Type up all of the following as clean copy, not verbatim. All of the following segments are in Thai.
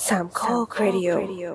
สามข้อครดิโอ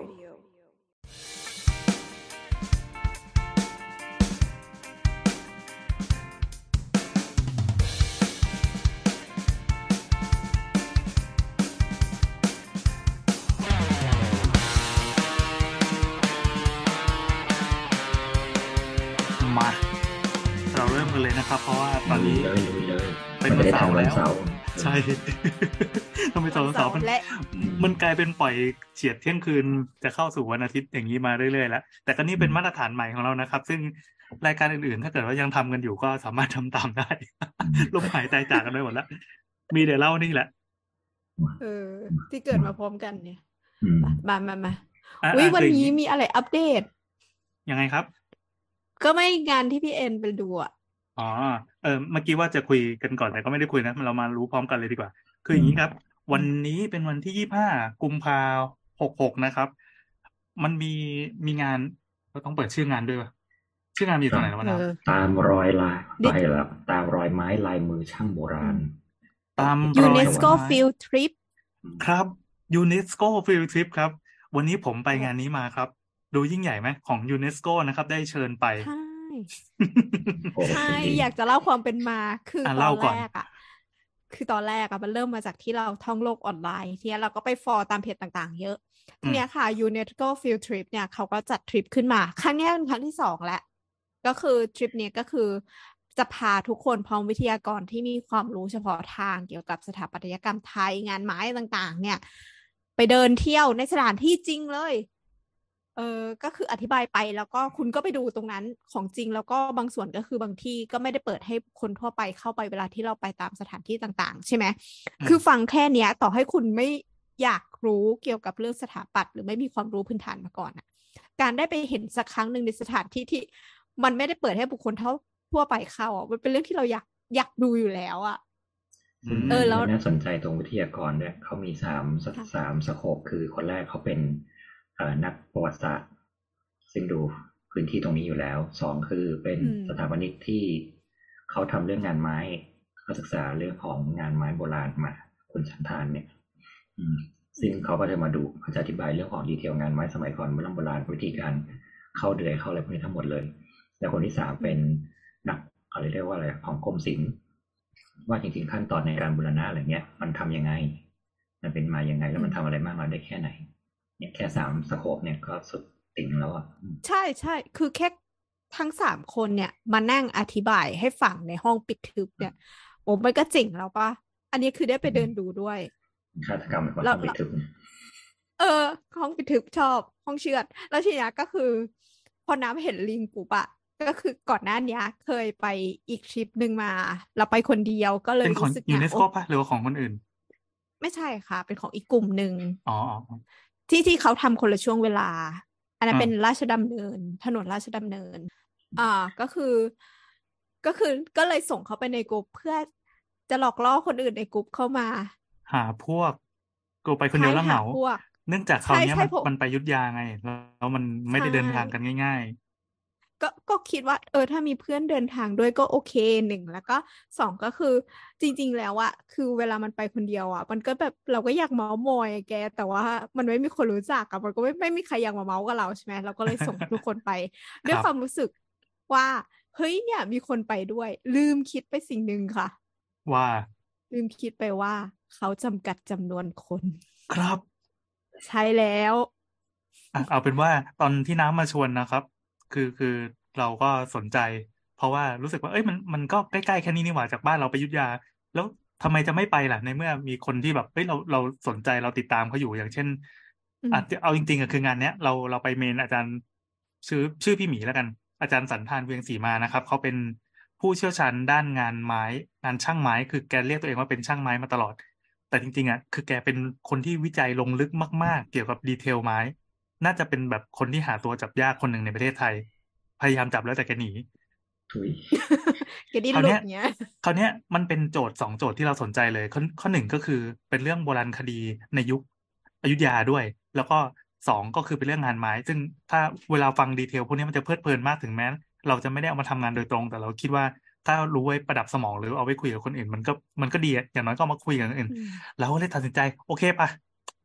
มาเราเริ่มกันเลยนะครับเพราะว่าตอนนี้เลยเป็นวันเสาร์แล้วเสาร์ใช่ ทำไมตอนเสาร์มันกลายเป็นปล่อยเฉียดเที่ยงคืนจะเข้าสู่วันอาทิตย์อย่างนี้มาเรื่อยๆแล้วแต่ก็นี่เป็นมาตรฐานใหม่ของเรานะครับ ซึ่งรายการอื่นๆถ้าเกิดว่ายังทำกันอยู่ก็สามารถทำตามได้ ลมหายใจจากกันไปหมดแล้วมีเดี๋ยวเล่านี่แหละที่เกิดมาพร้อมกันเนี่ยมาวันนี้มีอะไรอัปเดตยังไงครับก็ไม่งานที่พี่เอ็นไปดูอ่ะเมื่อกี้ว่าจะคุยกันก่อนแต่ก็ไม่ได้คุยนะเรามารู้พร้อมกันเลยดีกว่าคืออย่างนี้ครับวันนี้เป็นวันที่25 กุมภาพันธ์ 66นะครับมันมีงานเราต้องเปิดชื่องานด้วยป่ะชื่องานมีตรงไหนแล้วนะตามรอยลายไปแล้วตามรอยไม้ลายมือช่างโบราณตามรอยUNESCO Field Trip ครับ UNESCO Field Trip ครับวันนี้ผมไปงานนี้มาครับดูยิ่งใหญ่ไหมของ UNESCO นะครับได้เชิญไปใช่อยากจะเล่าความเป็นมาคือตอนแรกมันเริ่มมาจากที่เราท่องโลกออนไลน์ที่เราก็ไปฟอลตามเพจต่างๆเยอะทีเนี้ยค่ะ UNESCO Field Trip เนี่ยเขาก็จัดทริปขึ้นมาครั้งนี้เป็นครั้งที่2แล้วก็คือทริปนี้ก็คือจะพาทุกคนพร้อมวิทยากรที่มีความรู้เฉพาะทางเกี่ยวกับสถาปัตยกรรมไทยงานไม้ต่างๆเนี่ยไปเดินเที่ยวในสถานที่จริงเลยก็คืออธิบายไปแล้วก็คุณก็ไปดูตรงนั้นของจริงแล้วก็บางส่วนก็คือบางที่ก็ไม่ได้เปิดให้คนทั่วไปเข้าไปเวลาที่เราไปตามสถานที่ต่างๆใช่ไหมคือฟังแค่เนี้ยต่อให้คุณไม่อยากรู้เกี่ยวกับเรื่องสถาปัตย์หรือไม่มีความรู้พื้นฐานมาก่อนการได้ไปเห็นสักครั้งหนึ่งในสถานที่ที่มันไม่ได้เปิดให้บุคคลทั่วไปเข้ามันเป็นเรื่องที่เราอยากดูอยู่แล้วแล้วน่าสนใจตรงวิทยากรเนี่ยเขามี3 สโคปคือคนแรกเขาเป็นนักประวัติศาสตร์ซึ่งดูพื้นที่ตรงนี้อยู่แล้ว2คือเป็นสถาปนิกที่เขาทำเรื่องงานไม้เขาศึกษาเรื่องของงานไม้โบราณมาคุณชันทานเนี่ยซึ่งเขาก็จะมาดูเขาจะอธิบายเรื่องของดีเทลงานไม้สมัยก่อนโบราณวิธีการเข้าเดือยเข้าอะไรพวกนี้ทั้งหมดเลยแต่คนที่3เป็นนักอะไรเรียกว่าอะไรของกรมศิลป์ว่าจริงๆขั้นตอนในการบูรณะอะไรเงี้ยมันทำยังไงมันเป็นมายังไงแล้วมันทำอะไรมากน้อยได้แค่ไหนเนี่ยแค่3 สโคปเนี่ยก็สุดติ่งแล้วอ่ะใช่คือแค่ทั้ง3 คนเนี่ยมานั่งอธิบายให้ฟังในห้องปิดทึบเนี่ยโอ้มันก็เจ๋งแล้วป่ะอันนี้คือได้ไปเดินดูด้วยฆาตกรรมในห้องปิดทึบห้องปิดทึบชอบห้องเชือดแล้วทีนี้ก็คือพอน้ำเห็นลิงปุ๊บอะก็คือก่อนหน้านี้เคยไปอีกทริปหนึ่งมาเราไปคนเดียวก็เลยรู้สึกยูเนสโกป่ะหรือว่าของคนอื่นไม่ใช่ค่ะเป็นของอีกกลุ่มหนึ่งที่เขาทำคนละช่วงเวลาอันนั้นเป็นราชดำเนินถนนราชดำเนินก็เลยส่งเขาไปในกลุ่มเพื่อจะหลอกล่อคนอื่นในกลุ่มเข้ามาหาพวกกูไปคนเดียวแล้วเหงาเนื่องจากเขาเนี้ยมันไปยุทธยาไงแล้วมันไม่ได้เดินทางกันง่ายก็คิดว่าถ้ามีเพื่อนเดินทางด้วยก็โอเค1แล้วก็2ก็คือจริงๆแล้วอะคือเวลามันไปคนเดียวอะมันก็แบบเราก็อยากเมาส์มอยแกแต่ว่ามันไม่มีคนรู้จักอะมันก็ไม่มีใครอยากมาเมาส์กับเราใช่ไหมเราก็เลยส่งทุกคนไป ด้วยความรู้สึกว่าเฮ้ยเนี่ยมีคนไปด้วยลืมคิดไปสิ่งหนึ่งค่ะว่าลืมคิดไปว่าเขาจำกัดจำนวนคนครับใช่แล้วเอาเป็นว่าตอนที่น้ำมาชวนนะครับคือเราก็สนใจเพราะว่ารู้สึกว่ามันก็ใกล้ๆแค่นี้นี่หว่าจากบ้านเราไปอยุธยาแล้วทำไมจะไม่ไปล่ะในเมื่อมีคนที่แบบเราสนใจเราติดตามเขาอยู่อย่างเช่นเอาจริงๆคืองานเนี้ยเราไปเมนอาจารย์ชื่อพี่หมีแล้วกันอาจารย์สันธานเวียงศรีมานะครับเขาเป็นผู้เชี่ยวชาญด้านงานไม้งานช่างไม้คือแกเรียกตัวเองว่าเป็นช่างไม้มาตลอดแต่จริงๆคือแกเป็นคนที่วิจัยลงลึกมากๆเกี่ยวกับดีเทลไม้น่าจะเป็นแบบคนที่หาตัวจับยากคนหนึ่งในประเทศไทยพยายามจับแล้วแต่แกหนีแกดิ้นหลุดเงี้ยคราวเนี้ยมันเป็นโจทย์2 โจทย์ที่เราสนใจเลยข้อ1ก็คือเป็นเรื่องโบราณคดีในยุคอยุธยาด้วยแล้วก็2ก็คือเป็นเรื่องงานไม้ซึ่งถ้าเวลาฟังดีเทลพวกนี้มันจะเพลิดเพลินมากถึงแม้เราจะไม่ได้เอามาทำงานโดยตรงแต่เราคิดว่าถ้ารู้ไว้ประดับสมองหรือเอาไว้คุยกับคนอื่นมันก็ดีอย่างน้อยก็มาคุยกับคนอื่นเราก็เลยตัดสินใจโอเคป่ะ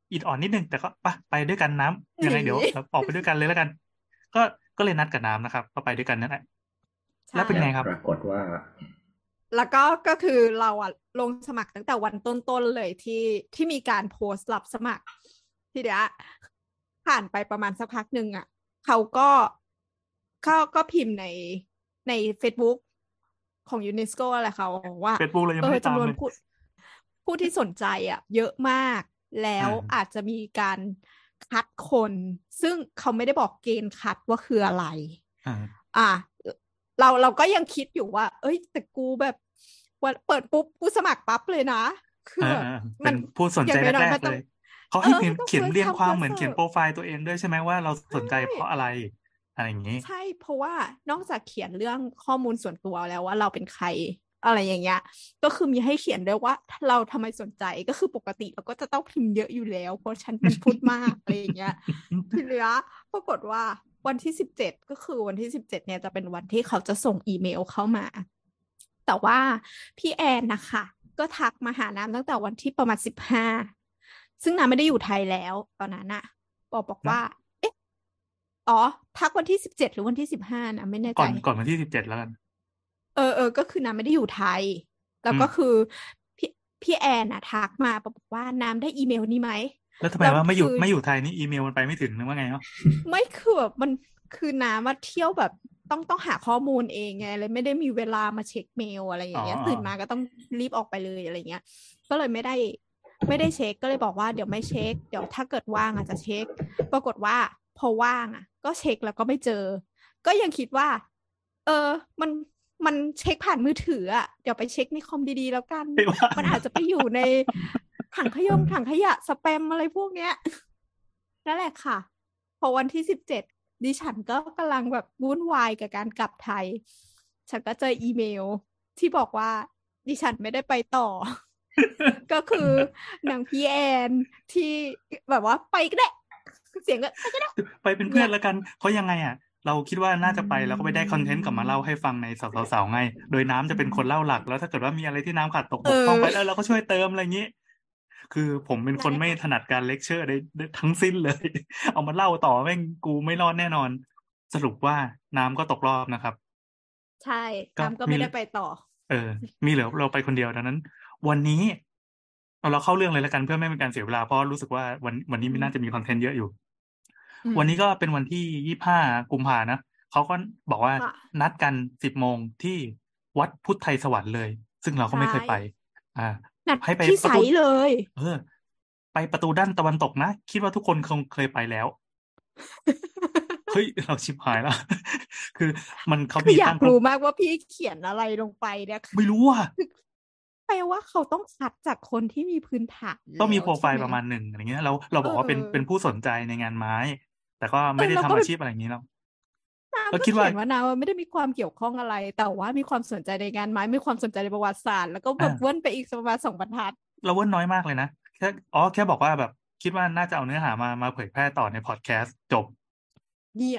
อิดอ่อนนิดนึงแต่ก็ไปด้วยกันน้ำยังไงเดี๋ยวเราออกไปด้วยกันเลยแล้วกัน ก็ก็เลยนัดกับน้ำนะครับก็ไปด้วยกันนั่นแหละแล้วเป็นไงครับปรากฏว่าแล้วก็คือเราอะลงสมัครตั้งแต่วันต้นๆเลยที่มีการโพสต์รับสมัครทีเดียวผ่านไปประมาณสักพักหนึ่งอะเขาก็พิมพ์ใน Facebook ของยูเนสโกอะไรเขาว่า Facebook เลยยังไม่ได้ตามจำนวนเลยผู้ที่สนใจอะเยอะมากแล้วอาจจะมีการคัดคนซึ่งเขาไม่ได้บอกเกณฑ์คัดว่าคืออะไรอ่าเราก็ยังคิดอยู่ว่าเอ้ยแต่กูแบบวันเปิดปุ๊บกูสมัครปั๊บเลยนะคือแบบเป็นผู้สนใจแรกๆเลยเขาให้เขียนเรียงความเหมือนเขียนโปรไฟล์ตัวเองด้วยใช่ไหมว่าเราสนใจเพราะอะไรอะไรอย่างนี้ใช่เพราะว่านอกจากเขียนเรื่องข้อมูลส่วนตัวแล้วว่าเราเป็นใครอะไรอย่างเงี้ยก็คือมีให้เขียนด้วยว่าเราทำไมสนใจก็คือปกติเราก็จะต้องพิมพ์เยอะอยู่แล้วเพราะฉันเป็นพูดมากอะไรอย่างเงี้ยทีเหลือปรากฏว่าวันที่17ก็คือวันที่17เนี่ยจะเป็นวันที่เขาจะส่งอีเมลเข้ามาแต่ว่าพี่แอนนะคะก็ทักมาหาน้ำตั้งแต่วันที่ประมาณ15ซึ่งน้ำไม่ได้อยู่ไทยแล้วตอนนั้นอะบอกว่าอ๋อทักวันที่17หรือวันที่15นะไม่แน่ใจก่อนวันที่17แล้วกันก็คือน้ำไม่ได้อยู่ไทยแล้วก็คือพี่แอนนะทักมาบอกว่าน้ำได้อีเมลนี้ไหมแล้วทำไมว่าไม่อยู่ไทยนี่อีเมลมันไปไม่ถึงนึกว่าไงเนาะไม่คือแบบมันคือน้ำมาเที่ยวแบบต้องหาข้อมูลเองไงเลยไม่ได้มีเวลามาเช็คเมลอะไรอย่างเงี้ยตื่นมาก็ต้องรีบออกไปเลยอะไรเงี้ยก็เลยไม่ได้เช็คก็เลยบอกว่าเดี๋ยวไม่เช็คเดี๋ยวถ้าเกิดว่างอาจจะเช็คปรากฏว่าพอว่างก็เช็คแล้วก็ไม่เจอก็ยังคิดว่ามันเช็คผ่านมือถือเดี๋ยวไปเช็คในคอมดีๆแล้วกันมันอาจจะไปอยู่ในถังขยะสแปมอะไรพวกเนี้ยนั่นแหละค่ะพอวันที่17ดิฉันก็กำลังแบบวุ่นวายกับการกลับไทยฉันก็เจออีเมลที่บอกว่าดิฉันไม่ได้ไปต่อ ก็คือนางพี่แอนที่แบบว่าไปก็ได้เสียงก็ไปก็ได้ไปเป็นเพื่อนแล้วกันเพราะยังไงเราคิดว่าน่าจะไปแล้วก็ไปได้คอนเทนต์กลับมาเล่าให้ฟังในสาวๆไงโดยน้ำจะเป็นคนเล่าหลักแล้วถ้าเกิดว่ามีอะไรที่น้ำขาดตกบกพร่องไปแล้วเราก็ช่วยเติมอะไรอย่างนี้คือผมเป็นคนไม่ถนัดการเลคเชอร์ได้ทั้งสิ้นเลยเอามาเล่าต่อแม่งกูไม่รอดแน่นอนสรุปว่าน้ำก็ตกรอบนะครับใช่น้ำก็ไม่ได้ไปต่อมีเหลือเราไปคนเดียวดังนั้น วันนี้เราเข้าเรื่องเลยแล้วกันเพื่อไม่เป็นการเสียเวลาเพราะรู้สึกว่าวันนี้ไม่น่าจะมีคอนเทนต์เยอะอยู่วันนี้ก็เป็นวันที่25 กุมภานะเขาก็บอกว่านัดกัน10 โมงที่วัดพุทธไทยสวรรค์เลยซึ่งเราก็ไม่เคยไปให้ไปที่ไสเลยไปประตูด้านตะวันตกนะคิดว่าทุกคนคงเคยไปแล้วเฮ้ยเราชิบหายแล้วคือเขามีอยากรู้มากว่าพี่เขียนอะไรลงไปเนี่ยไม่รู้แปลว่าเขาต้องคัดจากคนที่มีพื้นฐานต้องมีโปรไฟล์ประมาณ1อะไรเงี้ยเราบอกว่าเป็นผู้สนใจในงานไม้แต่ก็ไม่ได้ทำอาชีพอะไรอย่างนี้แล้วก็คิดว่านาไม่ได้มีความเกี่ยวข้องอะไรแต่ว่ามีความสนใจในงานไม้มีความสนใจในประวัติศาสตร์แล้วก็แบบเว้นไปอีกประมาณ2 บรรทัดเราเว้นน้อยมากเลยนะแค่บอกว่าแบบคิดว่าน่าจะเอาเนื้อหามาเผยแพร่ต่อในพอดแคสต์จบเนี่ย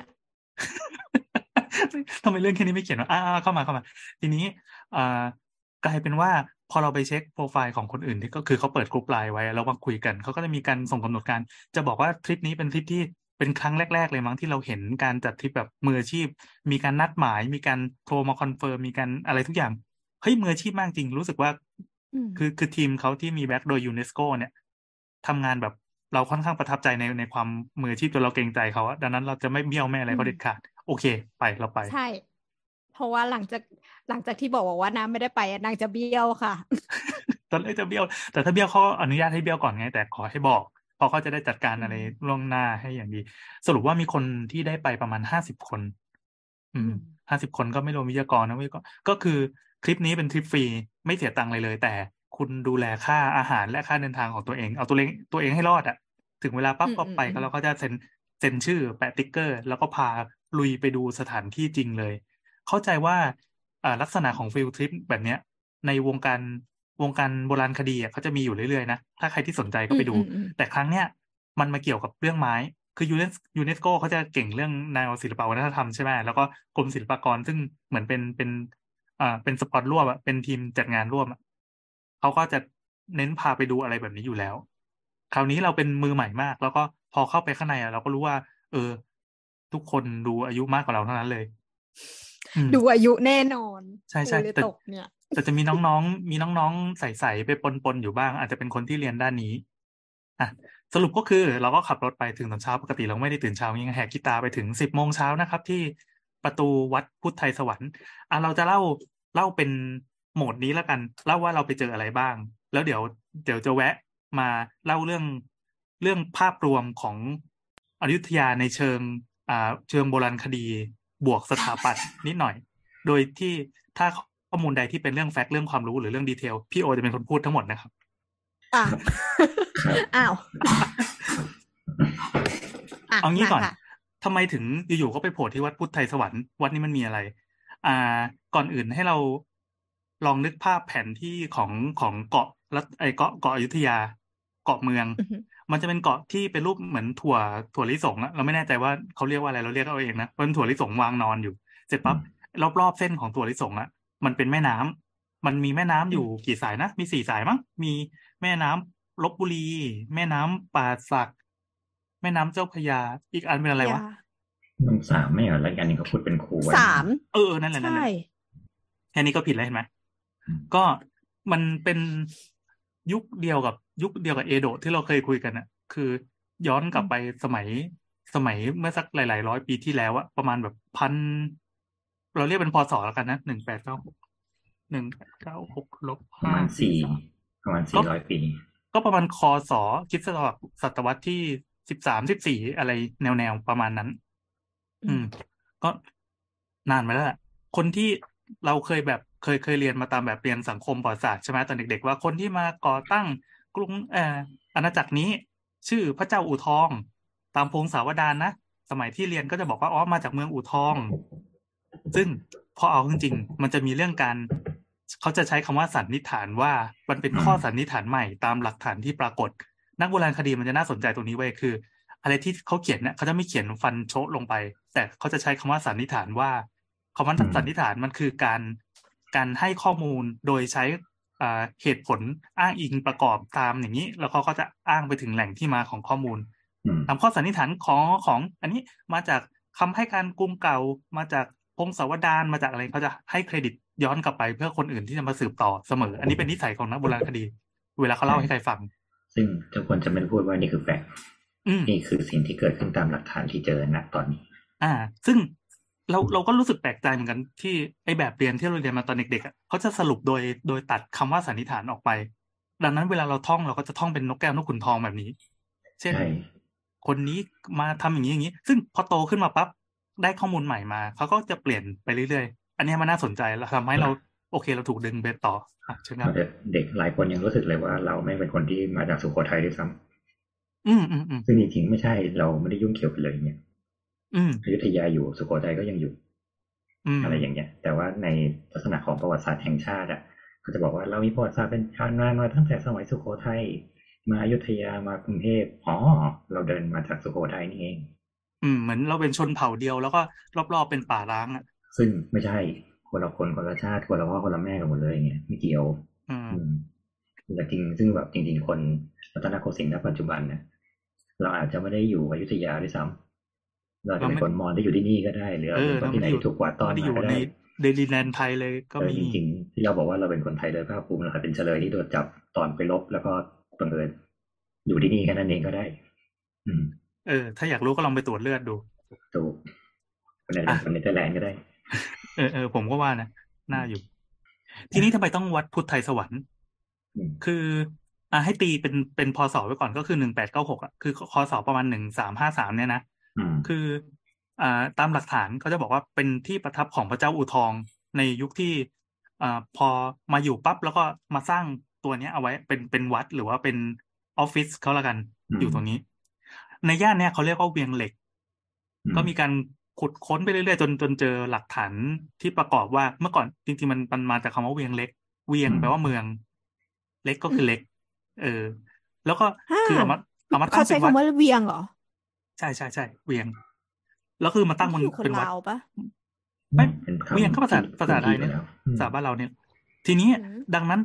ทำไมเรื่องแค่นี้ไม่เขียนว่าเข้ามาทีนี้กลายเป็นว่าพอเราไปเช็คโปรไฟล์ของคนอื่นที่ก็คือเขาเปิดกลุ่มไลน์ไว้แล้วมาคุยกันเขาก็จะมีการส่งกำหนดการจะบอกว่าทริปนี้เป็นทริปที่เป็นครั้งแรกๆเลยมั้งที่เราเห็นการจัดทริปแบบมืออาชีพมีการนัดหมายมีการโทรมาคอนเฟิร์มมีการอะไรทุกอย่างเฮ้ยมืออาชีพมากจริงรู้สึกว่าคือทีมเขาที่มีแบ็คโดยยูเนสโกเนี่ยทำงานแบบเราค่อนข้างประทับใจในความมืออาชีพจนเราเกรงใจเขาดังนั้นเราจะไม่เบี้ยวไม่อะไรเขาเด็ดขาดโอเคไปเราไปใช่เพราะว่าหลังจากที่บอกว่าน้ำไม่ได้ไปนางจะเบี้ยวค่ะตอนแรกจะเบี้ยวแต่ถ้าเบี้ยวเขาอนุญาตให้เบี้ยวก่อนไงแต่ขอให้บอกเพราะเขาจะได้จัดการอะไรล่วงหน้าให้อย่างดีสรุปว่ามีคนที่ได้ไปประมาณ50 คน50 คนก็ไม่รวมวิทยากรนะก็คือทริปนี้เป็นทริปฟรีไม่เสียตังค์เลยแต่คุณดูแลค่าอาหารและค่าเดินทางของตัวเองเอาตัวเองให้รอดถึงเวลาปั๊บก็ไปแล้วก็จะเซ็นชื่อแปะติ๊กเกอร์แล้วก็พาลุยไปดูสถานที่จริงเลยเข้าใจว่าลักษณะของฟิลทริปแบบเนี้ยในวงการโบราณคดีเขาจะมีอยู่เรื่อยๆนะถ้าใครที่สนใจก็ไปดูแต่ครั้งเนี้ยมันมาเกี่ยวกับเรื่องไม้คือยูเนสโกเขาจะเก่งเรื่องแนวศิลปวัฒนธรรมใช่ไหมแล้วก็กรมศิลปากรซึ่งเหมือนเป็นสปอตร่วมเป็นทีมจัดงานร่วมเขาก็จะเน้นพาไปดูอะไรแบบนี้อยู่แล้วคราวนี้เราเป็นมือใหม่มาก แล้วก็พอเข้าไปข้างในเราก็รู้ว่า ทุกคนดูอายุมากกว่าเราเท่านั้นเลยดูอายุแน่นอนใช่ใช่ตกเนี่ยแต่จะมีน้องๆมีน้องๆใสๆไปปนๆอยู่บ้าง อาจจะเป็นคนที่เรียนด้านนี้สรุปก็คือเราก็ขับรถไปถึงตอนเช้าปกติเราไม่ได้ตื่นเช้ายังแหกกีตาร์ไปถึง10 โมงเช้านะครับที่ประตูวัดพุทธไทยสวรรค์เราจะเล่าเป็นโหมดนี้แล้วกันเล่าว่าเราไปเจออะไรบ้างแล้วเดี๋ยวจะแวะมาเล่าเรื่องภาพรวมของอยุธยาในเชิงโบราณคดีบวกสถาปัตย์นิดหน่อยโดยที่ถ้าข้อมูลใดที่เป็นเรื่องแฟกต์เรื่องความรู้หรือเรื่องดีเทลพี่โอจะเป็นคนพูดทั้งหมดนะครับอ้าวเอางี้ก่อนทำไมถึงอยู่ๆก็ไปโผล่ที่วัดพุทธไทยสวรรค์วัดนี้มันมีอะไรก่อนอื่นให้เราลองนึกภาพแผนที่ของเกาะแล้วเกาะอยุธยาเกาะเมืองมันจะเป็นเกาะที่เป็นรูปเหมือนถั่วลิสงเราไม่แน่ใจว่าเขาเรียกว่าอะไรเราเรียกเอาเองนะเป็นถั่วลิสงวางนอนอยู่เสร็จปั๊บรอบๆเส้นของถั่วลิสงมันเป็นแม่น้ำมันมีแม่น้ำอยู่กี่สายนะมี4 สายมั้งมีแม่น้ำลพบุรีแม่น้ำป่าสักแม่น้ำเจ้าพระยาอีกอันเป็นอะไรวะน้ำ3ไม่เหรอแล้วอันนี้เขาพูดเป็นครูไว้ 3 นั่นแหละแค่นี้ก็ผิดแล้วเห็นไหมก็มันเป็นยุคเดียวกับเอโดะที่เราเคยคุยกันคือย้อนกลับไปสมัยเมื่อสักหลายๆร้อยปีที่แล้วประมาณแบบเราเรียกเป็นพศแล้วกันนะ1896ลบประมาณ400 ปีก็ประมาณคศคิดศตวรรษที่13-14อะไรแนวประมาณนั้นก็นานมาแล้วคนที่เราเคยเรียนมาตามแบบเรียนสังคมประวัติศาสตร์ใช่ไหมตอนเด็กๆว่าคนที่มาก่อตั้งกรุงอาณาจักรนี้ชื่อพระเจ้าอู่ทองตามพงศาวดารนะสมัยที่เรียนก็จะบอกว่ามาจากเมืองอู่ทองซึ่งพอเอาจริงๆมันจะมีเรื่องการเขาจะใช้คำว่าสันนิษฐานว่ามันเป็นข้อสันนิษฐานใหม่ตามหลักฐานที่ปรากฏนักโบราณคดีมันจะน่าสนใจตรงนี้ไว้คืออะไรที่เขาเขียนเนี่ยเขาจะไม่เขียนฟันโชะลงไปแต่เขาจะใช้คำว่าสันนิษฐานว่าคำว่าสันนิษฐานมันคือการให้ข้อมูลโดยใช้เหตุผลอ้างอิงประกอบตามอย่างนี้แล้วเขาก็จะอ้างไปถึงแหล่งที่มาของข้อมูลตามข้อสันนิษฐานของอันนี้มาจากคำให้การกรุงเก่ามาจากพงศาวดารมาจากอะไรเขาจะให้เครดิตย้อนกลับไปเพื่อคนอื่นที่จะมาสืบต่อเสมออันนี้เป็นนิสัยของนักโบราณคดีเวลาเขาเล่าให้ใครฟังซึ่งทุกคนจะไม่พูดว่านี่คือแฟกต์นี่คือสิ่งที่เกิดขึ้นตามหลักฐานที่เจอณตอนนี้ซึ่งเราก็รู้สึกแปลกใจเหมือนกันที่ไอ้แบบเรียนที่เราเรียนมาตอนเด็กๆเขาจะสรุปโดยตัดคำว่าสันนิษฐานออกไปดังนั้นเวลาเราท่องเราก็จะท่องเป็นนกแก้วนกขุนทองแบบนี้เช่นคนนี้มาทำอย่างนี้ซึ่งพอโตขึ้นมาปั๊บได้ข้อมูลใหม่มาเขาก็จะเปลี่ยนไปเรื่อยๆอันนี้มันน่าสนใจแล้วทำให้เราโอเคเราถูกดึงไปต่อใช่ไหมครับเด็กหลายคนยังรู้สึกเลยว่าเราไม่เป็นคนที่มาจากสุโขทัยด้วยซ้ำซึ่งจริงๆไม่ใช่เราไม่ได้ยุ่งเกี่ยวกันเลยเนี่ยอยุธยาอยู่สุโขทัยก็ยังอยู่อะไรอย่างเงี้ยแต่ว่าในลักษณะของประวัติศาสตร์แห่งชาติเขาจะบอกว่าเรามีประวัติศาสตร์เป็นชาติมาตั้งแต่สมัยสุโขทัยมาอยุธยามากรุงเทพเราเดินมาจากสุโขทัยนี่เองเหมือนเราเป็นชนเผ่าเดียวแล้วก็รอบๆเป็นป่าร้างซึ่งไม่ใช่คนละคนคนละชาติคนละพ่อคนละแม่กันหมดเลยเงี้ยไม่เกี่ยวแต่จริงซึ่งแบบจริงๆคนรัตนโกสินทร์ณปัจจุบันเนี่ยเราอาจจะไม่ได้อยู่อยุธยาด้วยซ้ำเราจะเป็นคนมอญที่อยู่ที่นี่ก็ได้หรือเป็นคนที่ไหนถูกกว่าตอนมาก็ได้เดลิแลนด์ไทยเลยก็มีจริงๆที่เราบอกว่าเราเป็นคนไทยโดยภาคภูมิเราเป็นเฉลยที่โดนจับตอนไปรบแล้วก็บังเอิญอยู่ที่นี่แค่นั้นเองก็ได้ถ้าอยากรู้ก็ลองไปตรวจเลือดดูถูกคนในเนเธอร์แลนด์ก็ได้ผมก็ว่านะน่าอยู่ทีนี้ทำไมต้องวัดพุทธไทยสวรรค์คือให้ตีเป็นพศไว้ก่อนก็คือ1896คือคศประมาณ1353เนี่ยนะคือตามหลักฐานเขาจะบอกว่าเป็นที่ประทับของพระเจ้าอู่ทองในยุคที่พอมาอยู่ปั๊บแล้วก็มาสร้างตัวนี้เอาไว้เป็นวัดหรือว่าเป็นออฟฟิศเขาละกันอยู่ตรงนี้ในย่านเนี้ยเขาเรียกว่าเวียงเหล็กก็มีการขุดค้นไปเรื่อยๆจนเจอหลักฐานที่ประกอบว่าเมื่อก่อนจริงๆมันมาจากคำว่าเวียงเล็กเวียงแปลว่าเมืองเล็กก็คือเล็กแล้วก็คือเอามาตั้งเขาใช้คำว่าเวียงเหรอใช่เวียงแล้วคือมาตั้งมันเป็นวัดปะไม่เวียงก็ภาษาไทยเนี่ยภาษาบ้านเราเนี่ยทีนี้ดังนั้น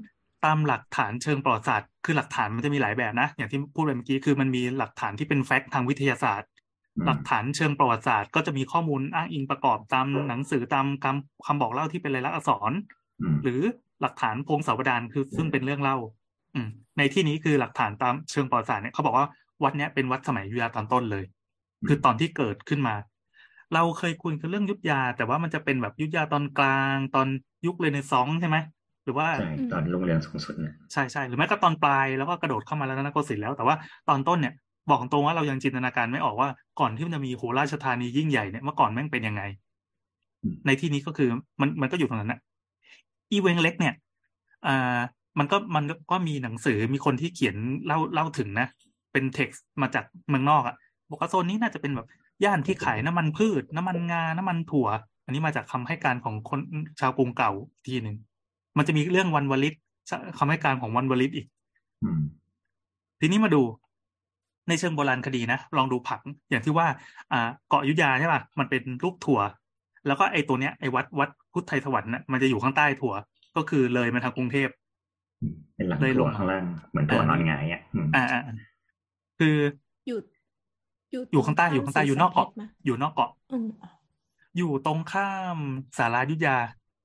ตามหลักฐานเชิงประวัติศาสตร์คือหลักฐานมันจะมีหลายแบบนะอย่างที่พูดไปเมื่อกี้คือมันมีหลักฐานที่เป็นแฟกต์ทางวิทยาศาสตร์หลักฐานเชิงประวัติศาสตร์ก็จะมีข้อมูลอ้างอิงประกอบตามหนังสือตามคำบอกเล่าที่เป็นลายลักษณ์อักษรหรือหลักฐานโพงศาวดารคือซึ่งเป็นเรื่องเล่าในที่นี้คือหลักฐานตามเชิงประวัติศาสตร์เนี่ยเขาบอกว่าวัดเนี้ยเป็นวัดสมัยอยุธยาตอนต้นเลยคือตอนที่เกิดขึ้นมาเราเคยคุยกันเรื่องอยุธยาแต่ว่ามันจะเป็นแบบอยุธยาตอนกลางตอนยุคเรเนซองส์ใช่ไหมหรือว่าใช่ตอนรุ่งเรืองสูงสุดเนี่ยใช่ใช่หรือแม้ก็ตอนปลายแล้วก็กระโดดเข้ามาแล้วนะโกสินทร์แล้วแต่ว่าตอนต้นเนี่ยบอกตรงว่าเรายังจินตนาการไม่ออกว่าก่อนที่มันจะมีโหราชธานียิ่งใหญ่เนี่ยเมื่อก่อนแม่งเป็นยังไงในที่นี้ก็คือมันก็อยู่ตรงนั้นนะอีเวงเล็กเนี่ยอ่ามันก็มีหนังสือมีคนที่เขียนเล่าถึงนะเป็นเท็กซ์มาจากเมืองนอกอ่ะบอกว่าโซนนี้น่าจะเป็นแบบย่านที่ขายน้ำมันพืชน้ำมันงาน้ำมันถั่วอันนี้มาจากคำให้การของคนชาวกรุงเก่าทีหนึ่งมันจะมีเรื่องวันวลิตคำให้การของวันวลิตอีกทีนี้มาดูในเชิงโบราณคดีนะลองดูผังอย่างที่ว่าเกาะอยุธยาใช่ป่ะมันเป็นรูปถั่วแล้วก็ไอ้ตัวเนี้ยไอ้วัดพุทธไทยสวรรค์น่ะมันจะอยู่ข้างใต้ถั่วก็คือเลยมาทางกรุงเทพเป็นหลังถั่วข้างล่างเหมือนถั่วนอนหงายคืออยู่อยู่ข้างใต้อยู่นอกเกาะอยู่นอกเกาะอยู่ตรงข้ามศาลาอยุธยา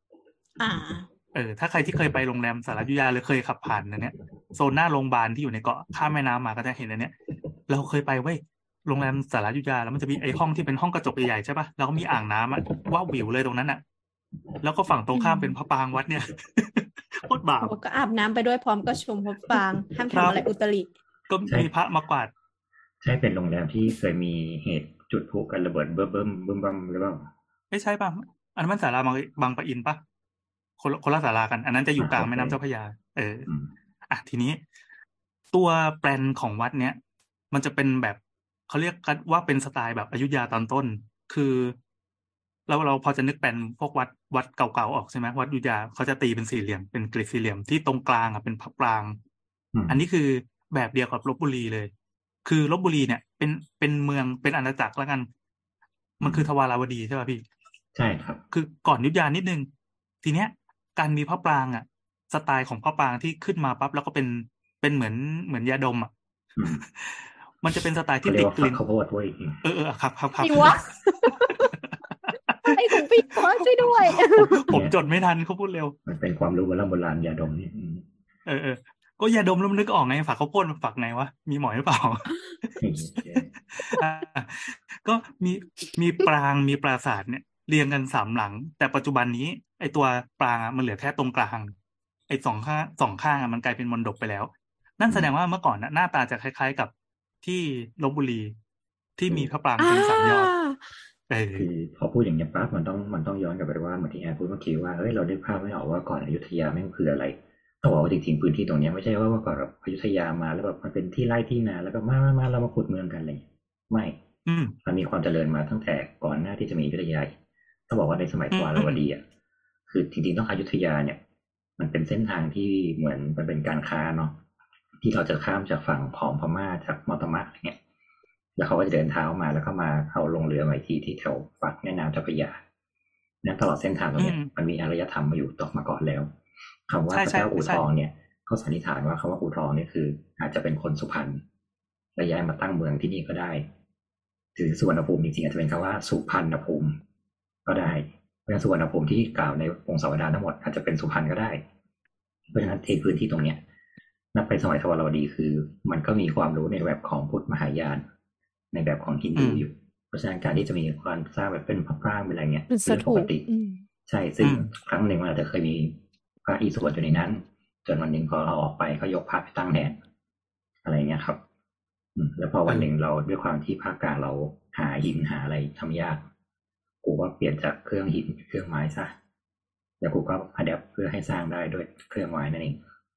ถ้าใครที่เคยไปโรงแรมศาลาอยุธยาหรือเคยขับผ่านอันเนี้ยโซนหน้าโรงพยาบาลที่อยู่ในเกาะข้ามแม่น้ำมาก็จะเห็นอันเนี้ยเราเคยไปเว้ยโรงแรมศาลาอยุธยาแล้วมันจะมีไอ้ห้องที่เป็นห้องกระจกใหญ่ๆใช่ป่ะแล้วก็มีอ่างน้ำอ่ะว้าววิวเลยตรงนั้นอ่ะแล้วก็ฝั่งตรงข้ามเป็นพระปรางวัดเนี่ยโคตรบาปก็อาบน้ำไปด้วยพร้อมก็ชมพระปรางห้ามทำอะไรอุตริก็มีพระมากวาดใช่เป็นโรงแรมที่เคยมีเหตุจุดพลุกันระเบิดเบิ่มหรือเปล่าไม่ใช่ป่ะอันนั้นมันศาลาบางปะอินป่ะคนละศาลากันอันนั้นจะอยู่กลางแม่น้ำเจ้าพระยาทีนี้ตัวแปลนของวัดเนี้ยมันจะเป็นแบบเขาเรียกกันว่าเป็นสไตล์แบบอยุธยาตอนต้นคือเราพอจะนึกแปลนพวกวัดเก่าๆออกใช่ไหมวัดอยุธยาเขาจะตีเป็นสี่เหลี่ยมเป็นกริดสี่เหลี่ยมที่ตรงกลางเป็นพระปรางอันนี้คือแบบเดียวกับลพบุรีเลยคือลพบุรีเนี่ยเป็นเมืองเป็นอาณาจักรแล้วกันมันคือทวาราวดีใช่ป่ะพี่ใช่ครับคือก่อนอยุธยานิดนึงทีเนี้ยการมีพระปรางสไตล์ของพระปรางที่ขึ้นมาปั๊บแล้วก็เป็นเหมือนยาดมมันจะเป็นสไตล์ที่ติดกลิ่นข้าวโพดเว้ยครับพี่วะไอ้ของพี่วะช่วยด้วยผมจดไม่ทันเขาพูดเร็วมันเป็นความรู้โบราณยาดมนี่ก็ยาดมแล้วนึกออกไงฝากข้าวโพดมันฝักไงวะมีหมอยหรือเปล่าก็มีปรางมีปราสาทเนี่ยเรียงกัน3หลังแต่ปัจจุบันนี้ไอ้ตัวปรางมันเหลือแค่ตรงกลางไอ้สองข้างมันกลายเป็นมณฑปไปแล้วนั่นแสดงว่าเมื่อก่อนหน้าตาจะคล้ายๆกับที่ลพบุรีที่มีพระปรางเป็น3 ยอดคือพอพูดอย่างนี้ปั๊บมันต้องย้อนกลับไปว่าเหมือนที่แอนพูดเมื่อกี้ว่าเราได้ภาพไม่ออกว่าก่อนอยุธยาไม่คืออะไรต้องบอกว่าจริงๆพื้นที่ตรงนี้ไม่ใช่ว่าก่อนอยุธยามาแล้วแบบมันเป็นที่ไร่ที่นาแล้วก็มาเรามาขุดเมืองกันเลยไม่มันมีความเจริญมาตั้งแต่ก่อนหน้าที่จะมีอยุธยาต้องบอกว่าในสมัยทวารวดีคือจริงๆต้องอยุธยาเนี่ยมันเป็นเส้นทางที่เหมือนมันเป็นการค้าเนาะที่เราจะข้ามจากฝั่งของพม่าจากมอตมะเนี่ยแล้วเขาก็จะเดินเท้ามาแล้วก็มาเอาลงเรือไว้ที่แถวฝั่งแม่น้ำเจ้าพระยาเนี่ยตลอดเส้นทางตรงนี้มันมีอารยธรรมมาอยู่ต่อมาก่อนแล้วคำว่าพระเจ้าอู่ทองเนี่ยเขาสันนิษฐานว่าคำว่าอู่ทองเนี่ยคืออาจจะเป็นคนสุพรรณและย้ายมาตั้งเมืองที่นี่ก็ได้หรือสุวรรณภูมิจริงๆอาจจะเป็นคำว่าสุพรรณภูมิก็ได้เพราะฉะนั้นสุวรรณภูมิที่กล่าวในวงศาวดารทั้งหมดอาจจะเป็นสุพรรณก็ได้เพราะฉะนั้นพื้นที่ตรงเนี้ยนับเป็นสมัยทวารวดีคือมันก็มีความรู้ในแบบของพุทธมหายานในแบบของฮินดูอยู่เพราะฉะนั้นการที่จะมีการสร้างแบบเป็นพระปรางเป็นอะไรเงี้ยเป็นปกติใช่ซึ่งครั้งหนึ่งมันอาจจะเคยมีพระอิศวรอยู่ในนั้นจนวันหนึ่งพอเราออกไปก็ยกพระไปตั้งแทนอะไรเงี้ยครับแล้วพอวันหนึ่งเราด้วยความที่ภาคกลางเราหาหินหาอะไรทำยากกูว่าเปลี่ยนจากเครื่องหินเครื่องไม้ซะแล้วกูก็อะแดปเพื่อให้สร้างได้ด้วยเครื่องไม้นั่นเอง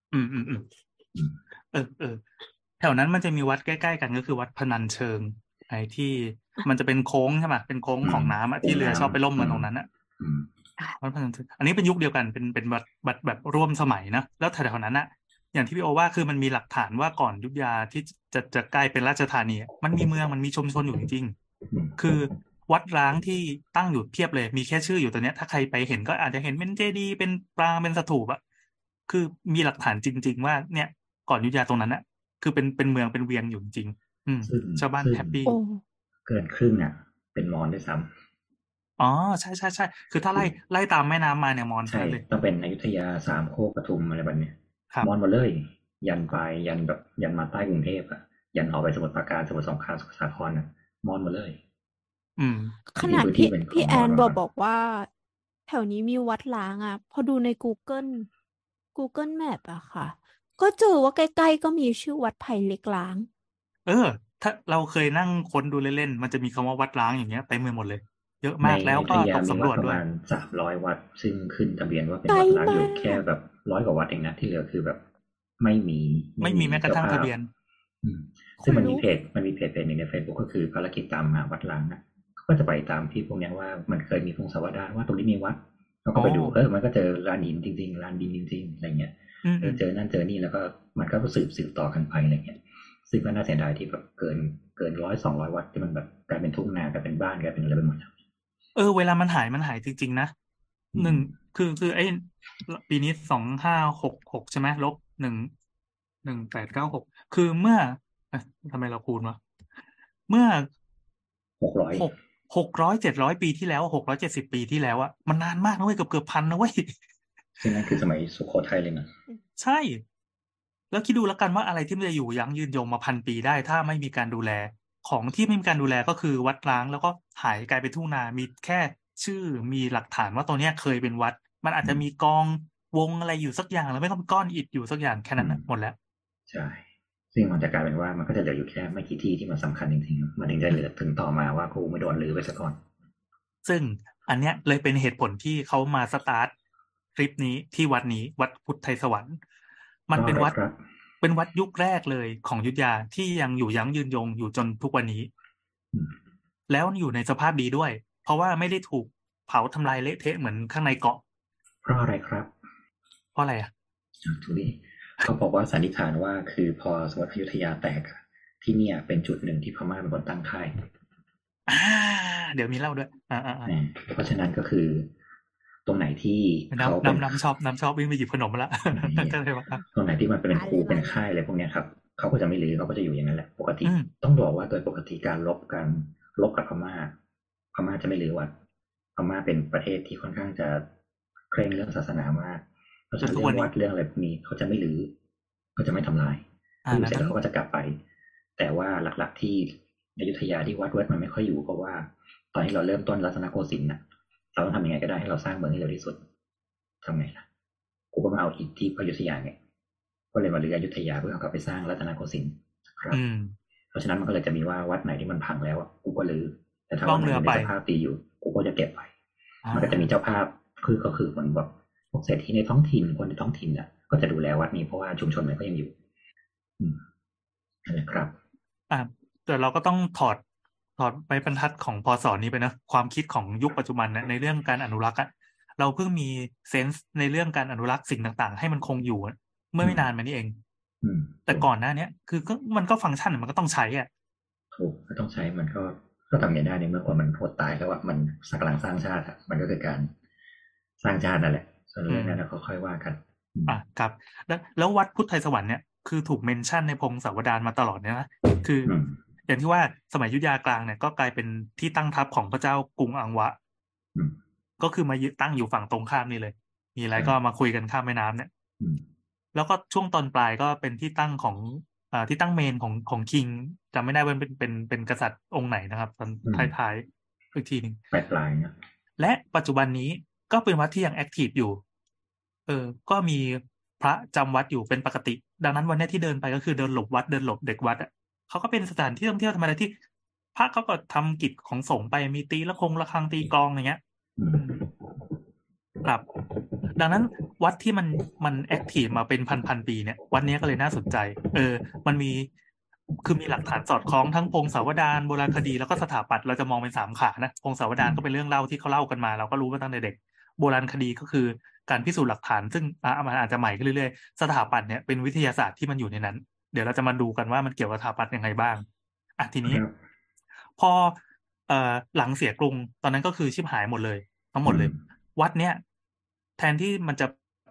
แถวนั้นมันจะมีวัดใกล้ๆกันก็คือวัดพนัญเชิงไอ้ที่มันจะเป็นโค้งใช่ไหมเป็นโค้งของน้ำที่เรือชอบไปล่มกันตรงนั้นวัดพนัญเชิงอันนี้เป็นยุคเดียวกันเป็นวัดแบบร่วมสมัยนะแล้วแถวๆนั้นอย่างที่พี่โอว่าคือมันมีหลักฐานว่าก่อนอยุธยาที่จะกลายเป็นราชธานีมันมีเมืองมันมีชุมชนอยู่จริงๆคือวัดร้างที่ตั้งอยู่เพียบเลยมีแค่ชื่ออยู่ตัวเนี้ยถ้าใครไปเห็นก็อาจจะเห็นเป็นเจดีย์เป็นปรางเป็นสถูปคือมีหลักฐานจริงๆว่าเนี่ยก่อนอยุธยาตรงนั้นนะคือเป็นเมืองเป็นเวียงอยู่จริงชาวบ้านแฮปปี้เกินครึ่งเป็นมอญด้วยซ้ำอ๋อใช่ใช่ใช่คือถ้าไล่ตามแม่น้ำมาเนี่ยมอญทั้ใช่งนั้นเลยต้องเป็นอยุธยาสามโคกปทุมอะไรแบบเนี้ยมอญหมดเลยยันไปยันแบบยันมาใต้กรุงเทพยันออกไปสมุทรปราการสมุทรสงครามสมุทรสาครมอญหมดเลยขนาดพี่แอนบอกว่าแถวนี้มีวัดล้างพอดูใน Google Map อะค่ะก็เจอว่าใกล้ๆก็มีชื่อวัดไผ่เล็กล้างถ้าเราเคยนั่งค้นดูเล่นๆมันจะมีคำว่าวัดล้างอย่างเงี้ยเต็มไปหมดเลยเยอะในมากแล้วอยุก็ธยาต้องมีวัดสำรวจด้วยประมาณ300 วัดซึ่งขึ้นทะเบียนว่าเป็นวัดล้างอยู่แค่แบบ100 กว่าวัดเองนะที่เหลือคือแบบไม่มีแม้กระทั่งทะเบียนซึ่งมันมีเพจหนึ่งใน Facebook ก็คือภารกิจตามหาวัดล้างเขาก็จะไปตามที่พวกนี้ว่ามันเคยมีพงศาวดารว่าตรงนี้มีวัดเราก็ไปดูมันก็เจอลานหินจริงๆลานดินจริงๆอะไรเงี้ยเจอนั่นเจอนี่แล้วก็มันก็สืบต่อกันไปอะไรเงี้ยซึ่งก็น่าเสียดายที่แบบเกิน100-200 วัดที่มันแบบกลายเป็นทุ่งนากลายเป็นบ้านกลายเป็นอะไรไปหมดเวลามันหายจริงๆนะคือไอ้ปีนี้2566ใช่ไหม-1896คือเมื่อทำไมเราคูณวะเมื่อ 600 600-700 ปีที่แล้ว670 ปีที่แล้วมันนานมากนะเว้ยเกือบพันนะเว้ยซึ่งนั่นคือสมัยสุโขทัยเลยนะใช่แล้วคิดดูแล้วกันว่าอะไรที่มันจะอยู่ยั้งยืนยงมา1,000 ปีได้ถ้าไม่มีการดูแลของที่ไม่มีการดูแลก็คือวัดร้างแล้วก็หายกลายเป็นทุ่งนามีแค่ชื่อมีหลักฐานว่าตัวเนี้ยเคยเป็นวัดมันอาจจะมีกองวงอะไรอยู่สักอย่างแล้วไม่ก็มีก้อนอิฐอยู่สักอย่างแค่นั้นหมดแล้วใช่ซึ่งมันจะกลายเป็นว่ามันก็จะเหลืออยู่แค่ไม่กี่ที่ที่มันสำคัญจริงๆมันถึงจะเหลือถึงต่อมาว่ากูไม่โดนลื้อไปซะก่อนซึ่งอันเนี้ยเลยเป็นเหตุผลที่เขามาสตาร์ททริปนี้ที่วัดนี้วัดพุทธไทยสวรรค์มันเป็นวัดยุคแรกเลยของอยุธยาที่ยังอยู่ยั้งยืนยงอยู่จนทุกวันนี้แล้วอยู่ในสภาพดีด้วยเพราะว่าไม่ได้ถูกเผาทำลายเละเทะเหมือนข้างในเกาะเพราะอะไรครับเพราะอะไรทุลีเขาบอกว่าสันนิษฐานว่าคือพอสมมติอยุธยาแตกที่เนี่ยเป็นจุดหนึ่งที่พม่าเป็นคนตั้งค่ายเดี๋ยวมีเล่าด้วยเพราะฉะนั้นก็คือตรงไหนที่เขาน้ำชอบวิ่งไปหยิบขนมละก็เลยว่าตรงไหนที่มันเป็นคูเป็นค่ายอะไรพวกนี้ครับเขาก็จะไม่ลื้อเขาก็จะอยู่อย่างนั้นแหละปกติต้องบอกว่าโดยปกติการลบกับพม่าจะไม่ลื้อวัดพม่าเป็นประเทศที่ค่อนข้างจะเคร่งเรื่องศาสนามากเพราะฉะนั้นเรื่องวัดเรื่องอะไรพวกนี้เขาจะไม่ลื้อเขาจะไม่ทำลายอยู่เสร็จแล้วเขาก็จะกลับไปแต่ว่าหลักๆที่อยุธยาที่วัดมันไม่ค่อยอยู่เพราะว่าตอนที่เราเริ่มต้นรัตนโกสินทร์เราต้องทำยังไงก็ได้ให้เราสร้างเมืองให้เร็วที่สุดทำไงล่ะกูก็มาเอาอิฐที่อยุธยาไงก็เลยมาลื้ออยุธยาเพื่อเอากลับไปสร้างรัตนโกสินทร์ครับเพราะฉะนั้นมันก็เลยจะมีว่าวัดไหนที่มันพังแล้วกูก็ลื้อแต่ถ้าวัดไหนในสภาพดีอยู่กูก็จะเก็บไปมันก็จะมีเจ้าภาพก็คือคนแบบพวกเศรษฐีในท้องถิ่นคนในท้องถิ่นก็จะดูแลวัดนี้เพราะว่าชุมชนมันก็ยังอยู่นั่นแหละครับแต่เราก็ต้องถอดใบบรรทัดของพศนี้ไปนะความคิดของยุคปัจจุบันนะในเรื่องการอนุรักษ์เราเพิ่งมีเซนส์ในเรื่องการอนุรักษ์สิ่งต่างๆให้มันคงอยู่เมื่อไม่นานมานี้เองแต่ก่อนหน้านี้คือมันก็ฟังก์ชันมันก็ต้องใช้ถูกก็ต้องใช้มันก็ทำอย่างได้ในเมื่อคนมันโหดตายแล้วมันสักหลังสร้างชาติมันก็คือการสร้างชาตินั่นแหละส่วนเรื่องนั้นเราค่อยว่ากันครับแล้ววัดพุทธไทยสวรรค์เนี่ยคือถูกเมนชั่นในพงศาวดารมาตลอดเนี่ยนะคืออย่างที่ว่าสมัยอยุธยากลางเนี่ยก็กลายเป็นที่ตั้งทัพของพระเจ้ากรุงอังวะก็คือมาตั้งอยู่ฝั่งตรงข้ามนี่เลยมีอะไรก็มาคุยกันข้ามแม่น้ำเนี่ยแล้วก็ช่วงตอนปลายก็เป็นที่ตั้งของที่ตั้งเมนของคิงจำไม่ได้ว่าเป็นกษัตริย์องค์ไหนนะครับตอนท้ายๆอีกทีหนึ่งปลายนะและปัจจุบันนี้ก็เป็นวัดที่ยังแอคทีฟอยู่ก็มีพระจำวัดอยู่เป็นปกติ ดังนั้นวันนี้ที่เดินไปก็คือเดินหลบวัดเดินหลบเด็กวัดเขาก็เป็นสถานที่ท่องเที่ยวธรรมดาที่พระเขาก็ทำกิจของสงฆ์ไปมีตีระฆังตีกลองอย่างเงี้ยครับดังนั้นวัดที่มันแอคทีฟมาเป็นพันปีเนี่ยวันนี้ก็เลยน่าสนใจมันมีหลักฐานสอดคล้องทั้งพงศาวดารโบราณคดีแล้วก็สถาปัตย์เราจะมองเป็น3 ขานะพงศาวดารก็เป็นเรื่องเล่าที่เขาเล่ากันมาเราก็รู้มาตั้งแต่เด็กโบราณคดีก็คือการพิสูจน์หลักฐานซึ่งมันอาจจะใหม่ขึ้นเรื่อยๆสถาปัตย์เนี่ยเป็นวิทยาศาสตร์ที่มันอยู่ในนั้นเดี๋ยวเราจะมาดูกันว่ามันเกี่ยวกับสถาปัตย์ยังไงบ้างทีนี้พอหลังเสียกรุงตอนนั้นก็คือชิบหายหมดเลยทั้งหมดเลยวัดเนี้ยแทนที่มันจะ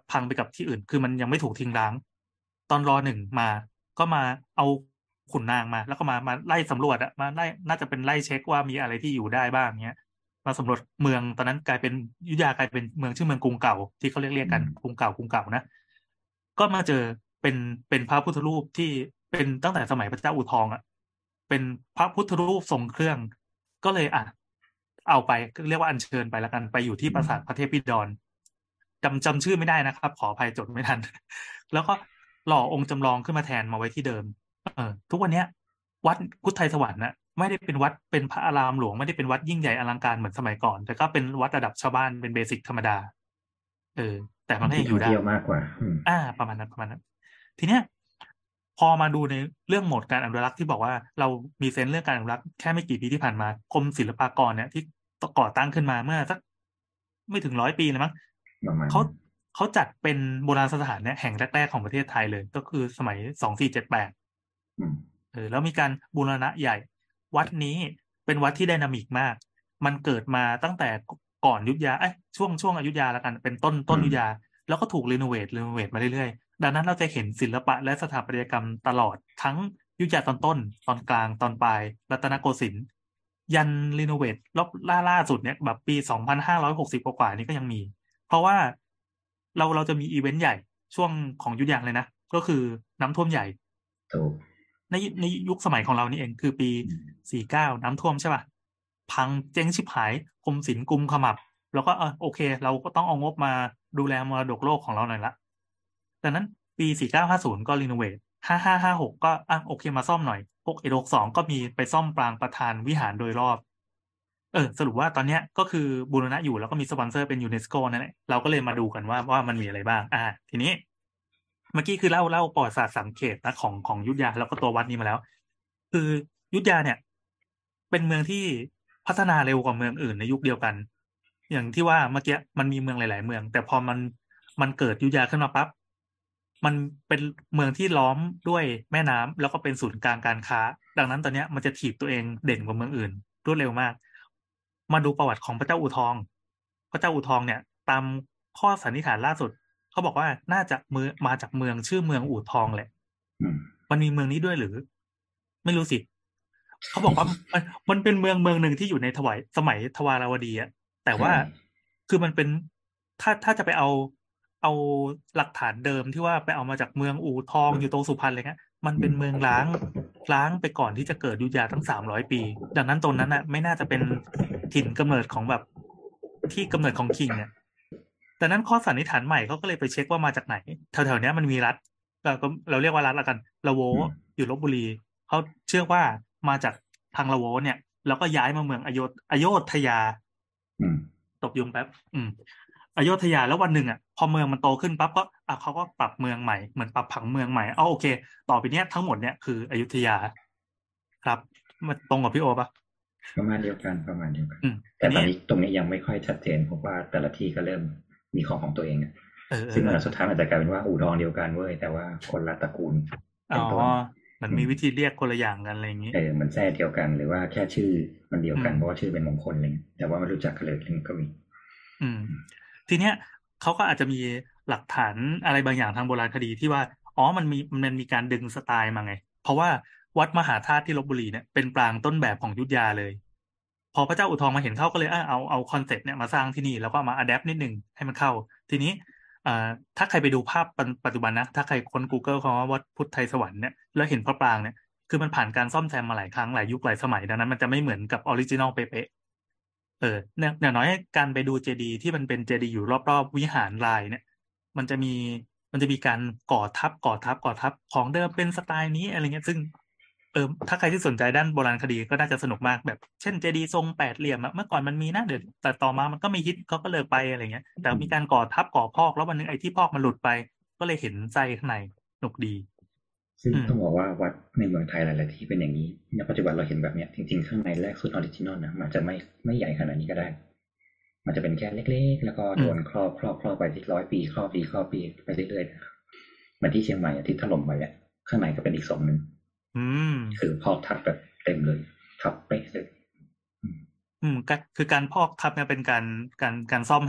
พังไปกับที่อื่นคือมันยังไม่ถูกทิ้งร้างตอนร.1มาก็มาเอาขุนนางมาแล้วก็มาไล่สำรวจอะมาไล่น่าจะเป็นไล่เช็คว่ามีอะไรที่อยู่ได้บ้างเงี้ยมาสำรวจเมืองตอนนั้นกลายเป็นอยุธยากลายเป็นเมืองชื่อเมืองกรุงเก่าที่เขาเรียกกันกรุงเก่านะก็มาเจอเป็นพระพุทธรูปที่เป็นตั้งแต่สมัยพระเจ้าอู่ทองอะเป็นพระพุทธรูปทรงเครื่องก็เลยเอาไปเรียกว่าอัญเชิญไปแล้วกันไปอยู่ที่ปราสาทพระเทพบิดรจำชื่อไม่ได้นะครับขออภัยจดไม่ทัน แล้วก็หล่อองค์จำลองขึ้นมาแทนมาไว้ที่เดิมทุกวันเนี้ยวัดพุทธไทยสวรรค์น่ะไม่ได้เป็นวัดเป็นพระอารามหลวงไม่ได้เป็นวัดยิ่งใหญ่อลังการเหมือนสมัยก่อนแต่ก็เป็นวัดระดับชาวบ้านเป็นเบสิกธรรมดาแต่มันก็ยังอยู่ได้เที่ยวมากกว่าประมาณนั้นทีเนี้ยพอมาดูในเรื่องโหมดการอนุรักษ์ที่บอกว่าเรามีเซนส์เรื่องการอนุรักษ์แค่ไม่กี่ปีที่ผ่านมากรมศิลปากรเนี่ยที่ก่อตั้งขึ้นมาเมื่อสักไม่ถึง100 ปีเลยมั้งเขาจัดเป็นโบราณสถานเนี่ยแห่งแรกๆของประเทศไทยเลยก็คือสมัย2478แล้วมีการบูรณะใหญ่วัดนี้เป็นวัดที่ไดนามิกมากมันเกิดมาตั้งแต่ก่อนอยุธยาช่วงอยุธยาแล้วกันเป็นต้นอยุธยาแล้วก็ถูกรีโนเวทมาเรื่อยๆดังนั้นเราจะเห็นศิลปะและสถาปัตยกรรมตลอดทั้งอยุธยาตอนต้นตอนกลางตอนปลายรัตนโกสินทร์ยันรีโนเวทรอบล่าสุดเนี่ยแบบปี2560กว่านี่ก็ยังมี เพราะว่าเราจะมีอีเวนต์ใหญ่ช่วงของอยุธยาเลยนะก็คือน้ำท่วมใหญ่ในยุคสมัยของเรานี่เองคือปี49น้ำท่วมใช่ป่ะพังเจ๊งชิบหายกรมศิลป์กุมขมับแล้วก็โอเคเราก็ต้องเอางบมาดูแลมรดกโลกของเราหน่อยละดังนั้นปี4950ก็รีโนเวท5556ก็โอเคมาซ่อมหน่อย6162ก็มีไปซ่อมปรางประธานวิหารโดยรอบสรุปว่าตอนเนี้ยก็คือบูรณะอยู่แล้วก็มีสปอนเซอร์เป็นยูเนสโกนั่นแหละเราก็เลยมาดูกันว่ามันมีอะไรบ้างทีนี้เมื่อกี้คือเล่าประวัติศาสตร์สังเขตนะของอยุธยาแล้วก็ตัววัดนี้มาแล้วคืออยุธยาเนี่ยเป็นเมืองที่พัฒนาเร็วกว่าเมืองอื่นในยุคเดียวกันอย่างที่ว่าเมื่อกี้มันมีเมืองหลายๆเมืองแต่พอมันเกิดอยุธยาขึ้นมาปั๊บมันเป็นเมืองที่ล้อมด้วยแม่น้ำแล้วก็เป็นศูนย์กลางการค้าดังนั้นตอนเนี้ยมันจะถีบตัวเองเด่นกว่าเมืองอื่นรวดเร็วมาก มาดูประวัติของพระเจ้าอู่ทองพระเจ้าอู่ทองเนี่ยตามข้อสันนิษฐานล่าสุดเขาบอกว่าน่าจะมาจากเมืองชื่อเมืองอู่ทองแหละมันมีเมืองนี้ด้วยหรือไม่รู้สิเขาบอกว่ามันเป็นเมืองหนึ่งที่อยู่ในสมัยทวารวดีอะแต่ว่าคือมันเป็นถ้าจะไปเอาหลักฐานเดิมที่ว่าไปเอามาจากเมืองอู่ทองอยู่ตรงสุพรรณอะไรเงี้ยมันเป็นเมืองล้างไปก่อนที่จะเกิดอยุธยาทั้ง300 ปีดังนั้นตรงนั้นน่ะไม่น่าจะเป็นถิ่นกำเนิดของแบบที่กำเนิดของคิงเนี่ยดังนั้นข้อสันนิษฐานใหม่เขาก็เลยไปเช็คว่ามาจากไหนแถวๆนี้มันมีรัฐเราเรียกว่ารัฐละกันละโวอยู่ลพบุรีเขาเชื่อว่ามาจากทางละโวเนี่ยแล้วก็ย้ายมาเมืองอโยธยาตบยุงแป๊บอโยธยาแล้ววันหนึ่งพอเมืองมันโตขึ้นปั๊บก็เขาก็ปรับเมืองใหม่เหมือนปรับผังเมืองใหม่โอเคต่อไปเนี้ยทั้งหมดเนี่ยคืออยุธยาครับมันตรงกับพี่โอปะประมาณเดียวกันแต่ตอนนี้ตรงนี้ยังไม่ค่อยชัดเจนเพราะว่าแต่ละที่ก็เริ่มมีของตัวเองซึ่งสุดท้ายอาจจะกลายเป็นว่าอู่ทองเดียวกันเว้ยแต่ว่าคนละตระกูลมันมีวิธีเรียกคนละอย่างกันอะไรอย่างนี้มันแท้เดียวกันหรือว่าแค่ชื่อมันเดียวกันเพราะว่าชื่อเป็นมงคลอะไรแต่ว่าไม่รู้จักกันเลยก็มีทีเนี้ยเขาก็อาจจะมีหลักฐานอะไรบางอย่างทางโบราณคดีที่ว่ามันมีการดึงสไตล์มาไงเพราะว่าวัดมหาธาตุที่ลพบุรีเนี่ยเป็นปรางต้นแบบของอยุธยาเลยพอพระเจ้าอู่ทองมาเห็นเข้าก็เลยเอาคอนเซ็ปต์เนี่ยมาสร้างที่นี่แล้วก็มาอะแดปนิดนึงให้มันเข้าทีนี้ถ้าใครไปดูภาพปัจจุบันนะถ้าใครค้น Google คำว่าวัดพุทธไทยสวรรค์เนี่ยแล้วเห็นพระปรางเนี่ยคือมันผ่านการซ่อมแซมมาหลายครั้งหลายยุคหลายสมัยดังนั้นมันจะไม่เหมือนกับออริจินอลเป๊ะเนี่ยอย่างน้อยการไปดูเจดีย์ที่มันเป็นเจดีย์อยู่รอบๆวิหารลายเนี่ยมันจะมีการก่อทับของเดิมเป็นสไตล์นี้อะไรเงี้ยซึ่งถ้าใครที่สนใจด้านโบราณคดีก็น่าจะสนุกมากแบบเช่นเจดีย์ทรงแปดเหลี่ยมเมื่อก่อนมันมีนะเดี๋ยวแต่ต่อมามันก็ไม่ฮิตเขาก็เลิกไปอะไรเงี้ยแต่มีการก่อทับก่อพอกแล้ววันนึงไอ้ที่พอกมันหลุดไปก็เลยเห็นไส้ข้างในสนุกดีซึ่งต้องบอกว่าวัดในเมืองไทยหลายๆที่เป็นอย่างนี้ในปัจจุบันเราเห็นแบบเนี้ยจริงๆข้างในแรกสุดออริจินอลนะมันจะไม่ใหญ่ขนาดนี้ก็ได้มันจะเป็นแค่เล็กๆแล้วก็โดนครอบไปที่100 ปีครอบปีไปเรื่อยๆเหมือนที่เชียงใหม่ที่ถล่มไปข้างในก็เป็นอีกทรงนึงคือพอกทับแบบเต็มเลยทับเป๊ะเลยก็คือการพอกทับเนี่ยเป็นการซ่อมให้มัน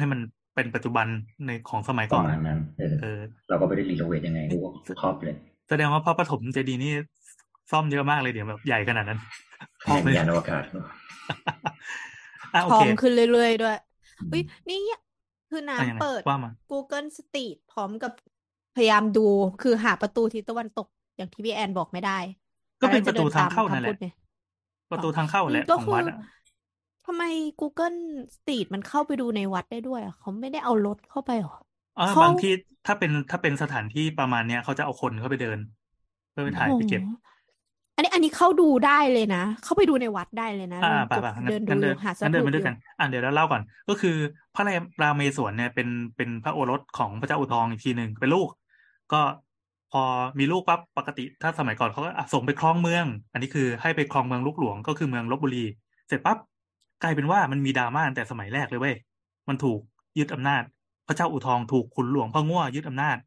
เป็นปัจจุบันในของสมัยปก่อนระมาณนั้นเราก็ไม่ได้รีโนเวทยังไงกูก็ครอบเลยแสดงว่าพระปฐมเจดีย์นี่ซ่อมเยอะมากเลยเดี๋ยวแบบใหญ่ขนาดนั้นแข่งยานอวกาศโอทอเคงขึ้นเรื่อยๆด้วยอุ้ยนี่คือน้ำเปิดว่ามา Google Street พร้อมกับพยายามดูคือหาประตูทิศตะวันตกอย่างที่พี่แอนบอกไม่ได้ก็เป็นประตูทางเข้านั่นแหละคำพูดเนี่ยประตูทางเข้าแหละของวัดทำไม Google Street มันเข้าไปดูในวัดได้ด้วยอ่ะเขาไม่ได้เอารถเข้าไปหรบางที่ถ้าเป็นสถานที่ประมาณเนี้ยเขาจะเอาคนเข้าไปเดินเพื่อไปถ่ายไปเก็บอันนี้เข้าดูได้เลยนะเข้าไปดูในวัดได้เลยนะเดินดูหาสถูปเดินไปด้วยกันเดี๋ยวเราเล่าก่อนก็คือพระราเมศวรเนี่ยเป็นพระโอรสของพระเจ้าอู่ทองอีกทีหนึ่งเป็นลูกก็พอมีลูกปั๊บปกติถ้าสมัยก่อนเขาก็ส่งไปครองเมืองอันนี้คือให้ไปครองเมืองลูกหลวงก็คือเมืองลพบุรีเสร็จปั๊บกลายเป็นว่ามันมีดราม่าตั้งแต่สมัยแรกเลยเว้ยมันถูกยึดอำนาจพระเจ้าอู่ทองถูกขุนหลวงพ่อง่วยึดอำนาจ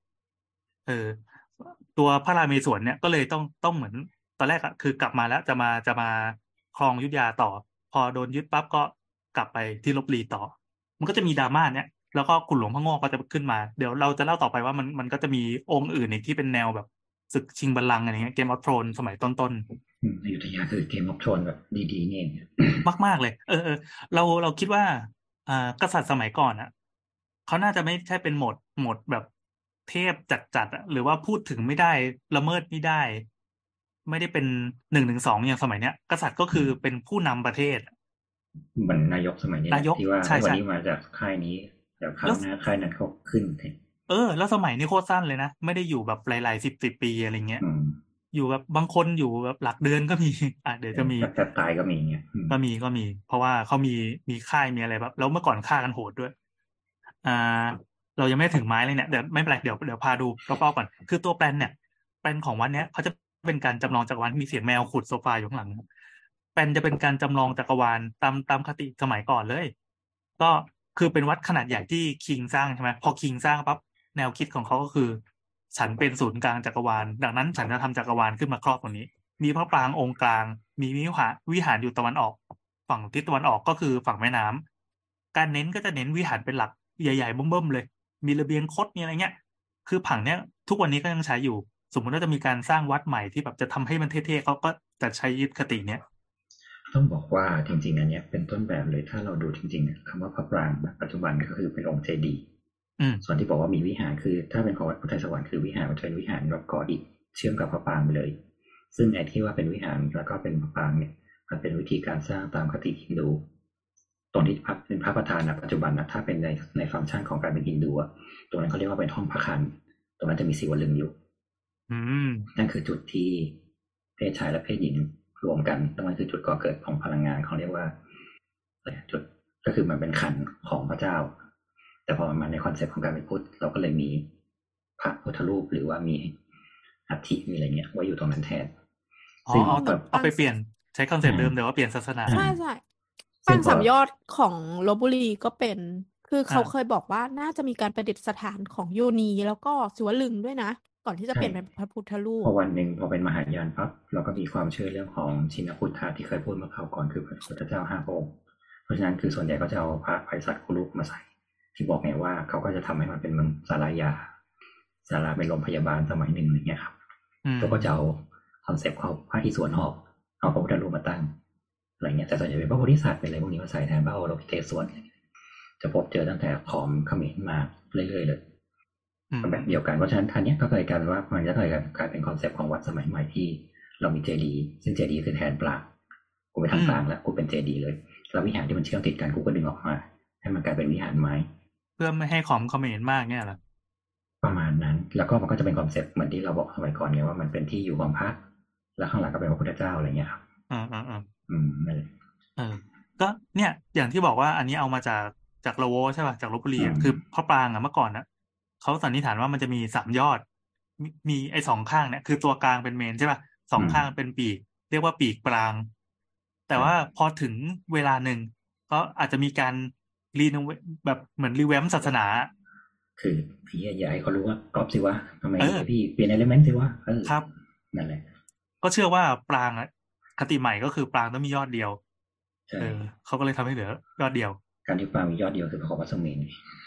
ตัวพระราเมศวรเนี่ยก็เลยต้องเหมือนตอนแรกอะคือกลับมาแล้วจะมาครองอยุธยาต่อพอโดนยึดปั๊บก็กลับไปที่ลพบุรีต่อมันก็จะมีดราม่าเนี่ยแล้วก็ขุนหลวงพ่อง่วก็จะขึ้นมาเดี๋ยวเราจะเล่าต่อไปว่ามันก็จะมีองค์อื่นอีกที่เป็นแนวแบบศึกชิงบัลลังก์อะไรเงี้ยเกมออฟโทรนสมัยต้นอยุธยาคือเกมออฟโทรนแบบดีๆนี่มากๆเลยเราคิดว่ากษัตริย์สมัยก่อนอ่ะเขาน่าจะไม่ใช่เป็นโหมดแบบเทพจัดอ่ะหรือว่าพูดถึงไม่ได้ละเมิดไม่ได้ไม่ได้เป็น1-2อย่างสมัยเนี้ยกษัตริย์ก็คือเป็นผู้นำประเทศเหมือนนายกสมัยนี้ที่ว่าวันนี้มาจากค่ายนี้จากค่ายนั้นค่ายนั้นเขาขึ้นแล้วสมัยนี้โคตรสั้นเลยนะไม่ได้อยู่แบบหลายๆ10ปีอะไรเงี้ยอยู่แบบบางคนอยู่แบบหลักเดือนก็มีเดี๋ยวจะมีจะตายก็มีเงี้ยก็มีเพราะว่าเขามีค่ายมีอะไรแบบแล้วเมื่อก่อนฆ่ากันโหดด้วยอ่าเรายังไม่ถึงไม้เลยเนี่ยเดี๋ยวไม่เป็นไรเดี๋ยวพาดูรอบๆก่อนคือตัวแปลนเนี่ยแปลนของวัดเนี้ยเขาจะเป็นการจำลองจักรวาลที่มีเสียงแมวขุดโซฟาอยู่ข้างหลังแปลนจะเป็นการจำลองจักรวาลตามคติสมัยก่อนเลยก็คือเป็นวัดขนาดใหญ่ที่คิงสร้างใช่ไหมพอคิงสร้างปั๊บแนวคิดของเขาก็คือฉันเป็นศูนย์กลางจักรวาลดังนั้นฉันจะทำจักรวาลขึ้นมาครอบตรงนี้มีพระปรางองค์กลางมีวิหารอยู่ตะวันออกฝั่งทิศตะวันออกก็คือฝั่งแม่น้ำการเน้นก็จะเน้นวิหารเป็นหลักใหญ่ๆเบิ่มๆเลยมีระเบียงคดมีอะไรเงี้ยคือผังเนี้ยทุกวันนี้ก็ยังใช้อยู่สมมุติว่าจะมีการสร้างวัดใหม่ที่แบบจะทำให้มันเท่ๆเขาก็จะใช้ยึดคติเนี้ยต้องบอกว่าจริงๆอันนี้เป็นต้นแบบเลยถ้าเราดูจริงๆคำว่าพระปรางปัจจุบันก็คือเป็นองค์เจดีย์ส่วนที่บอกว่ามีวิหารคือถ้าเป็นของวัดพุทธสวรรค์คือวิหารมันเป็นวิหารแบบก่ออิฐเชื่อมกับพระปรางไปเลยซึ่งไอ้ที่ว่าเป็นวิหารแล้วก็เป็นพระปรางเนี่ยมันเป็นวิธีการสร้างตามคติฮินดูตรงที่เป็นพระประธานนะปัจจุบันนะถ้าเป็นในฟังก์ชันของการเป็นฮินดูตรงนั้นเขาเรียกว่าเป็นห้องพระคันตรงนั้นจะมีศิวลึงอยู่นั่นคือจุดที่เพศชายและเพศหญิงรวมกันตรงนั้นคือจุดก่อเกิดของพลังงานเขาเรียกว่าจุดก็คือมันเป็นขันของพระเจ้าแต่พอมันมาในคอนเซ็ปต์ของการเป็นพุทธเราก็เลยมีพระพุทธรูปหรือว่ามีอัฐิมีอะไรเงี้ยไว้อยู่ตรงนั้นแทนซึ่งเอาไปเปลี่ยนใช้คอนเซ็ปต์เดิมแต่ว่าเปลี่ยนศาสนาใช่ปางสามยอดของลพบุรีก็เป็นคือเขาเคยบอกว่าน่าจะมีการประดิษฐานของโยนีแล้วก็ศิวลึงด้วยนะก่อนที่จะเปลี่ยนเป็นพระพุทธรูปพอวันหนึ่งพอเป็นมหายานปั๊บเราก็มีความเชื่อเรื่องของชินพุทธะที่เคยพูดมาคราวก่อนคือพระพุทธเจ้า5 องค์เพราะฉะนั้นคือส่วนใหญ่ก็จะเอาพระไพศาลคุรูปมาใส่ที่บอกไงว่าเขาก็จะทำให้มันเป็นมันศาลายาศาลาเป็นโรงพยาบาลสมัยหนึ่งอย่างเงี้ยครับเขาก็จะเอาคอนเซ็ปต์ของพระอิศวรหอกเอาพระพุทธรูปมาตั้งอะไรเงี้ยแต่ส่วนใหญ่เป็นพระโพธิสัตว์เป็นอะไรพวกนี้มาใส่แทนพระโอรสเทศส่วนจะพบเจอตั้งแต่ขอมเขมรมาเรื่อยๆเลยแบบเดียวกันเพราะฉะนั้นท่านนี้ก็เลยกลายเป็นว่ามันจะกลายเป็นคอนเซ็ปต์ของวัดสมัยใหม่ที่เรามีเจดีย์ซึ่งเจดีย์คือแทนปรางกูไปทางกลางแล้วกูเป็นเจดีย์เลยแล้ววิหารที่มันเชื่อมติดกันกูก็ดึงออกมาให้มันกลายเป็นวิหารไม้เพื่อไม่ให้ขอมเขมรมากเนี่ยหรอประมาณนั้นแล้วก็มันก็จะเป็นคอนเซ็ปต์เหมือนที่เราบอกสมัยก่อนไงว่ามันเป็นที่อยู่ของพระแล้วข้างหลังก็เป็นพระพุทธเจ้าอะไรเงี้ยครับนั่นแหละก็เนี่ยอย่างที่บอกว่าอันนี้เอามาจากละโวใช่ป่ะจากลพบุรีคือพระปรางเมื่อก่อนนะเขาสันนิษฐานว่ามันจะมี3 ยอดมีไอ้2 ข้างเนี่ยคือตัวกลางเป็นเมนใช่ป่ะ2 ข้างเป็นปีกเรียกว่าปีกปรางแต่ว่าพอถึงเวลาหนึ่งก็อาจจะมีการรีโนเวทแบบเหมือนรีแวมศาสนาคือพี่อยากให้เขารู้ว่ากรอบสิวะทำไมพี่เปลี่ยนเอลิเมนต์สิวะครับนั่นแหละก็เชื่อว่าปรางคติใหม่ก็คือปรางต้องมียอดเดียวเขาก็เลยทำให้เหลือยอดเดียวการที่ปรางมียอดเดียวคือของวัดสมิง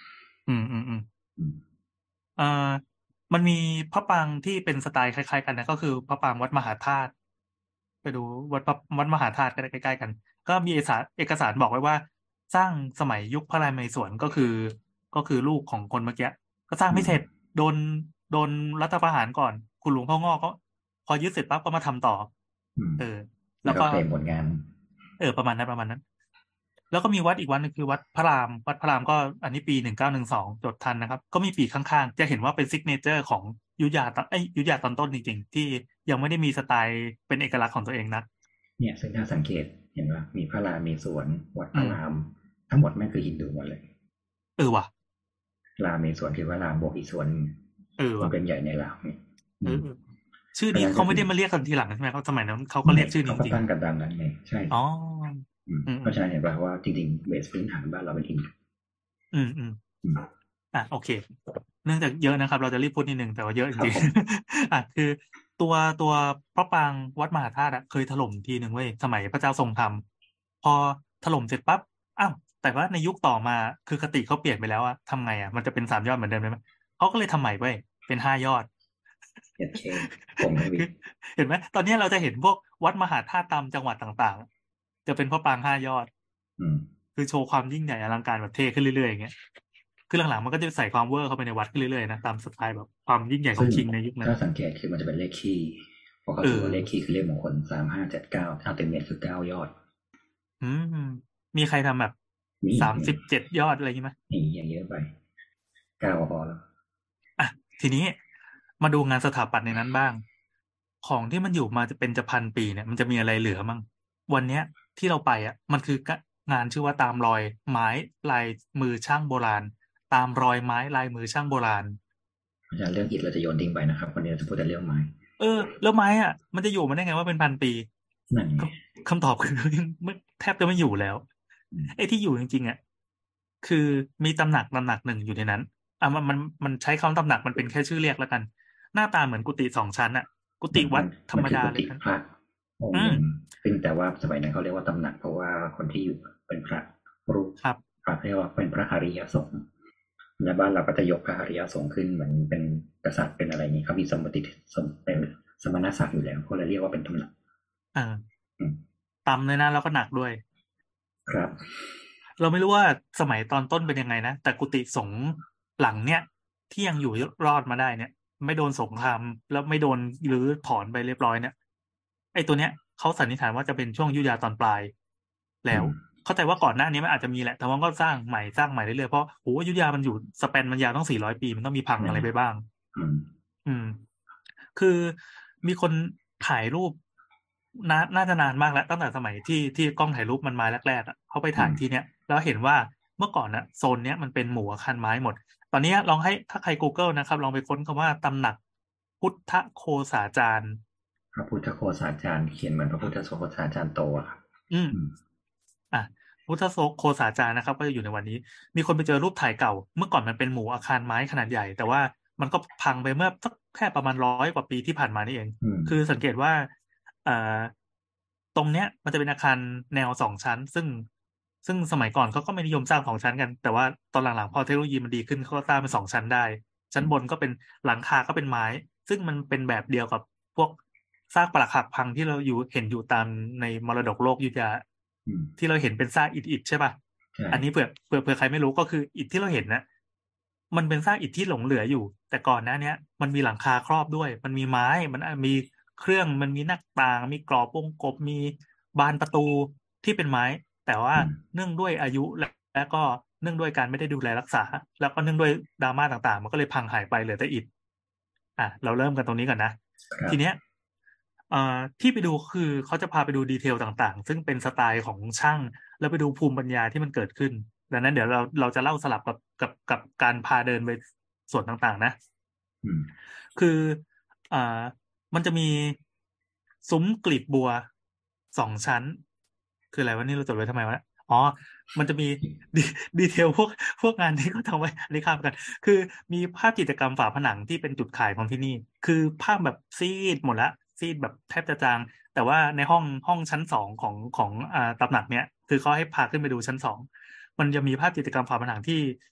อืมอืมอืมอืมเอ่อมันมีพระปรางที่เป็นสไตล์คล้ายๆกันนะก็คือพระปรางวัดมหาธาตุไปดูวัดมหาธาตุก็ได้ใกล้ๆกันก็มีเอกสารบอกไว้ว่าสร้างสมัยยุคพระนเรศวรก็คือลูกของคนเมื่อกี้ก็สร้างอืมไม่เสร็จโดนรัฐประหารก่อนคุณหลวงพ่องอกก็พอยึดเสร็จปั๊บก็มาทำต่ออืมเออแล้วก็แล้วก็เคลมผลงานประมาณนั้นแล้วก็มีวัดอีกวัดหนึงคือวัดพระรามก็อันนี้ปี1912จดทันนะครับก็มีปีกข้างๆจะเห็นว่าเป็นซิกเนเจอร์ของอยุธยาตอนต้นจริงๆที่ยังไม่ได้มีสไตล์เป็นเอกลักษณ์ของตัวเองนักเนี่ยซึ่งถ้าสังเกตเห็นว่ามีพระรามมีสวนวัดพอืมระรามทั้งหมดแม่งคือฮินดูหมดเลยเออว่ะรามมีสวนคือพระรามบวกอีกสวนเออว่ะมันเป็นใหญ่ในลาวเนี่ยเออชื่อเพราะนี้ฉะนั้นก็คือเขาไม่ได้มาเรียกกันทีหลังใช่ไหมเขาสมัยนั้นเขาก็ไม่เรียกชื่อนี้เขาก็จริงตั้งกันตามนั้นไงใช่ๆอ๋อเพราะฉะนั้นเห็นป่ะว่าจริงๆเบสพื้นฐานบ้านเราเป็นอินอืมอืมอืมโอเคเนื่องจากเยอะนะครับเราจะรีบพูดนิดนึงแต่ว่าเยอะจริงครับผมๆคือตัวพระปรางวัดมหาธาตุเคยถล่มทีหนึ่งเว้ยสมัยพระเจ้าทรงธรรมพอถล่มเสร็จปั๊บอ้าวแต่ว่าในยุคต่อมาคือคติเขาเปลี่ยนไปแล้วอะทำไงอะมันจะเป็น3 ยอดเหมือนเดิมไหมเขาก็เลยทำใหม่เว้ยเป็น5 ยอดเอเคผมท วีคือเห็นไหมตอนนี้เราจะเห็นพวกวัดมหาธาตุตามจังหวัดต่างๆจะเป็นพระปราง5 ยอดอืมคือโชว์ความยิ่งใหญ่อลังการแบบเท่ขึ้นเรื่อยๆอย่างเงี้ยคือหลังๆมันก็จะใส่ความเวอร์เข้าไปในวัดขึ้นเรื่อยๆนะตามสไตล์แบบความยิ่งใหญ่ของซึ่งคิงในยุคนั้นถ้าสังเกตคือมันจะเป็นเลขคี่เพราะเขาเอถือว่าเลขอคี่คือเลขมงคล3579ถ้าเต็มเน็ตคือ9 ยอดอืมมีใครทำแบบนี่ 37 ยอดอะไรอย่างงี้ไหมนี่อย่างเยอะไป9ก็พอแล้วอ่ะทีนี้มาดูงานสถาปัตย์ในนั้นบ้างของที่มันอยู่มาจะเป็นจะ1,000 ปีเนี่ยมันจะมีอะไรเหลือมั่งวันเนี้ยที่เราไปอ่ะมันคืองานชื่อว่าตามรอยไม้ลายมือช่างโบราณตามรอยไม้ลายมือช่างโบราณเพราะฉะนั้นเรื่องอิฐเราจะโยนทิ้งไปนะครับวันนี้เราจะพูดแต่เรื่องไม้เออแล้วไม้อ่ะมันจะอยู่มาได้ไงว่าเป็น1,000 ปีนั่นไงคำตอบคือไม่แทบจะไม่อยู่แล้วไอ้ที่อยู่จริงๆอ่ะคือมีตำหนักหนึ่งอยู่ในนั้นมันใช้คำตำหนักมันเป็นแค่ชื่อเรียกแล้วกันหน้าตาเหมือนกุฏิ2 ชั้นอ่ะกุฏิวัดมันมันธรรมมันคือกุดาเลยครับฏิพระองอืมค์หนึ่งซึ่งแต่ว่าสมัยนั้นเขาเรียกว่าตำหนักเพราะว่าคนที่อยู่เป็นพระรูปครับพระเรียกว่าเป็นพระอริยสงฆ์และบ้านเราก็จะยกพระอริยสงฆ์ขึ้นเหมือนเป็นกษัตริย์เป็นอะไรนี้เขามีสมเป็นสมณศักดิ์อยู่แล้วเขาเลยเรียกว่าเป็นตำหนักอ่าอืมต่ำเลยนะแล้วก็หนักด้วยครับเราไม่รู้ว่าสมัยตอนต้นเป็นยังไงนะแต่กุฏิสงฆ์หลังเนี่ยที่ยังอยู่รอดมาได้เนี่ยไม่โดนสงครามแล้วไม่โดนรื้อถอนไปเรียบร้อยเนี่ยไอ้ตัวเนี้ยเขาสันนิษฐานว่าจะเป็นช่วงอยุธยาตอนปลายแล้วอืมเข้าใจว่าก่อนหน้านี้มันอาจจะมีแหละแต่ว่าก็สร้างใหม่เรื่อยๆเพราะโหอยุธยามันอยู่สเปนมันยาวต้อง400 ปีมันต้องมีพังนั่นแหละอะไรไปบ้างอืมอืมคือมีคนถ่ายรูปน่าจะนานมากแล้วตั้งแต่สมัยที่กล้องถ่ายรูปมันมาแรกๆอ่ะเขาไปอืมถ่ายที่เนี้ยแล้วเห็นว่าเมื่อก่อนน่ะโซนเนี้ยมันเป็นหมู่อาคารไม้หมดตอนนี้ลองให้ถ้าใคร Google นะครับลองไปค้นคำว่าตำหนักพุทธโคสาจารย์พระพุทธโฆษาจารย์เขียนเหมือนพระพุทธโฆษาจารย์โตอะครับอืมอืมอ่ะพุทธโคสาจารย์นะครับก็จะอยู่ในวันนี้มีคนไปเจอรูปถ่ายเก่าเมื่อก่อนมันเป็นหมู่อาคารไม้ขนาดใหญ่แต่ว่ามันก็พังไปเมื่อสักแค่ประมาณ100 กว่าปีที่ผ่านมานี่เองอืมคือสังเกตว่า เอ่อตรงเนี้ยมันจะเป็นอาคารแนว2 ชั้นซึ่งสมัยก่อนเขาก็ไม่นิยมสร้าง2 ชั้นกันแต่ว่าตอนหลังๆพอเทคโนโลยีมันดีขึ้นเขาก็สร้างเป็น2 ชั้นได้ชั้นบนก็เป็นหลังคาก็เป็นไม้ซึ่งมันเป็นแบบเดียวกับพวกซากปรักหักพังที่เราเห็นอยู่ตามในมรดกโลกอยุธยาอืมที่เราเห็นเป็นซากอิฐใช่ป่ะใช่อันนี้เผื่อใครไม่รู้ก็คืออิฐที่เราเห็นนะมันเป็นซากอิฐที่หลงเหลืออยู่แต่ก่อนหน้าเนี้ยมันมีหลังคาครอบด้วยมันมีไม้มันมี เครื่องมันมีหน้าต่างมีกรอบวงกบมีบานประตูที่เป็นไม้แต่ว่าอืมเนื่องด้วยอายุและก็เนื่องด้วยการไม่ได้ดูแลรักษาแล้วก็เนื่องด้วยดราม่าต่างๆมันก็เลยพังหายไปเหลือแต่อิฐเราเริ่มกันตรงนี้ก่อนนะครับทีเนี้ยเอ่อที่ไปดูคือเขาจะพาไปดูดีเทลต่างๆซึ่งเป็นสไตล์ของช่างแล้วไปดูภูมิปัญญาที่มันเกิดขึ้นดังนั้นเดี๋ยวเราจะเล่าสลับกับการพาเดินไปส่วนต่างๆนะอืมคืออ่า มันจะมีซุ้มกลีบบัว2 ชั้นคืออะไรวะนี่เราจดไว้ทำไมวะอ๋อมันจะมีดีดีเทลพวกงานที่เขาทำไว้อันนี้ข้ามกันคือมีภาพจิตรกรรมฝาผนังที่เป็นจุดขายของที่นี่คือภาพแบบซีดหมดละซีดแบบแทบจะจางแต่ว่าในห้องชั้น 2ของตำหนักเนี้ยคือเขาให้พาขึ้นไปดูชั้น 2มันจะมีภาพจิตรกรรมฝาผนังที่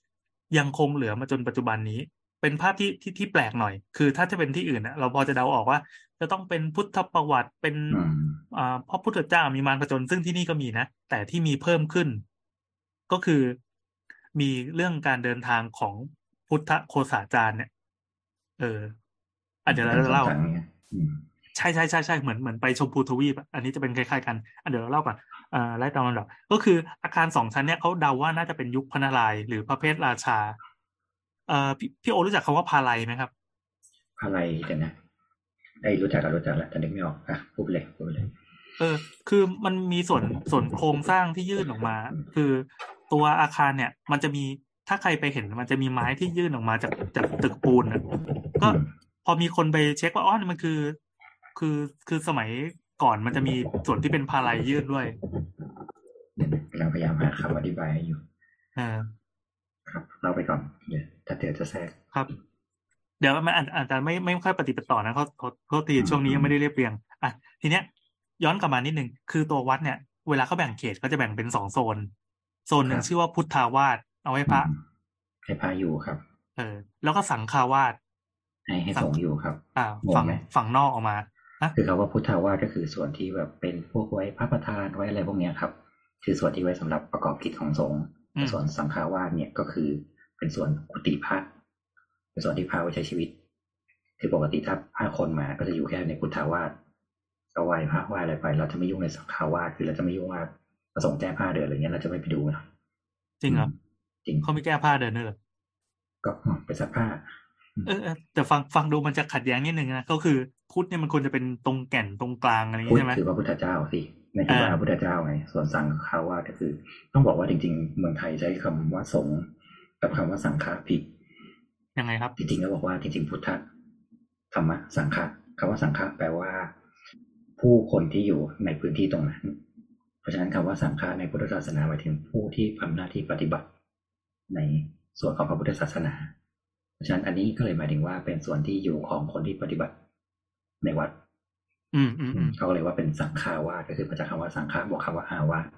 ยังคงเหลือมาจนปัจจุบันนี้เป็นภาพที่แปลกหน่อยคือถ้าจะเป็นที่อื่นนะเราพอจะเดาออกว่าจะต้องเป็นพุทธประวัติเป็นพระพุทธเจ้ามีมารผจญซึ่งที่นี่ก็มีนะแต่ที่มีเพิ่มขึ้นก็คือมีเรื่องการเดินทางของพุทธโฆษาจารย์เนี่ยเออเดี๋ยวเราเล่าใช่ใช่ใช่ใช่เหมือนไปชมพูทวีปอันนี้จะเป็นคล้ายๆกันเดี๋ยวเราเล่าก่อนไล่ตามลำดับก็คืออาคาร2 ชั้นเนี่ยเขาเดาว่าน่าจะเป็นยุคพระนารายณ์หรือพระเพทราชาพี่โอรู้จักคำว่าพาไลไหมครับพาไลเดี๋ยวนะได้รู้จักแล้วแต่นึกไม่ออกพูดไปเลยคือมันมีส่วนโครงสร้างที่ยื่นออกมาคือตัวอาคารเนี่ยมันจะมีถ้าใครไปเห็นมันจะมีไม้ที่ยื่นออกมาจากตึกปูนอ่ะก็พอมีคนไปเช็คว่าอ๋อนี่มันคือสมัยก่อนมันจะมีส่วนที่เป็นพาไลยื่นด้วยกำลังพยายามหาคำอธิบายอยู่ครับเล่าไปก่อนเดี๋ยวถ้าเดี๋ยวจะแทรกครับ เดี๋ยวมันอาจจะไม่ค่อยปฏิปต่อนะเขาโทษทีช่วงนี้ยังไม่ได้เรียบเรียงทีเนี้ยย้อนกลับมานิดนึงคือตัววัดเนี่ยเวลาเขาแบ่งเขตก็จะแบ่งเป็น2 โซนหนึ่งชื่อว่าพุทธาวาสเอาไว้พระให้พระอยู่ครับแล้วก็สังฆาวาสให้สงฆ์อยู่ครับฝั่งนอกออกมาคือคำว่าพุทธาวาสก็คือส่วนที่แบบเป็นพวกไว้พระประธานไว้อะไรพวกเนี้ยครับคือส่วนที่ไว้สำหรับประกอบกิจของสงฆ์ส่วนสังฆาวาสเนี่ยก็คือเป็นส่วนกุฏิพระเป็นส่วนที่พระไว้ใช้ชีวิตคือปกติถ้า5 คนมาก็จะอยู่แค่ในพุทธาวาสก็ไหว้พระไหว้อะไรไปเราจะไม่ยุ่งในสังฆาวาสคือเราจะไม่ยุ่งว่าประสงค์แก้ผ้าเดินอะไรเงี้ยเราจะไม่ไปดูนะจริงเหรอจริงเขาไม่แก้ผ้าเดินด้วยเหรอก็ไปซักผ้าแต่ฟังดูมันจะขัดแย้งนิดนึงนะก็คือพุทธเนี่ยมันควรจะเป็นตรงแก่นตรงกลางอะไรอย่างนี้ใช่ไหมคือพระพุทธเจ้าสิในที่ว่าพระพุทธเจ้าไงส่วนสังฆาวาสก็คือต้องบอกว่าจริงๆเมืองไทยใช้คำว่าสงฆ์กับคำว่าสังฆะผิดยังไงครับจริงๆก็บอกว่าจริงๆพุทธธรรมะสังฆะคำว่าสังฆะแปลว่าผู้คนที่อยู่ในพื้นที่ตรงนั้นเพราะฉะนั้นคำว่าสังฆะในพุทธศาสนาหมายถึงผู้ที่ทำหน้าที่ปฏิบัติในส่วนของพระพุทธศาสนาเพราะฉะนั้นอันนี้ก็เลยหมายถึงว่าเป็นส่วนที่อยู่ของคนที่ปฏิบัติในวัดเขาเลยว่าเป็นสังฆาวาสก็คือมาจากคำว่าสังฆะบวกคำว่าอาวาส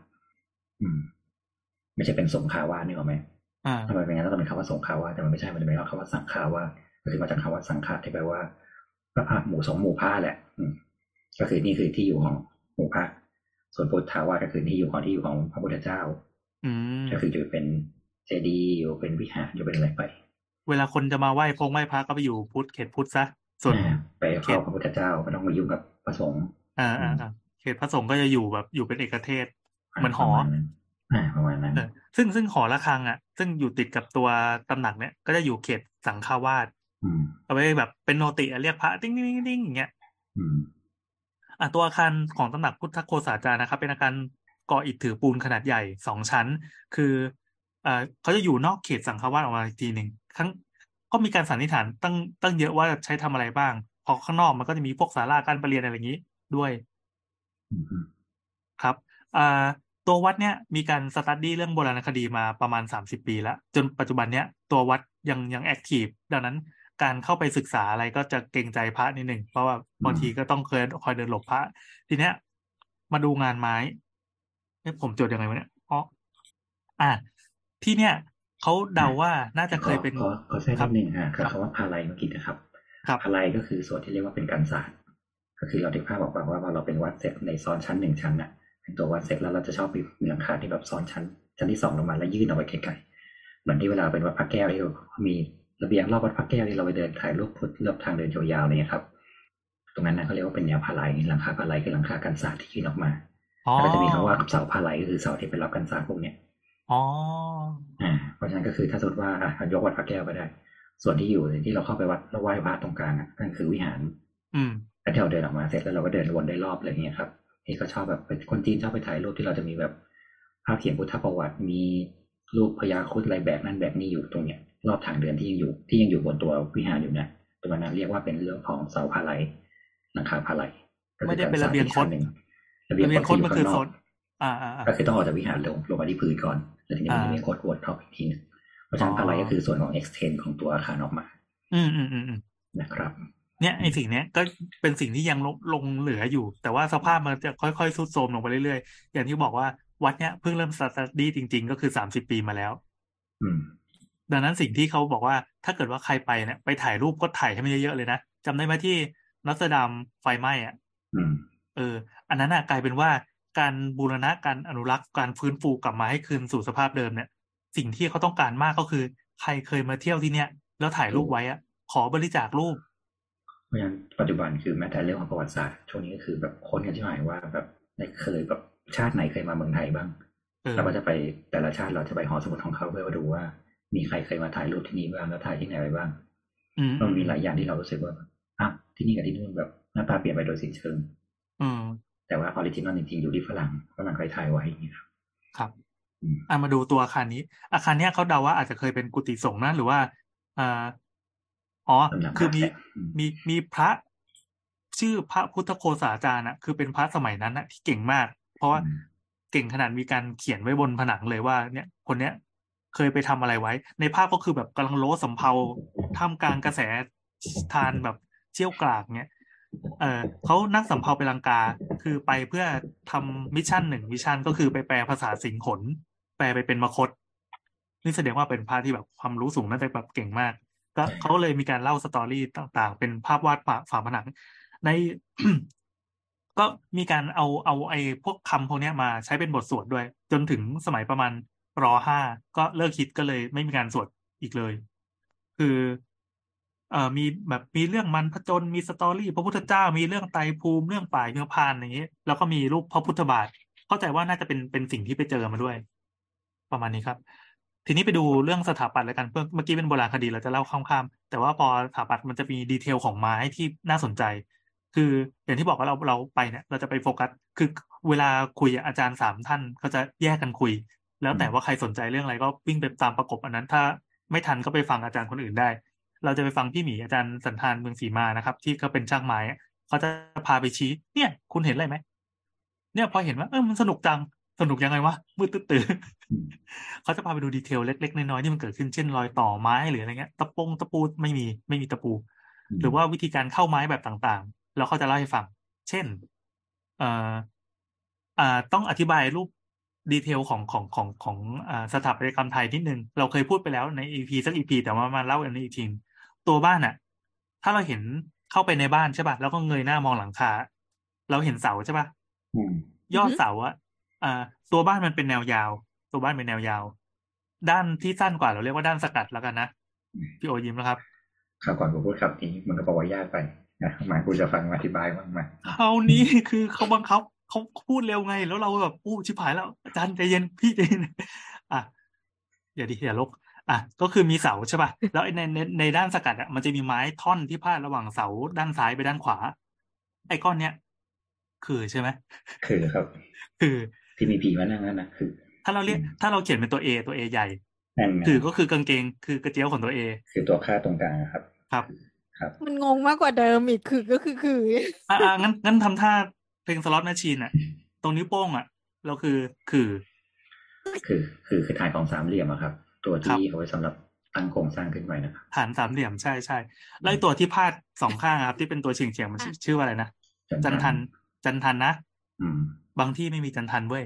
ไม่ใช่เป็นสงฆาวาสนี่หรอไหมทำไมเป็นงั้นต้องเป็นคำว่าสงฆาวาสแต่มันไม่ใช่มันจะเป็นคำว่าสังฆาวาสก็คือมาจากคำว่าสังฆะที่แปลว่าพระหมู่สงฆ์หมู่พระแหละก็คือนี่คือที่อยู่ของหมู่พระส่วนพุทธาวาสก็คือที่อยู่ของพระพุทธเจ้าก็คืออยู่เป็นเจดีย์อยู่เป็นวิหารอยู่เป็นอะไรไปเวลาคนจะมาไหว้พระก็ไปอยู่เขตพุทธซะส่วนไปเฝ้าพระพุทธเจ้าไม่ต้องมายุ่งกับพระสงฆ์เขตพระสงฆ์ก็จะอยู่แบบอยู่เป็นเอกเทศเหมือนหอประมาณนั้นซึ่งหอระฆังซึ่งอยู่ติดกับตัวตำหนักเนี่ยก็จะอยู่เขตสังฆาวาสเอาไว้แบบเป็นโนติเรียกพระติ้งติ้งติ้งอย่างเงี้ยตัวอาคารของตำหนักพุทธโฆษาจารย์นะครับเป็นอาคารก่ออิฐถือปูนขนาดใหญ่2 ชั้นคือเขาจะอยู่นอกเขตสังฆาวาสออกมาอีกทีหนึ่งก็มีการสันนิษฐานตั้งเยอะว่าใช้ทำอะไรบ้างพอข้างนอกมันก็จะมีพวกศาลาการประเรียนอะไรอย่างนี้ด้วยครับตัววัดเนี่ยมีการสตั๊ดดี้เรื่องโบราณคดีมาประมาณ30 ปีแล้วจนปัจจุบันเนี้ยตัววัดยังแอคทีฟดังนั้นการเข้าไปศึกษาอะไรก็จะเกรงใจพระนิดหนึ่งเพราะว่าบางทีก็ต้องคอยเดินหลบพระทีเนี้ยมาดูงานไม้ผมจดยังไงวะเนี่ยที่เนี่ยเขาเดาว่าน่าจะเคยเป็นขอแทรกนิดนึงคือคำว่าพาไลเมื่อกี้นะครับพาไลก็คือส่วนที่เรียกว่าเป็นการศาสตร์ก็คือเราที่ภาพบอกว่าเราเป็นวัดเสร็จในซ้อนชั้น1 ชั้นเป็นตัววัดเสร็จแล้วเราจะชอบมีหลังคาที่แบบซ้อนชั้นที่2ลงมาแล้วยื่นออกไปไกลๆเหมือนที่เวลาเป็นวัดพระแก้วที่มีระเบียงรอบวัดพระแก้วที่เราไปเดินถ่ายรูปพุทธเลือบทางเดินยาวๆเนี่ยครับตรงนั้นนะเขาเรียกว่าเป็นแนวพาไลหลังคาพาไลคือหลังคากันศาสตร์ที่ยื่นออกมาแล้วก็จะมีคำว่าเสาพาไลก็คือเสาที่เป็นรับกันศาสตร์พวกเนี้ยเพราะฉะนั้นก็คือถ้าสมมติว่ายกวัดพระแก้วไปได้ส่วนที่อยู่ที่เราเข้าไปวัดแล้วไหว้พระตรงกลางนั่นคือวิหารแล้วที่เราเดินออกมาเสร็จแล้วเราก็เดินวนได้รอบอะไรเงี้ยครับที่ก็ชอบแบบคนจีนชอบไปถ่ายรูปที่เราจะมีแบบภาพเขียนพุทธประวัติมีรูปพญาครุฑอะไรแบบนั้นแบบนี้อยู่ตรงเนี้ยรอบทางเดินที่ยังอยู่บนตัววิหารอยู่นะตรงนั้นเรียกว่าเป็นเรื่องของเสาพาไลหลังคาพาไลไม่ได้เป็นระเบียงคดระเบียงคดมันคือโซนก็คือต้องออกจากวิหารลงมาที่พื้นก่อนแล้วทีนี้มันมีโคดท็อปอีกทีนึงเพราะฉะนั้นพาไลก็คือส่วนของ extend ของตัวอาคารออกมานะครับเนี่ยไอ้สิ่งเนี้ยก็เป็นสิ่งที่ยังลงเหลืออยู่แต่ว่าสภาพมันจะค่อยๆทรุดโทรมลงไปเรื่อยๆอย่างที่บอกว่าวัดเนี้ยเพิ่งเริ่มสตาร์ทดีจริงๆก็คือ30 ปีมาแล้วดังนั้นสิ่งที่เขาบอกว่าถ้าเกิดว่าใครไปเนี่ยไปถ่ายรูปก็ถ่ายให้มันเยอะๆเลยนะจำได้ไหมที่นอสเตอร์ดัมไฟไหม้อ่ะอืมอันนั้นกลายเป็นว่าการบูรณะการอนุรักษ์การฟื้นฟูกลับมาให้คืนสู่สภาพเดิมเนี่ยสิ่งที่เขาต้องการมากก็คือใครเคยมาเที่ยวที่เนี่ยแล้วถ่ายรูถูกปไว้ขอบริจาครูปเพราะฉะนั้นปัจจุบันคือแม้แต่เรื่องของประวัติศาสตร์ช่วงนี้ก็คือแบบคนกันที่หมายว่าแบบในเคยแบบชาติไหนเคยมาเมืองไทยบ้างเราก็จะไปแต่ละชาติเราจะไปหอสมุดของเขาเพื่อมาดูว่ามีใครเคยมาถ่ายรูปที่นี่บ้างแล้วถ่ายที่ไหนไปบ้างมันมีหลายอย่างที่เรารู้สึกว่าที่นี่กับที่นู่นแบบหน้าตาเปลี่ยนไปโดยสิ้นเชิงแต่ว่าออริจินอลจริงๆอยู่ที่ฝรั่งเคยถ่ายไว้ครับมาดูตัวอาคารนี้อาคารเนี้ยเขาเดาว่าอาจจะเคยเป็นกุฏิสงฆ์นะหรือว่าอ่าคือมีพระชื่อพระพุทธโฆษาจารย์คือเป็นพระสมัยนั้นที่เก่งมากเพราะว่าเก่งขนาดมีการเขียนไว้บนผนังเลยว่าเนี่ยคนเนี้ยเคยไปทำอะไรไว้ในภาพก็คือแบบกำลังโล้สำเภาท่ามกลางกระแสทานแบบเชี่ยวกรากเนี่ยเขานั่งสำเภาไปลังกาคือไปเพื่อทำมิชชั่น1มิชชั่นก็คือไปแปลภาษาสิงขนแปลไปเป็นมคธนี่แสดงว่าเป็นพระที่แบบความรู้สูงน่าจะแบบเก่งมากก็เขาเลยมีการเล่าสตอรี่ต่างๆเป็นภาพวาดฝาผนังใน ก็มีการเอาไอ้พวกคำพวกนี้มาใช้เป็นบทสวดด้วยจนถึงสมัยประมาณร.5ก็เลิกคิดก็เลยไม่มีการสวดอีกเลยคือมีแบบมีเรื่องมันผจญมีสตอรี่พระพุทธเจ้ามีเรื่องไตรภูมิเรื่องป่าเนื้อพานอย่างนี้แล้วก็มีรูปพระพุทธบาทเข้าใจว่าน่าจะเป็นสิ่งที่ไปเจอมาด้วยประมาณนี้ครับทีนี้ไปดูเรื่องสถาปัตย์แล้วกันเมื่อกี้เป็นโบราณคดีเราจะเล่าข้ามๆแต่ว่าพอสถาปัตย์มันจะมีดีเทลของไม้ที่น่าสนใจคืออย่างที่บอกว่าเราไปเนี่ยเราจะไปโฟกัสคือเวลาคุยอาจารย์3 ท่านเขาจะแยกกันคุยแล้วแต่ว่าใครสนใจเรื่องอะไรก็วิ่งไปตามประกบอันนั้นถ้าไม่ทันก็ไปฟังอาจารย์คนอื่นได้เราจะไปฟังพี่หมีอาจารย์สันธานเมืองศรีมานะครับที่เขาเป็นช่างไม้เขาจะพาไปชี้เนี่ยคุณเห็นอะไรไหมเนี่ยพอเห็นว่ามันสนุกจังสนุกยังไงวะมืดตื้อเขาจะพาไปดูดีเทลเล็กๆน้อยๆที่มันเกิดขึ้นเช่นรอยต่อไม้หรืออะไรเงี้ยตะปูไม่มีตะปูหรือว่าวิธีการเข้าไม้แบบต่างๆแล้วเขาจะเล่าให้ฟังเช่นเอ่อต้องอธิบายรูปดีเทลของสถาปัตยกรรมไทยนิดนึงเราเคยพูดไปแล้วในอีพีสักอีพีแต่ว่ามาเล่าอันนี้อีกทีตัวบ้านถ้าเราเห็นเข้าไปในบ้านใช่ป่ะแล้วก็เงยหน้ามองหลังคาเราเห็นเสาใช่ป่ะยอดเสาอ่าตัวบ้านมันเป็นแนวยาวตัวบ้านเป็นแนวยาวด้านที่สั้นกว่าเราเรียกว่าด้านสกัดแล้วกันนะพี่โอยิ้มแล้วครับข่าวก่อนผมพูดครับนี้มันก็บอกว่ายากไปนะหมายคุณจะฟังอธิบายบ้างไหมคราวนี้คือเขาบังคับเขาพูดเร็วไงแล้วเราแบบชิบหายแล้วอาจารย์ใจเย็นพี่ใจเย็นอ่ะอย่าลกก็คือมีเสาใช่ป่ะแล้วในด้านสกัดมันจะมีไม้ท่อนที่พาดระหว่างเสาด้านซ้ายไปด้านขวาไอ้ก้อนเนี้ยคือใช่ไหมคือครับคือที่มีผีมานั่งนั่นนะคือถ้าเราเขียนเป็นตัว A ใหญ่คือก็คือกางเกงคือกระเจี๊ยวของตัว A คือตัวค่าตรงกลางครับครับมันงงมากกว่าเดิมอีกคือก็คืองั้นทำท่าเพลงสล็อตแมชชีนตรงนิ้วโป้งเราคือฐานของสามเหลี่ยมครับตัวที่เอาไว้สำหรับตั้งโครงสร้างขึ้นไว้นะครับฐานสามเหลี่ยมใช่แล้วตัวที่พาด2 ข้างครับที่เป็นตัวเฉียงมันชื่อว่าอะไรนะจันทันนะบางที่ไม่มีจันทันเว้ย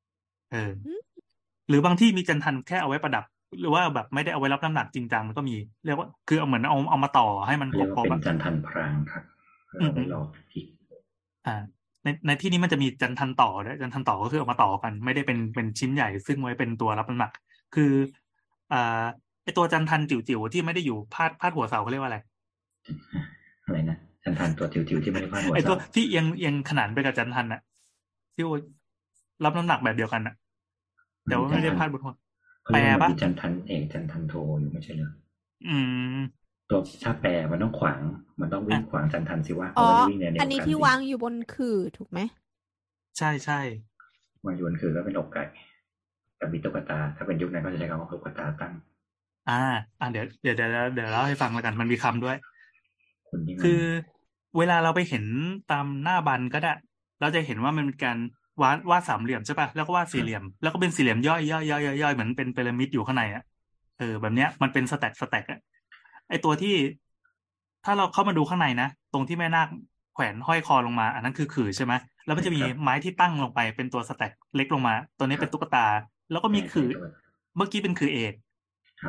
หรือบางที่มีจันทันแค่เอาไว้ประดับหรือว่าแบบไม่ได้เอาไว้รับน้ำหนักจริงจังมันก็มีเรียกว่าคือเอาเหมือนเอามาต่อให้มันครบเป็นจันทันพรางครับเอาไว้รออีกในที่นี้มันจะมีจันทันต่อด้วยจันทันต่อก็คือเอามาต่อกันไม่ได้เป็นชิ้นใหญ่ซึ่งไว้เป็นตัวรับน้ำหนักคือไอตัวจันทันจิ๋วๆที่ไม่ได้อยู่พาดหัวเสาเขาเรียกว่าอะไรนะจันทันตัวจิ๋วๆที่ไม่ได้พาดหัวเสาไอตัวที่เอียงขนานไปกับจันทันที่รับน้ำหนักแบบเดียวกันแต่ว่าไม่ได้พาดบนหัวแปลปะจันทันเอกจันทันโทอยู่ไม่ใช่เหรอมตัวถ้าแปลมันต้องขวางมันต้องวิ่งขวางจันทันสิว่าอ๋ออันนี้ที่วางอยู่บนขื่อถูกไหมใช่วางอยู่บนขื่อก็เป็นอกไก่แต่มีตุ๊กตาถ้าเป็นยุคนั้นก็จะใช้คำว่าตุ๊กตาตั้งเดี๋ยวเล่าให้ฟังแล้วกันมันมีคำด้วยคือเวลาเราไปเห็นตามหน้าบันก็ได้เราจะเห็นว่ามันเป็นการวาดสามเหลี่ยมใช่ป่ะแล้วก็วาดสี่เหลี่ยมแล้วก็เป็นสี่เหลี่ยมย่อยเหมือนเป็นพีระมิดอยู่ข้างในแบบเนี้ยมันเป็นสแต็กไอตัวที่ถ้าเราเข้ามาดูข้างในนะตรงที่แม่นาคแขวนห้อยคอลงมาอันนั้นคือขื่อใช่ไหมแล้วมันจะมีไม้ที่ตั้งลงไปเป็นตัวสแต็กเล็กลงมาตัวนี้เป็นตุ๊กตาแล้วก็มีขื่อเมื่อกี้เป็นขื่อเอก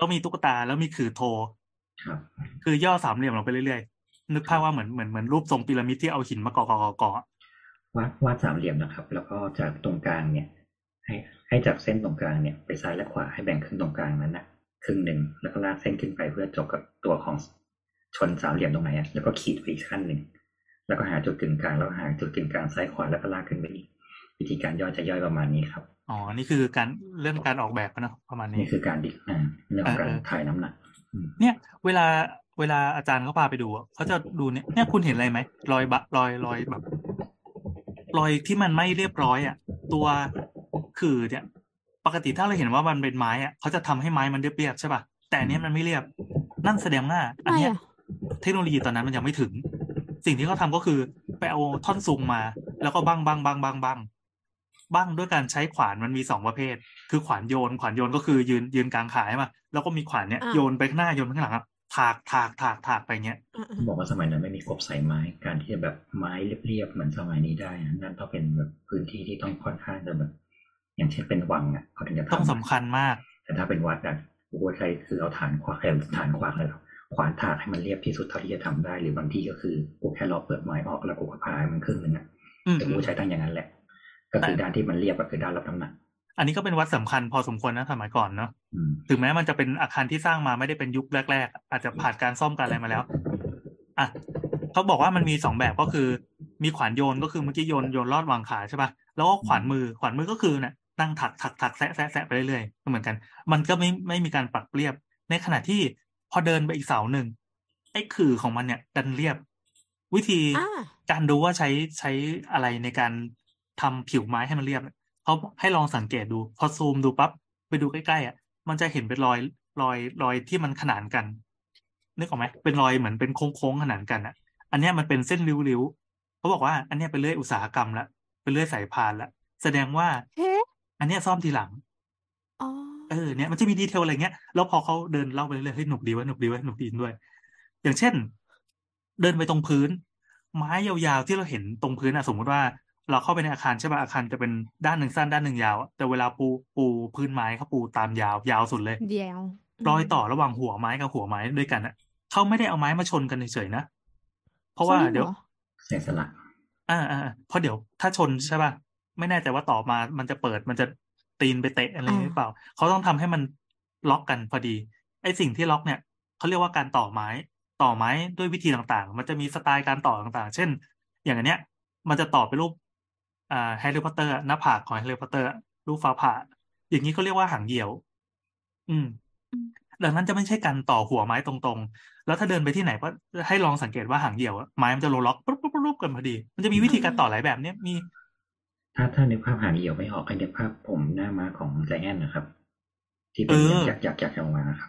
แล้วมีตุ๊กตาแล้วมีขื่อโทครับคือย่อสามเหลี่ยมลงไปเรื่อยๆนึกภาพว่าเหมือนรูปทรงพีระมิดที่เอาหินมาก่อวาดสามเหลี่ยมนะครับแล้วก็จากตรงกลางเนี่ยให้จากเส้นตรงกลางเนี่ยไปซ้ายและขวาให้แบ่งครึ่งตรงกลางนั้นนะครึ่งหนึ่งแล้วก็ลากเส้นขึ้นไปเพื่อจบกับตัวของชนสามเหลี่ยมตรงไหนแล้วก็ขีดไปอีกขั้นหนึ่งแล้วก็หาจุดกึ่งกลางแล้วหาจุดกึ่งกลางซ้ายขวาแล้วก็ลากขึ้นไปอีกวิธีการย่อยจะย่อยประมาณนี้ครับอ๋อนี่คือเรื่องการออกแบบเนาะประมาณนี้นี่คือการเรื่องของการถ่ายน้ำหนักเนี่ยเวลาอาจารย์เขาพาไปดูเขาจะดูเนี่ยคุณเห็นอะไรไหมรอยแบบรอยที่มันไม่เรียบร้อยตัวคือเนี่ยปกติถ้าเราเห็นว่ามันเป็นไม้เขาจะทำให้ไม้มันเรียบๆใช่ป่ะแต่อันนี้มันไม่เรียบนั่นแสดงว่าอันเนี้ยเทคโนโลยีตอนนั้นมันยังไม่ถึงสิ่งที่เขาทำก็คือไปเอาท่อนซุงมาแล้วก็บังด้วยการใช้ขวานมันมี2ประเภทคือขวานโยนก็คือยืนกลางขายมาแล้วก็มีขวานเนี่ยโยนไปข้างหน้าโยนไปข้างหลังถากไปเงี้ยบอกว่าสมัยนั้นไม่มีกบสายไม้การที่จะแบบไม้เรียบๆเหมือนสมัยนี้ได้นั่นต้องเป็นแบบพื้นที่ที่ต้องค่อนข้างจะแบบอย่างเช่นเป็นวังเขาถึงจะทำต้องสำคัญมากแต่ถ้าเป็นวัดโอ้โหใช่คือเอาฐานขวางเลยขวานถากให้มันเรียบที่สุดเท่าที่จะทำได้หรือบางที่ก็คือกูแค่รอเปลือกไม้ออกแล้วกูก็พายมันครึ่งนึงแต่กูใช้ตั้งอย่างนั้นแหละก็คือด้านที่มันเรียบก็คือด้านรับน้ำหนักอันนี้ก็เป็นวัดสำคัญพอสมควรนะสมัยก่อนเนาะถึงแม้มันจะเป็นอาคารที่สร้างมาไม่ได้เป็นยุคแรกๆอาจจะผ่านการซ่อมกันอะไรมาแล้วเขาบอกว่ามันมี2แบบก็คือมีขวานโยนก็คือเมื่อกี้โยนลอดวางขาใช่ป่ะแล้วก็ขวานมือก็คือเนี่ยนั่งถักแซะไปเรื่อยๆก็เหมือนกันมันก็ไม่มีการปักเรียบในขณะที่พอเดินไปอีกเสาหนึ่งไอ้ขื่อของมันเนี่ยดันเรียบวิธีการดูว่าใช้อะไรในการทำผิวไม้ให้มันเรียบเขาให้ลองสังเกตดูพอซูมดูปั๊บไปดูใกล้ๆมันจะเห็นเป็นรอยที่มันขนานกันนึกออกไหมเป็นรอยเหมือนเป็นโค้งขนานกันอันนี้มันเป็นเส้นริ้วเขาบอกว่าอันนี้เป็นเลื่อยอุตสาหกรรมละเป็นเลื่อยสายพานละแสดงว่าอันนี้ซ่อมทีหลังเนี่ยมันจะมีดีเทลอะไรเงี้ยแล้วพอเขาเดินเล่าไปเรื่อยๆเฮ้ยหนุกดีวะหนุกดีด้วยอย่างเช่นเดินไปตรงพื้นไม้ยาวๆที่เราเห็นตรงพื้นสมมติว่าเราเข้าไปในอาคารใช่ป่ะอาคารจะเป็นด้านหนึ่งสั้นด้านหนึ่งยาวแต่เวลาปูพื้นไม้เขาปูตามยาวสุดเลยรอยต่อระหว่างหัวไม้กับหัวไม้ด้วยกันเขาไม่ได้เอาไม้มาชนกันเฉยๆนะเพราะว่าเดี๋ยวเสียสละเพราะเดี๋ยวถ้าชนใช่ป่ะไม่แน่ใจว่าต่อมามันจะเปิดมันจะตีนไปเตะอะไรหรือเปล่าเขาต้องทำให้มันล็อกกันพอดีไอ้สิ่งที่ล็อกเนี่ยเขาเรียกว่าการต่อไม้ด้วยวิธีต่างๆมันจะมีสไตล์การต่อต่างๆเช่นอย่างอันเนี้ยมันจะต่อเป็นรูปแฮร์รี่พอตเตอร์หน้าผากของแฮร์รี่พอตเตอร์รูปฟ้าผ่าอย่างนี้เขาเรียกว่าหางเหยี่ยวดังนั้นจะไม่ใช่การต่อหัวไม้ตรงๆแล้วถ้าเดินไปที่ไหนก็ให้ลองสังเกตว่าหางเหยี่ยวไม้มันจะโรล็อกปุ๊บกันพอดีมันจะมีวิธีการต่อหลายแบบเนี้ยมีถ้านึกภาพหางเหยี่ยวไม่ออกให้นึกภาพผมหน้าม้าของใจแอนนะครับที่เป็นอยากออกมาครับ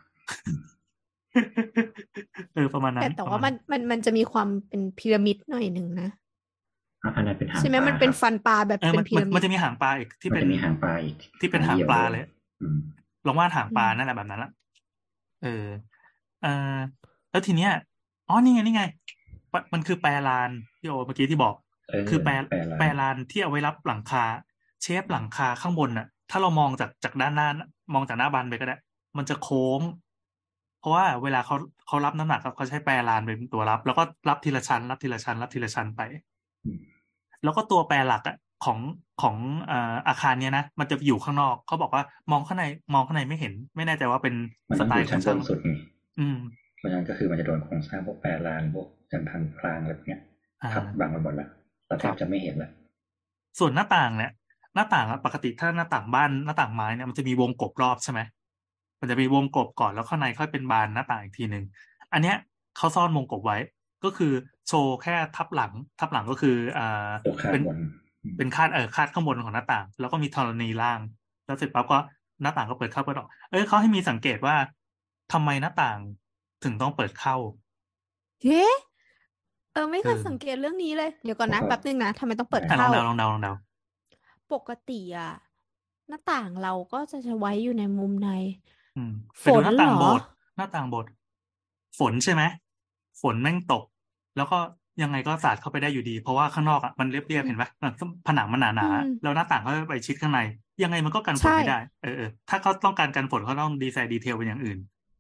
ประมาณนั้นแต่ว่ามันจะมีความเป็นพีระมิดหน่อยหนึ่งนะอันนั้นเป็นหางใช่ไหมมันเป็นฟันปลาแบบเป็นพีระมิดมันจะมีหางปลาอีกที่เป็นมีหางปลาอีกที่เป็นหางปลาเลยลองวาดหางปลานั่นแหละแบบนั้นละแล้วทีเนี้ยนี่ไงมันคือแปรลานที่โอเมื่อกี้ที่บอกคือแปรลานที่เอาไว้รับหลังคาเชฟหลังคาข้างบนถ้าเรามองจากด้านหน้ามองจากหน้าบานไปก็ได้มันจะโค้งเพราะว่าเวลาเขารับน้ำหนักเขาใช้แปรลานเป็นตัวรับแล้วก็รับทีละชั้นไปแล้วก็ตัวแปรหลักของอาคารเนี้ยนะมันจะอยู่ข้างนอกเขาบอกว่ามองข้างในไม่เห็นไม่แน่ใจว่าเป็นสไตล์ของชั้นสุดไงเพราะฉะนั้นก็คือมันจะโดนโครงสร้างพวกแปรลานพวกจันทันพลางอะไรเงี้ยทับบังไปหมดแล้วเราแทบจะไม่เห็นแล้วส่วนหน้าต่างเนี่ยหน้าต่างปกติถ้าหน้าต่างบ้านหน้าต่างไม้เนี่ยมันจะมีวงกบรอบใช่ไหมมันจะมีวงกบก่อนแล้วข้างในค่อยเป็นบานหน้าต่างอีกทีหนึ่งอันเนี้ยเขาซ่อนวงกบไว้ก็คือโชว์แค่ทับหลังก็คือเป็นคาดข้างบนของหน้าต่างแล้วก็มีธรณีล่างแล้วเสร็จปั๊บก็หน้าต่างก็เปิดเข้าเปิดออกเขาให้มีสังเกตว่าทำไมหน้าต่างถึงต้องเปิดเข้าไม่เคยสังเกตเรื่องนี้เลยเดี๋ยวก่อนนะแป๊บนึงนะทำไมต้องเปิดเข้าลองเดาปกติหน้าต่างเราก็จะไว้อยู่ในมุมในฝนเหรอหน้าต่างโบสถ์ฝนใช่ไหมฝนแม่งตกแล้วก็ยังไงก็สาดเข้าไปได้อยู่ดีเพราะว่าข้างนอกมันเรียบเห็นไหมผนังมันหนาแล้วหน้าต่างก็ไปชิดข้างในยังไงมันก็กันฝนไม่ได้ถ้าเขาต้องการกันฝนเขาต้องดีไซน์ดีเทลเป็นอย่างอื่น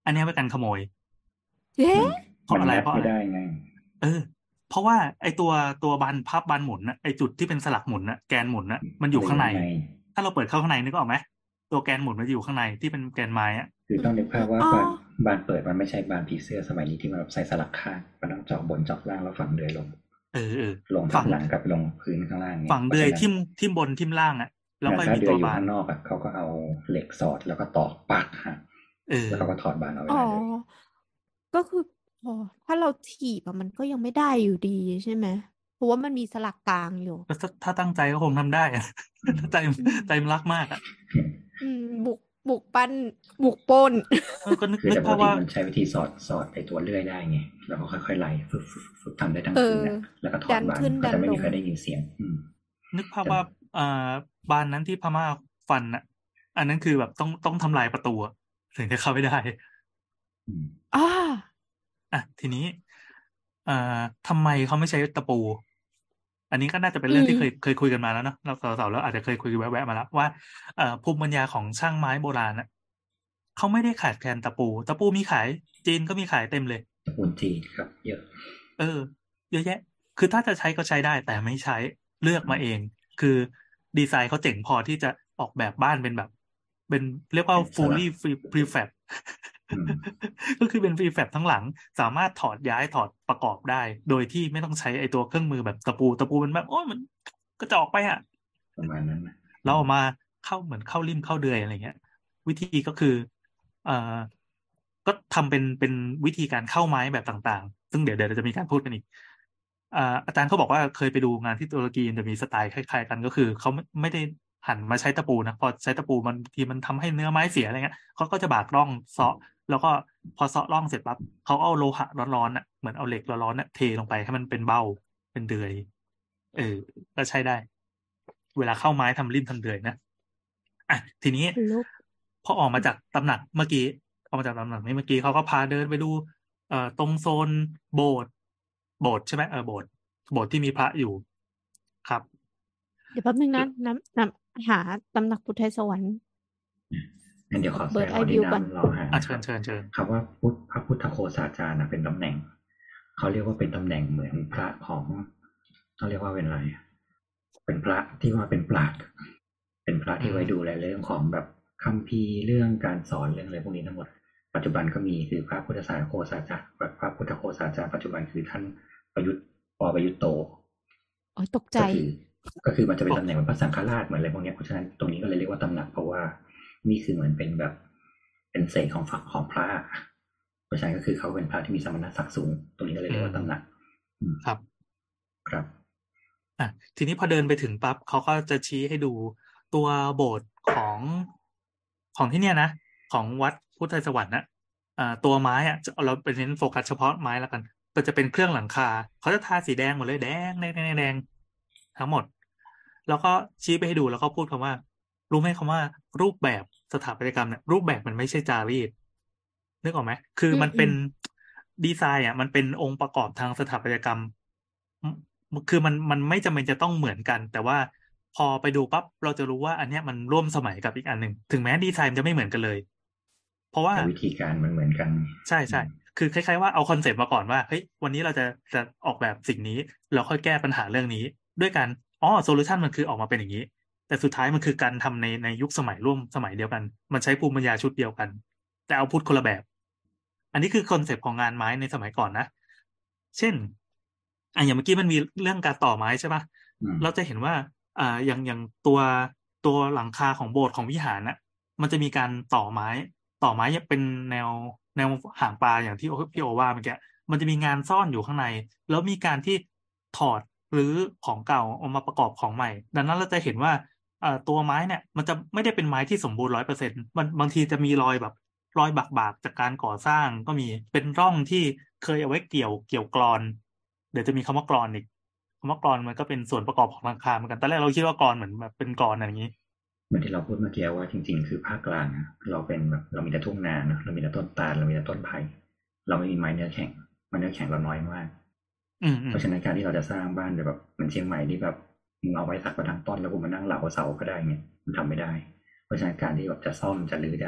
อันนี้เป็นการขโมยเอ๊ะเพราะอะไรแมปเพราะอะไม่ไรได้ไงเพราะว่าไอตัวบานพับบานหมุนนะไอจุดที่เป็นสลักหมุนนะแกนหมุนนะมันอยู่ข้างใน ถ้าเราเปิดเข้าข้างในนึกออกไหมตัวแกนหมุนมันจะอยู่ข้างในที่เป็นแกนไม้อะคือต้องนึกภาพว่าอ๋อบานเปิดมันไม่ใช่บานผีเสื้อสมัยนี้ที่มันแบบใส่สลักข้างมันต้องเจาะบนเจาะล่างแล้วฝังเดือยลง ลงทัฝับงหลังกับลงพื้นข้างล่างเนี่ยฝังเดือยทิ่มบนทิ่มล่างอะแล้วก็ถ้ามีเดืตัอวยอยู่บานข้างนอกอ่ะเขาก็เอาเหล็กสอดแล้วก็ตอกปักฮะแล้วเขาก็ถอดบานเอาไว้อ๋อได้เลยก็คือถ้าเราถีบอะมันก็ยังไม่ได้อยู่ดีใช่ไหมเพราะว่ามันมีสลักกลางอยู่แล้วถ้าตั้งใจก็คงทำได้อะ ถ้าใจมันรักมากอะบุกปั้นบุกปล้นก็นึคือกแต่ปภาก พติว่ามันใช้วิธีสอดไอตัวเลื่อยได้ไงแล้วก็ค่อยๆไล่ฝึกทำได้ทั้งคืนนะแล้วก็ถอดัดนบานขึ้นก็ดันจะไม่ลมีงใครได้ยินเสียงนึกภาพว่าบานนั้นที่พม่าฟันอ่ะ อันนั้นคือแบบต้องทำลายประตูอะถึงจะเข้าไม่ได้อ่าทีนี้ทำไมเขาไม่ใช้ตะปู อันนี้ก็น่าจะเป็นเรื่องที่เคยคุยกันมาแล้วเนาะเราสาวๆแล้วอาจจะเคยคุยแวะๆมาแล้วว่าภูมิปัญญาของช่างไม้โบราณน่ะเขาไม่ได้ขาดแคลนตะปูมีขายจีนก็มีขายเต็มเลยตระกูลจีนครับ เยอะเยอะแยะ คือถ้าจะใช้ก็ใช้ได้แต่ไม่ใช้เลือกมาเอง คือดีไซน์เขาเจ๋งพอที่จะออกแบบบ้านเป็นแบบเป็นเรียกว่า fully prefab ก็คือเป็น prefab ทั้งหลังสามารถถอดย้ายถอดประกอบได้ โดยที่ไม่ต้องใช้ไอตัวเครื่องมือแบบตะปูมันแบบโอ้ยมันกระจอกไปอะประมาณนั้นนะเราเอามาเหมือนเข้าริมเข้าเดือยอะไรเงี้ย วิธีก็คือเอ่อก็ทำเป็นวิธีการเข้าไม้แบบต่างๆ ซึ่งเดี๋ยวเราจะมีการพูดกันอีกอาจารย์เขาบอกว่าเคยไปดูงานที่ตุรกีจะมีสไตล์คล้ายๆกันก็คือเขาไม่ได้หันมาใช้ตะปูนะพอใช้ตะปูมันทีมันทำให้เนื้อไม้เสียอะไรเงี้ยเขาก็จะบากร่องเซาะแล้วก็พอเซาะร่องเสร็จปั๊บเขาเอาโลหะร้อนๆน่ะเหมือนเอาเหล็กร้อนๆน่ะเทลงไปให้มันเป็นเบ้าเป็นเดือยก็ใช้ได้ เวลาเข้าไม้ทำริมทำเดือยนะทีนี้พอออกมาจากตำหนักเมื่อกี้ออกมาจากตำหนักนี้เมื่อกี้เขาก็พาเดินไปดูตรงโซนโบสถ์ใช่ไหมโบสถ์ที่มีพระอยู่ครับเดี๋ยวแป๊บนึงนะน้ำหาตำหนักพุทธไทยสวรรค์งั้นเดี๋ยวขอแทรก Bird ขอ Eye ดี View ก่อนน้ำรอหาเชิญคำว่าพระพุทธโฆษาจารย์เป็นตำแหน่งเขาเรียกว่าเป็นตำแหน่งเหมือนพระของเขาเรียกว่าเป็นอะไรเป็นพระที่ว่าเป็นปราชญ์เป็นพระที่ไว้ดูแลเรื่องของแบบคัมภีร์เรื่องการสอนเรื่องอะไรพวกนี้ทั้งหมดปัจจุบันก็มีคือพระพุทธศาสนาโฆษาจารย์พระพุทธโฆษาจารย์ปัจจุบันคือท่านประยุทธ์โตตกใจก็คือมันจะเป็นตำแหน่งเหมือนพระสังฆราชเหมือนอะไรพวกนี้เพราะฉะนั้นตรงนี้ก็เลยเรียกว่าตำหนักเพราะว่านี่คือเหมือนเป็นแบบเป็นเศษของฝักของพระเพราะฉะนั้นก็คือเขาเป็นพระที่มีสมณศักดิ์สูงตรงนี้ก็เลยเรียกว่าตำหนักครับทีนี้พอเดินไปถึงปั๊บเขาก็จะชี้ให้ดูตัวโบสถ์ของที่เนี่ยนะของวัดพุทธไทยสวรรค์นะตัวไม้เราเป็นเน้นโฟกัสเฉพาะไม้แล้วกันก็จะเป็นเครื่องหลังคาเขาจะทาสีแดงหมดเลยแดงทั้งหมดแล้วก็ชี้ไปให้ดูแล้วก็พูดคำว่ารู้ไหมคำว่ารูปแบบสถาปัตยกรรมเนี่ยรูปแบบมันไม่ใช่จารีตนึกออกไหมคือมันเป็นดีไซน์มันเป็นองค์ประกอบทางสถาปัตยกรรมคือมันไม่จำเป็นจะต้องเหมือนกันแต่ว่าพอไปดูปั๊บเราจะรู้ว่าอันเนี้ยมันร่วมสมัยกับอีกอันหนึ่งถึงแม้ดีไซน์จะไม่เหมือนกันเลยเพราะว่าวิธีการมันเหมือนกันใช่คือคล้ายๆว่าเอาคอนเซ็ปต์มาก่อนว่าเฮ้ยวันนี้เราจะออกแบบสิ่งนี้เราค่อยแก้ปัญหาเรื่องนี้ด้วยกันโซลูชันมันคือออกมาเป็นอย่างนี้แต่สุดท้ายมันคือการทำในยุคสมัยร่วมสมัยเดียวกันมันใช้ภูมิปัญญาชุดเดียวกันแต่เอาพุทธคนละแบบอันนี้คือคอนเซ็ปต์ของงานไม้ในสมัยก่อนนะเช่นอย่างเมื่อกี้มันมีเรื่องการต่อไม้ใช่ปะเราจะเห็นว่าอย่างตัวหลังคาของโบสถ์ของวิหารมันจะมีการต่อไม้เป็นแนวหางปลาอย่างที่พี่โอว่าเมื่อกี้มันจะมีงานซ่อนอยู่ข้างในแล้วมีการที่ถอดหรือของเก่าเอามาประกอบของใหม่ดังนั้นเราจะเห็นว่าตัวไม้เนี่ยมันจะไม่ได้เป็นไม้ที่สมบูรณ์100%มันบางทีจะมีรอยแบบรอยบากจากการก่อสร้างก็มีเป็นร่องที่เคยเอาไว้เกี่ยวกลอนเดี๋ยวจะมีคำว่ากลอนอีกคำว่ากลอนมันก็เป็นส่วนประกอบของหลังคาเหมือนกันตอนแรกเราคิดว่ากลอนเหมือนแบบเป็นกลอนอย่างนี้เหมือนที่เราพูดเมื่อกี้ว่าจริงๆคือภาคกลางเราเป็นแบบเรามีแต่ทุ่งนาเนาะเรามีแต่ต้นตาลเรามีแต่ต้นไผ่เราไม่มีไม้เนื้อแข็งเราน้อยมากเพราะฉะนั้นการที่เราจะสร้างบ้านแบบเหมือนเชียงใหม่ที่แบบมึงเอาไว้สักประดังต้นแล้วกูมานั่งเหลาเสาก็ได้เงี้ยมันทำไม่ได้เพราะฉะนั้นการที่แบบจะซ่อมจะรื้อจะอะไรเงี้ย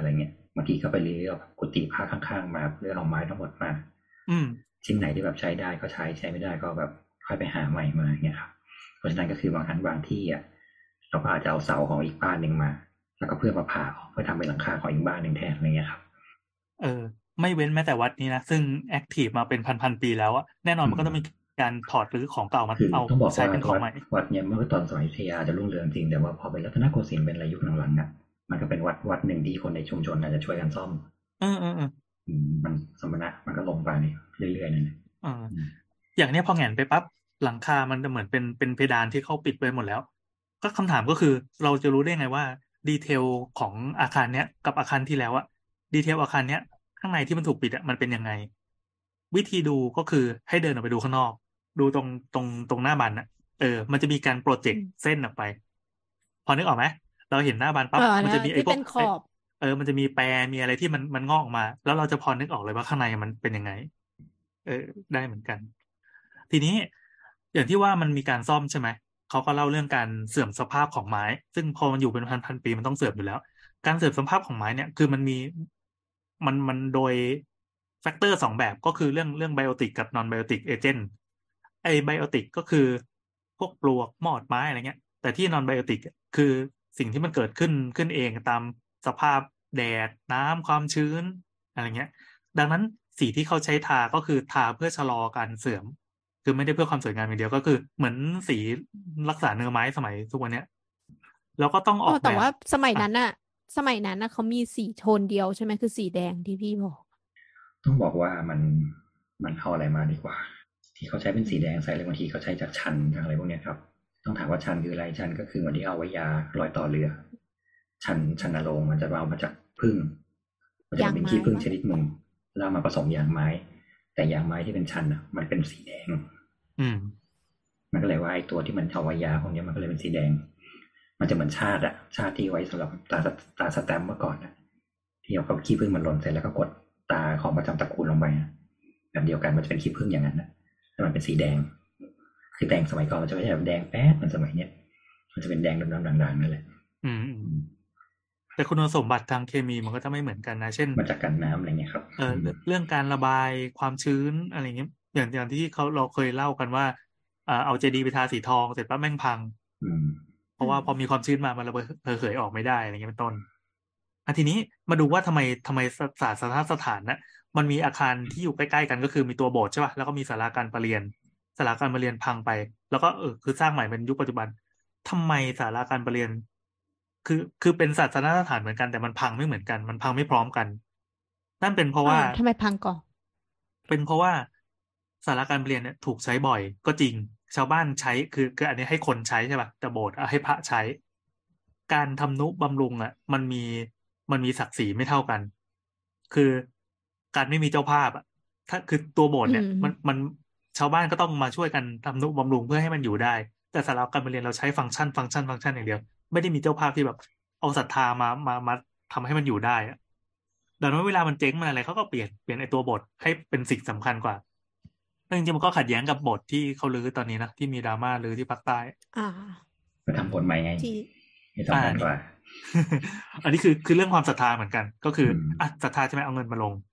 บางทีก็ไปเลือกกุฏิพระข้างๆมาเลือกเอาไม้ทั้งหมดมาชิ้นไหนที่แบบใช้ได้ก็ใช้ไม่ได้ก็แบบค่อยไปหาใหม่มาเนี่ยครับเพราะฉะนั้นก็คือบางครั้งบางที่เราก็อาจจะเอาเสาของอีกบ้านหนึ่งมาแล้วก็เพื่อมาผ่าเพื่อทำเป็นหลังคาของอีกบ้านหนึ่งแทนอะไรเงี้ยครับไม่เว้นแม้แต่วัดนี้นะซึ่งแอคทีฟมาเป็นพันปีแล้วอะแน่นอนมันก็ต้องมีการถอดหรือของเก่ามาเอาใช้เป็นของใหม่วัดเนี่ยเมื่อตอนสมัยอยุธยาจะรุ่งเรืองจริงแต่ว่าพอเป็นรัตนโกสินทร์เป็นอะไรยุคหลังๆมันก็เป็นวัดหนึ่งที่คนในชุมชนอาจจะช่วยกันซ่อมมันสมณะมันก็ลงไปเรื่อยๆนั่นแหละอย่างนี้พอแหงนไปปั๊บหลังคามันจะเหมือนเป็นเพดานที่เขาปิดไปหมดแล้วก็คำถามก็คือเราจะรู้ได้ไงว่าดีเทลของอาคารเนี้ยกับอาคารที่แล้วอะดีเทลอาคารเนี้ยข้างในที่มันถูกปิดอะมันเป็นยังไงวิธีดูก็คือให้เดินออกไปดูข้างนอกดูตรงหน้าบานอะมันจะมีการโปรเจกต์เส้นออกไปพอนึกออกไหมเราเห็นหน้าบานปั๊บมันจะมีไอ้พวกมันจะมีแปรมีอะไรที่มันงอกออกมาแล้วเราจะพอนึกออกเลยว่าข้างในมันเป็นยังไงได้เหมือนกันทีนี้อย่างที่ว่ามันมีการซ่อมใช่ไหมเขาก็เล่าเรื่องการเสื่อมสภาพของไม้ซึ่งพอมันอยู่เป็นพันปีมันต้องเสื่อมอยู่แล้วการเสื่อมสภาพของไม้เนี่ยคือมันมีมันโดยแฟกเตอร์2แบบก็คือเรื่องไบโอติกกับนอนไบโอติกเอเจนต์ไอไบโอติกก็คือพวกปลวกมอดไม้อะไรเงี้ยแต่ที่นอนไบโอติกคือสิ่งที่มันเกิดขึ้นเองตามสภาพแดดน้ำความชื้นอะไรเงี้ยดังนั้นสีที่เขาใช้ทาก็คือทาเพื่อชะลอการเสื่อมคือไม่ได้เพื่อความสวยงามอย่างเดียวก็คือเหมือนสีรักษาเนื้อไม้สมัยทุกวันเนี้ยแล้วก็ต้องออกแบบแต่ว่าสมัยนั้นเขามีสีโทนเดียวใช่ไหมคือสีแดงที่พี่บอกต้องบอกว่ามันเอาอะไรมาดีกว่าที่เขาใช้เป็นสีแดงใส่เลยบางทีเขาใช้จากชันจากอะไรพวกนี้ครับต้องถามว่าชันคืออะไรชันก็คือวันที่เอาไว้ยารอยต่อเรือชันนรงมันจะเอามาจากผึ้งมันจะเป็นขี้ผึ้งชนิดหนึ่งแล้วมาผสมยางไม้แต่ยางไม้ที่เป็นชันมันเป็นสีแดงมันก็เลยว่าไอ้ตัวที่มันเอาไว้ยาพวกนี้มันก็เลยเป็นสีแดงมันจะเหมือนชาติที่ไว้สำหรับตาสแตมป์เมื่อก่อนที่เอาขี้ผึ้งมันหล่นเสร็จแล้วก็กดตาของประจำตระกูลลงไปแบบเดียวกันมันจะเป็นขี้ผึ้งอย่างนั้นแต่มันเป็นสีแดงคือแดงสมัยก่อนมันจะไม่ใช่แบบแดงแป๊ดเหมือนสมัยเนี้ยมันจะเป็นแดงดำๆด่างๆนั่นแหละแต่คุณสมบัติทางเคมีมันก็จะไม่เหมือนกันนะเช่นมาจากกันน้ำอะไรเงี้ยครับเรื่องการระบายความชื้นอะไรเงี้ยอย่างที่เราเคยเล่ากันว่าเอาเจดีย์ไปทาสีทองเสร็จปั๊บแม่งพังเพราะว่าพอมีความชื้นมามันระเหยออกไม่ได้อะไรเงี้ยเป็นต้นทีนี้มาดูว่าทำไมศาสนสถานนะมันมีอาคารที่อยู่ใกล้ๆกันก็คือมีตัวโบสถ์ใช่ป่ะแล้วก็มีศาลาการประเรียนศาลาการประเรียนพังไปแล้วก็คือสร้างใหม่เป็นยุคปัจจุบันทำไมศาลาการประเรียนคือเป็นศาสนสถานเหมือนกันแต่มันพังไม่เหมือนกันมันพังไม่พร้อมกันนั่นเป็นเพราะว่าทำไมพังก่อนเป็นเพราะว่าศาลาการประเรียนเนี่ยถูกใช้บ่อยก็จริงชาวบ้านใช้คืออันนี้ให้คนใช้ใช่ป่ะแต่โบสถ์ให้พระใช้การทำนุบำรุงมันมีศักดิ์ศรีไม่เท่ากันคือการไม่มีเจ้าภาพถ้าคือตัวโบสถ์เนี่ยมันชาวบ้านก็ต้องมาช่วยกันทำนุบำรุงเพื่อให้มันอยู่ได้แต่ศาลาการประเรียนเราใช้ฟังก์ชันอย่างเดียวไม่ได้มีเจ้าภาพที่แบบเอาศรัทธามาทำให้มันอยู่ได้ดังนั้นเวลามันเจ๊งมันอะไรเขาก็เปลี่ยนไอ้ตัวบทให้เป็นสิ่งสำคัญกว่าจริงๆมันก็ขัดแย้งกับบทที่เขาลื้อตอนนี้นะที่มีดราม่าลื้อที่ภาคใต้ไปทำบทใหม่ไงที่สำคัญกว่าอันนี้คือเรื่องความศรัทธาเหมือนกันก็คือศรัทธาใช่ไหมเอาเงินมาลง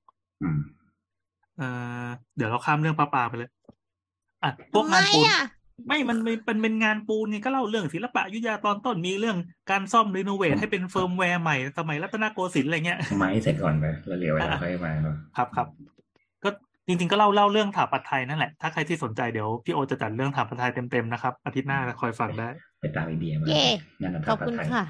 เดี๋ยวเราข้ามเรื่องพระป่าไปเลยพวกงานปูนไม่มันเป็นงานปูนนี่ก็เล่าเรื่องศิลปะอยุธยาตอนต้นมีเรื่องการซ่อมรีโนเวทให้เป็นเฟิร์มแวร์ใหม่สมัยรัตนโกสินทร์อะไรเงี้ยไม้เสร็จก่อนไปแล้วเหลือเวลาค่อยมาครับก็จริงๆก็เล่าเรื่องถาปัตย์ไทยนั่นแหละถ้าใครที่สนใจเดี๋ยวพี่โอจะจัดเรื่องถาปัตย์ไทยเต็มๆนะครับอาทิตย์หน้าคอยฟังได้ไปตามไอเบียมาขอบคุณค่ะ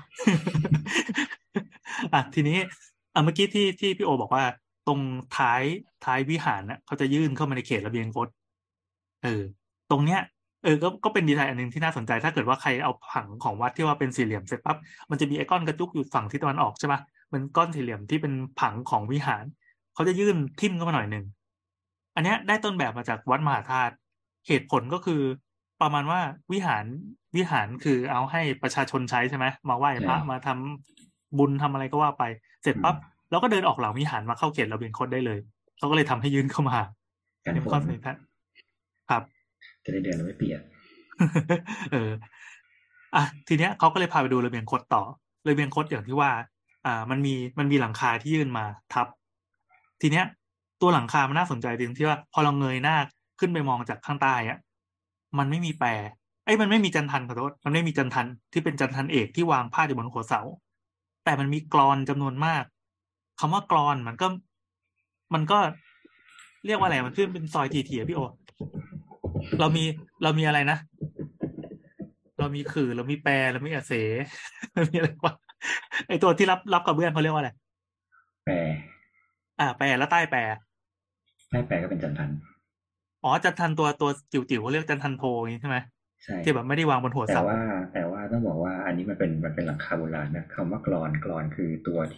ทีนี้เมื่อกี้ที่พี่โอบอกว่าตรงท้ายวิหารเขาจะยื่นเข้ามาในเขตระเบียงคดตรงเนี้ยก็เป็นดีไซน์อันนึงที่น่าสนใจถ้าเกิดว่าใครเอาผังของวัดที่ว่าเป็นสี่เหลี่ยมเสร็จปั๊บมันจะมีไอคอนกระจุกอยู่ฝั่งทิศตะวันออกใช่ปะมันก้อนสี่เหลี่ยมที่เป็นผังของวิหารเขาจะยื่นทิ่มเข้ามาหน่อยนึงอันเนี้ยได้ต้นแบบมาจากวัดมหาธาตุเหตุผลก็คือประมาณว่าวิหารคือเอาให้ประชาชนใช้ใช่ไหมมาไหว้พระมาทำบุญทำอะไรก็ว่าไปเสร็จปั๊บแล้วก็เดินออกหลังวิหารมาเข้าเขตระเบียงคดได้เลยเขาก็เลยทำให้ยื่นเข้ามาเป็นข้อสันนิษฐานครับจะได้เดินไม่เปียกทีเนี้ยเขาก็เลยพาไปดูระเบียงคดต่อระเบียงคดอย่างที่ว่ามันมีหลังคาที่ยื่นมาทับทีเนี้ยตัวหลังคามันน่าสนใจตรงที่ว่าพอเราเงยหน้าขึ้นไปมองจากข้างใต้อ่ะมันไม่มีแปรมันไม่มีจันทันขอโทษมันไม่มีจันทันที่เป็นจันทันเอกที่วางพาดอยู่บนหัวเสาแต่มันมีกลอนจำนวนมากคำว่ากลอนมันก็เรียกว่าอะไรมันขึ้นเป็นซอยทีๆพี่โอเรามีเรามีอะไรนะเรามีขื่อเรามีแปรเรามีอาเสเรามีอะไรวะไอตัวที่รับกับเบื้องเขาเรียกว่าอะไรแปรแปรแล้วใต้แปรก็เป็นจันทันอ๋อจันทันตัวจิ๋วๆเขาเรียกจันทันโพอย่างนี้ใช่ไหมใช่ที่แบบไม่ได้วางบนหัวเสาแต่ว่าต้องบอกว่าอันนี้มันเป็นหลังคาโบราณนะคำว่ากลอนคือ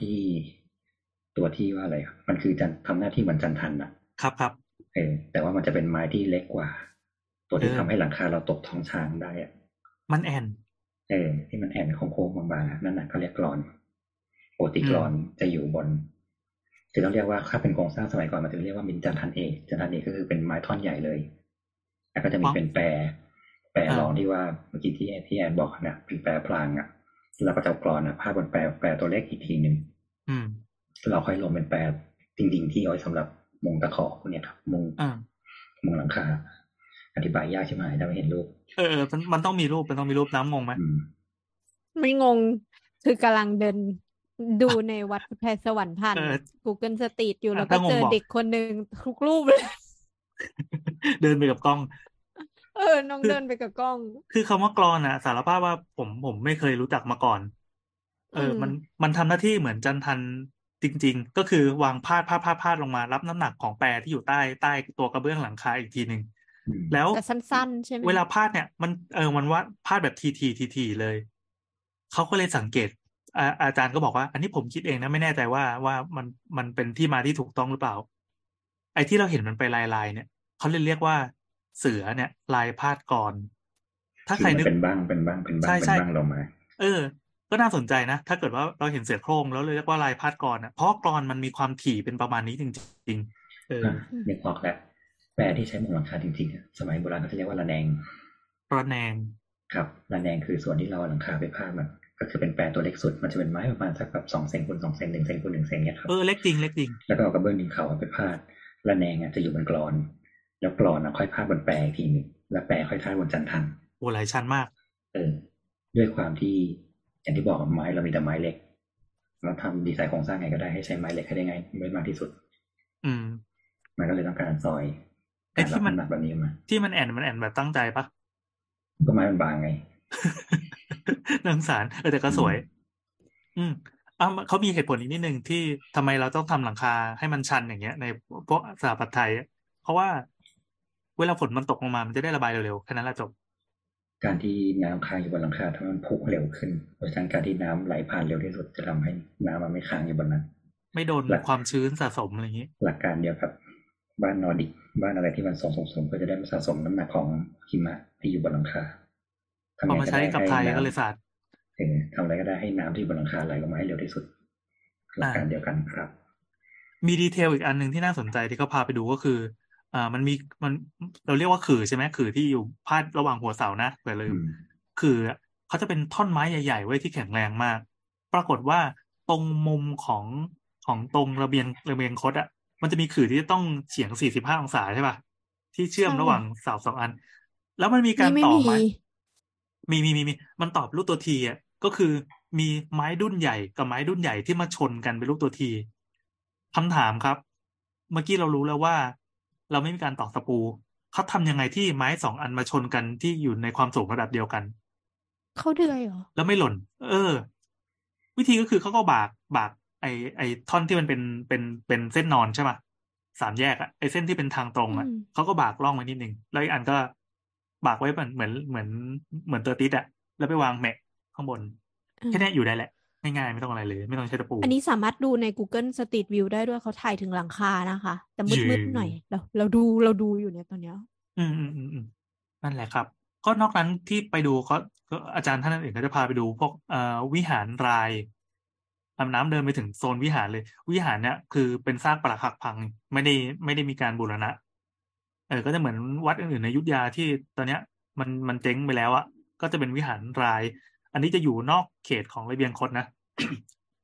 ตัวที่ว่าอะไรมันคือจันทำหน้าที่เหมือนจันทันครับแต่ว่ามันจะเป็นไม้ที่เล็กกว่าตัวที่ทำให้หลังคาเราตกท้องช้างได้มันแอนที่มันแอนโค้งๆบางๆนั่นน่ะเขาเรียกกลอนปกติกลอนจะอยู่บนคือต้องเรียกว่าถ้าเป็นโครงสร้างสมัยก่อนมันจะเรียกว่ามินจันทันเอกก็คือเป็นไม้ท่อนใหญ่เลยแล้วก็จะมีเป็นแปรรองที่ว่าเมื่อกี้ที่แอนบอกนะเป็นแปรพลางแล้วก็จะกรอนพาดบนแปรตัวเล็กอีกทีหนึ่งเราค่อยลงเป็นแปรจริงๆที่เอาไว้สำหรับมุงตะขอพวกนี้ครับมุงหลังคาอธิบายยากใช่ไหมถ้าไม่เห็นรูปมันต้องมีรูปน้ำงงไหมไม่งงคือกำลังเดินดูในวัดแพรสวรรค์ผ่าน Google Street อยู่แล้วก็เจอเด็กคนหนึ่งทุกรูปเลยเดินไปกับกล้องน้องเดินไปกับกล้องคือคำว่ากลอนสารภาพว่าผมไม่เคยรู้จักมาก่อนมันทำหน้าที่เหมือนจันทันจริงๆก็คือวางพาดลงมารับน้ำหนักของแปรที่อยู่ใต้ตัวกระเบื้องหลังคาอีกทีหนึ่งแล้วแต่สั้นๆใช่ไหมเวลาพาดเนี่ยมันว่าพาดแบบทีเลยเขาก็เลยสังเกตอาจารย์ก็บอกว่าอันนี้ผมคิดเองนะไม่แน่ใจว่ามันเป็นที่มาที่ถูกต้องหรือเปล่าไอ้ที่เราเห็นมันไปลายเนี่ยเขาเรียกว่าเสือเนี่ยลายพาดกรถ้าใครนึกเป็นบ้างใช่ลงมาก็น่าสนใจนะถ้าเกิดว่าเราเห็นเสือโคร่งแล้วเลยเรียกว่าลายพาดกรเพราะกรมันมีความถี่เป็นประมาณนี้จริงๆนึกออกแล้วแปรที่ใช้มุงหลังคาจริงๆสมัยโบราณเขาจะเรียกว่าระแนงครับระแนงคือส่วนที่เราหลังคาไปพาดมันก็คือเป็นแปรตัวเล็กสุดมันจะเป็นไม้ประมาณสักแบบ2 เซนคูณ 2 เซน1 เซนคูณ 1 เซนเนี่ยครับเล็กจริงแล้วก็เอากระเบื้องดินเขาไปพาดระแนงจะอยู่บนกรอนแล้วกรอนค่อยพาดบนแปรอีกทีนึงแล้วแปรค่อยพาดบนจันทันโอ้หลายชั้นมากด้วยความที่อย่างที่บอกไม้เรามีแต่ไม้เล็กเราทำดีไซน์โครงสร้างไงก็ได้ให้ใช้ไม้เล็กให้ได้ไงไม่มากที่สุดมันก็เลยต้องการซอยที่มันหนักแบบนี้มาที่มันแอนแบบตั้งใจปะก็ไม้มันบางไงนังสารแต่ก็สวยเขามีเหตุผลอีกนิดนึงที่ทำไมเราต้องทำหลังคาให้มันชันอย่างเงี้ยในพวกสถาปัตย์ไทยเพราะว่าเวลาฝนมันตกลงมามันจะได้ระบายเร็วๆแค่นั้นแหละจบการที่น้ำค้างอยู่บนหลังคาทำให้มันพุเร็วขึ้นเพราะฉะนั้นการที่น้ำไหลผ่านเร็วที่สุดจะทำให้น้ำมันไม่ค้างอยู่บนนั้นไม่โดนความชื้นสะสมอะไรอย่างนี้หลักการเดียวกับบ้านนอร์ดิกบ้านอะไรที่มันสมก็จะได้ไม่สะสมน้ำหนักของหิมะที่อยู่บนหลังคาพอมาใช้กับไทยก็เลยสาดทำอะไรก็ได้ให้น้ำที่บนหลังคาไหลลงมาให้เร็วที่สุดหลักการเดียวกันครับมีดีเทลอีกอันหนึ่งที่น่าสนใจที่เขาพาไปดูก็คือมันเราเรียกว่าขื่อใช่ไหมขื่อที่อยู่พาดระหว่างหัวเสานะเผื่อลืมขื่อเขาจะเป็นท่อนไม้ใหญ่ๆไว้ที่แข็งแรงมากปรากฏว่าตรงมุมของตรงระเบียงคดมันจะมีขื่อที่ต้องเฉียง45 องศาใช่ป่ะที่เชื่อมระหว่างเสา2 อันแล้วมันมีการต่อไม้มีมันตอบรูปตัวทีก็คือมีไม้ดุ้นใหญ่กับไม้ดุ้นใหญ่ที่มาชนกันเป็นรูปตัวทีคำถามครับเมื่อกี้เรารู้แล้วว่าเราไม่มีการตอกตะปูเขาทำยังไงที่ไม้2 อันมาชนกันที่อยู่ในความสูงระดับเดียวกันเขาเดือยเหรอแล้วไม่หล่นวิธีก็คือเขาก็บากไอท่อนที่มันเป็นเส้นนอนใช่ป่ะ3 แยกไอเส้นที่เป็นทางตรงเขาก็บากล่องไว้นิดนึงแล้วอีกอันก็บากไว้เหมือนตัวติดแล้วไปวางแมะข้างบนแค่นี้อยู่ได้แหละง่ายๆไม่ต้องอะไรเลยไม่ต้องใช้ตะปูอันนี้สามารถดูใน Google Street View ได้ด้วยเขาถ่ายถึงหลังคานะคะแต่มืดๆหน่อยเราดูอยู่เนี่ยตอนเนี้ยนั่นแหละครับก็นอกนั้นที่ไปดูก็อาจารย์ท่านอื่นก็จะพาไปดูพวกวิหารรายอาบน้ำเดินไปถึงโซนวิหารเลยวิหารเนี่ยคือเป็นซากปรักหักพังไม่ได้มีการบูรณะก็จะเหมือนวัดอื่นๆในอยุธยาที่ตอนเนี้ยมันเจ๊งไปแล้วก็จะเป็นวิหารรายอันนี้จะอยู่นอกเขตของระเบียงคดนะ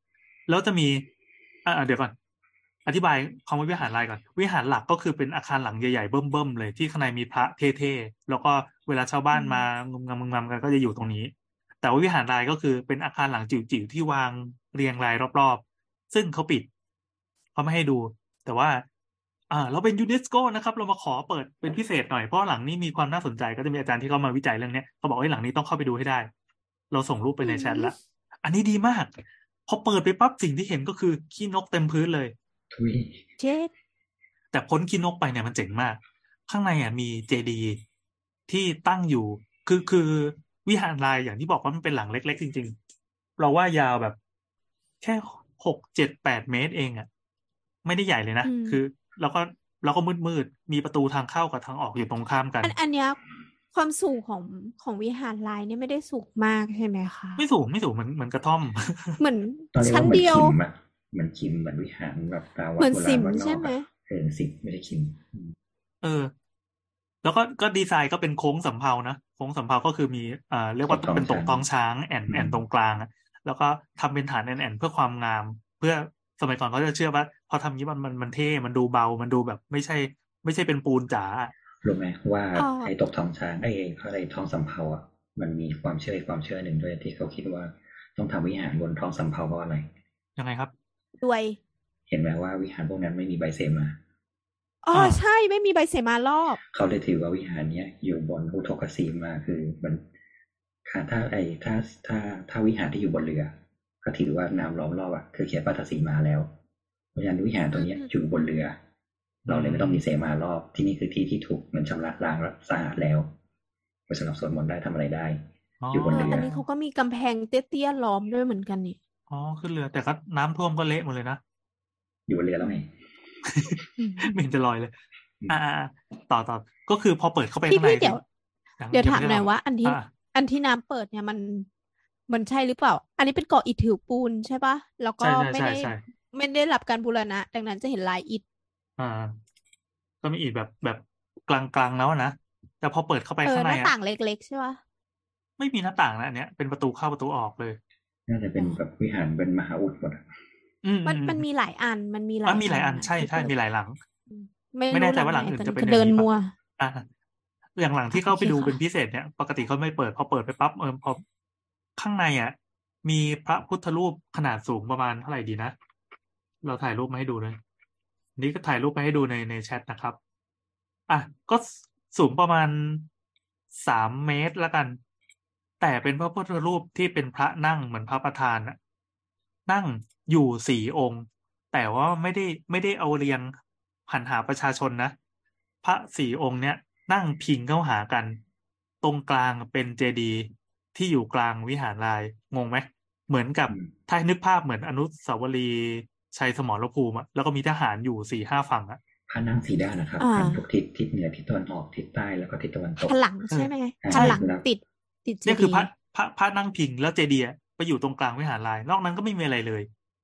แล้วจะมีเดี๋ยวก่อนอธิบายคำว่าวิหารลายก่อนวิหารหลักก็คือเป็นอาคารหลังใหญ่ๆเบิ่มๆเลยที่ข้างในมีพระเท่ๆแล้วก็เวลาชาวบ้านมางุมงำงุมงำกันก็จะอยู่ตรงนี้แต่ว่าวิหารลายก็คือเป็นอาคารหลังจิ๋วๆที่วางเรียงรายรอบๆซึ่งเขาปิดเขาไม่ให้ดูแต่ว่าเราเป็นยูเนสโกนะครับเรามาขอเปิดเป็นพิเศษหน่อยเพราะหลังนี้มีความน่าสนใจก็จะมีอาจารย์ที่เขามาวิจัยเรื่องนี้เขาบอกให้หลังนี้ต้องเข้าไปดูให้ได้เราส่งรูปไปในแชทแล้วอันนี้ดีมากพอเปิดไปปั๊บสิ่งที่เห็นก็คือขี้นกเต็มพื้นเลยทุยเจ็ดแต่พ้นขี้นกไปเนี่ยมันเจ๋งมากข้างในมีเจดีย์ที่ตั้งอยู่คือวิหารลายอย่างที่บอกว่ามันเป็นหลังเล็กๆจริงๆเราว่ายาวแบบแค่6 7 8 เมตรเองอ่ะไม่ได้ใหญ่เลยนะคือเราก็มืดมีประตูทางเข้ากับทางออกอยู่ตรงข้ามกันอันเนี้ยความสูงของวิหารลายเนี่ยไม่ได้สูงมากใช่ไหมคะไม่สูงเหมือนกระท่อมเหมือนตอนนี้ชั้นว่าเหมือนเดียวคิมอะเหมือนคิมเหมือนวิหารแบบตาวัเหมือนดโบราสิมณวัดนอใช่ไหมกอะสิมไม่ใช่คิมเออแล้วก็ดีไซน์ก็เป็นโค้งสำเภานะโค้งสำเภาก็คือมีเรียกตว่าเป็นตกกท้องช้างท้องช้างแอนตรงกลางอะแล้วก็ทำเป็นฐานแอนเพื่อความงามเพื่อสมัยก่อนเขาจะเชื่อว่าพอทำอย่างนี้มันเท่มันดูเบามันดูแบบไม่ใช่เป็นปูนจ๋ารู้ไหมว่าอ๋อไอ้ตกท้องช้างอะไรท้องสำเภาอ่ะมันมีความเชื่ออีกความเชื่อหนึ่งด้วยที่เขาคิดว่าต้องทำวิหารบนท้องสำเภาเพราะอะไรยังไงครับด้วยเห็นไหมว่าวิหารพวกนั้นไม่มีใบเสมาอ๋อใช่ไม่มีใบเสมารอบเขาเลยถือว่าวิหารเนี้ยอยู่บนอุทกศีมาคือมันถ้าถ้าวิหารที่อยู่บนเรือก็ถือว่าน้ำล้อมรอบอ่ะคือเขียนปาฐสีมาแล้วเพราะฉะนั้นวิหารตัวเนี้ยอยู่บนเรือเราเลยไม่ต้องมีเสมารอบที่นี่คือที่ที่ถูกเหมือนชำระล้างและสะอาดแล้วไปสำหรับสวดมนต์ได้ทำอะไรได้อยู่บนเรืออันนี้เขาก็มีกำแพงเตี้ยๆล้อมด้วยเหมือนกันนี่ขึ้นเรือแต่ก็น้ำท่วมก็เละหมดเลยนะอยู่บนเรือแล้วไงไม่เห็นจะลอยเลยอ่าต่อก็คือพอเปิดเข้าไปข้างในพี่เดี๋ยวถามหน่อยว่าอันที่อ่าอันที่น้ำเปิดเนี่ยมันใช่หรือเปล่าอันนี้เป็นเกาะอิฐถือปูนใช่ปะแล้วก็ใช่ใช่ไม่ได้ใช่ใช่ไม่ได้รับการบูรณะดังนั้นจะเห็นลายอิฐอ่าก็มีอีกแบบกลางแล้วนะแต่พอเปิดเข้าไปข้างในอ่ะหน้าต่างเล็กๆใช่ปะไม่มีหน้าต่างนะอันเนี้ยเป็นประตูเข้าประตูออกเลยน่าจะเป็นแบบวิหารเป็นมหาอุดหมดมันมีหลายอันมันมีหลายมีหลายอันอันนะใช่ใช่ที่เปิดมีหลายหลังไม่ไม่แน่ใจว่าหลังรู้หลังไหนอื่นจะเป็นตอนนี้ก็อย่างนี้ปะเดินมัวอ่าอย่างหลังที่เข้าไปโอเคค่ะดูเป็นพิเศษเนี่ยปกติเขาไม่เปิดพอเปิดไปปั๊บพอข้างในอ่ะมีพระพุทธรูปขนาดสูงประมาณเท่าไหร่ดีนะเราถ่ายรูปมาให้ดูเลยนี่ก็ถ่ายรูปไปให้ดูในแชทนะครับอ่ะก็สูงประมาณ3 เมตรแล้วกันแต่เป็นพระพุทธรูปที่เป็นพระนั่งเหมือนพระประธานอะนั่งอยู่4 องค์แต่ว่าไม่ได้เอาเรียงหันหาประชาชนนะพระ4 องค์เนี้ยนั่งพิงเข้าหากันตรงกลางเป็นเจดีย์ที่อยู่กลางวิหารลายงงไหมเหมือนกับถ้านึกภาพเหมือนอนุสาวรีย์ชัยสมรภูมิอะแล้วก็มีทหารอยู่4-5 ฝั่งอะพระนั่ง4 ด้านนะครับหันทุกทิศเหนือทิศตะวันออกทิศใต้แล้วก็ทิศตะวันตกผลังใช่ไหมผใช่ลังติดเจเนี่ยคือดีย์พระนั่งพิงแล้วเจดีย์ไปอยู่ตรงกลางวิหารลายนอกนั้นก็ไม่มีอะไรเลย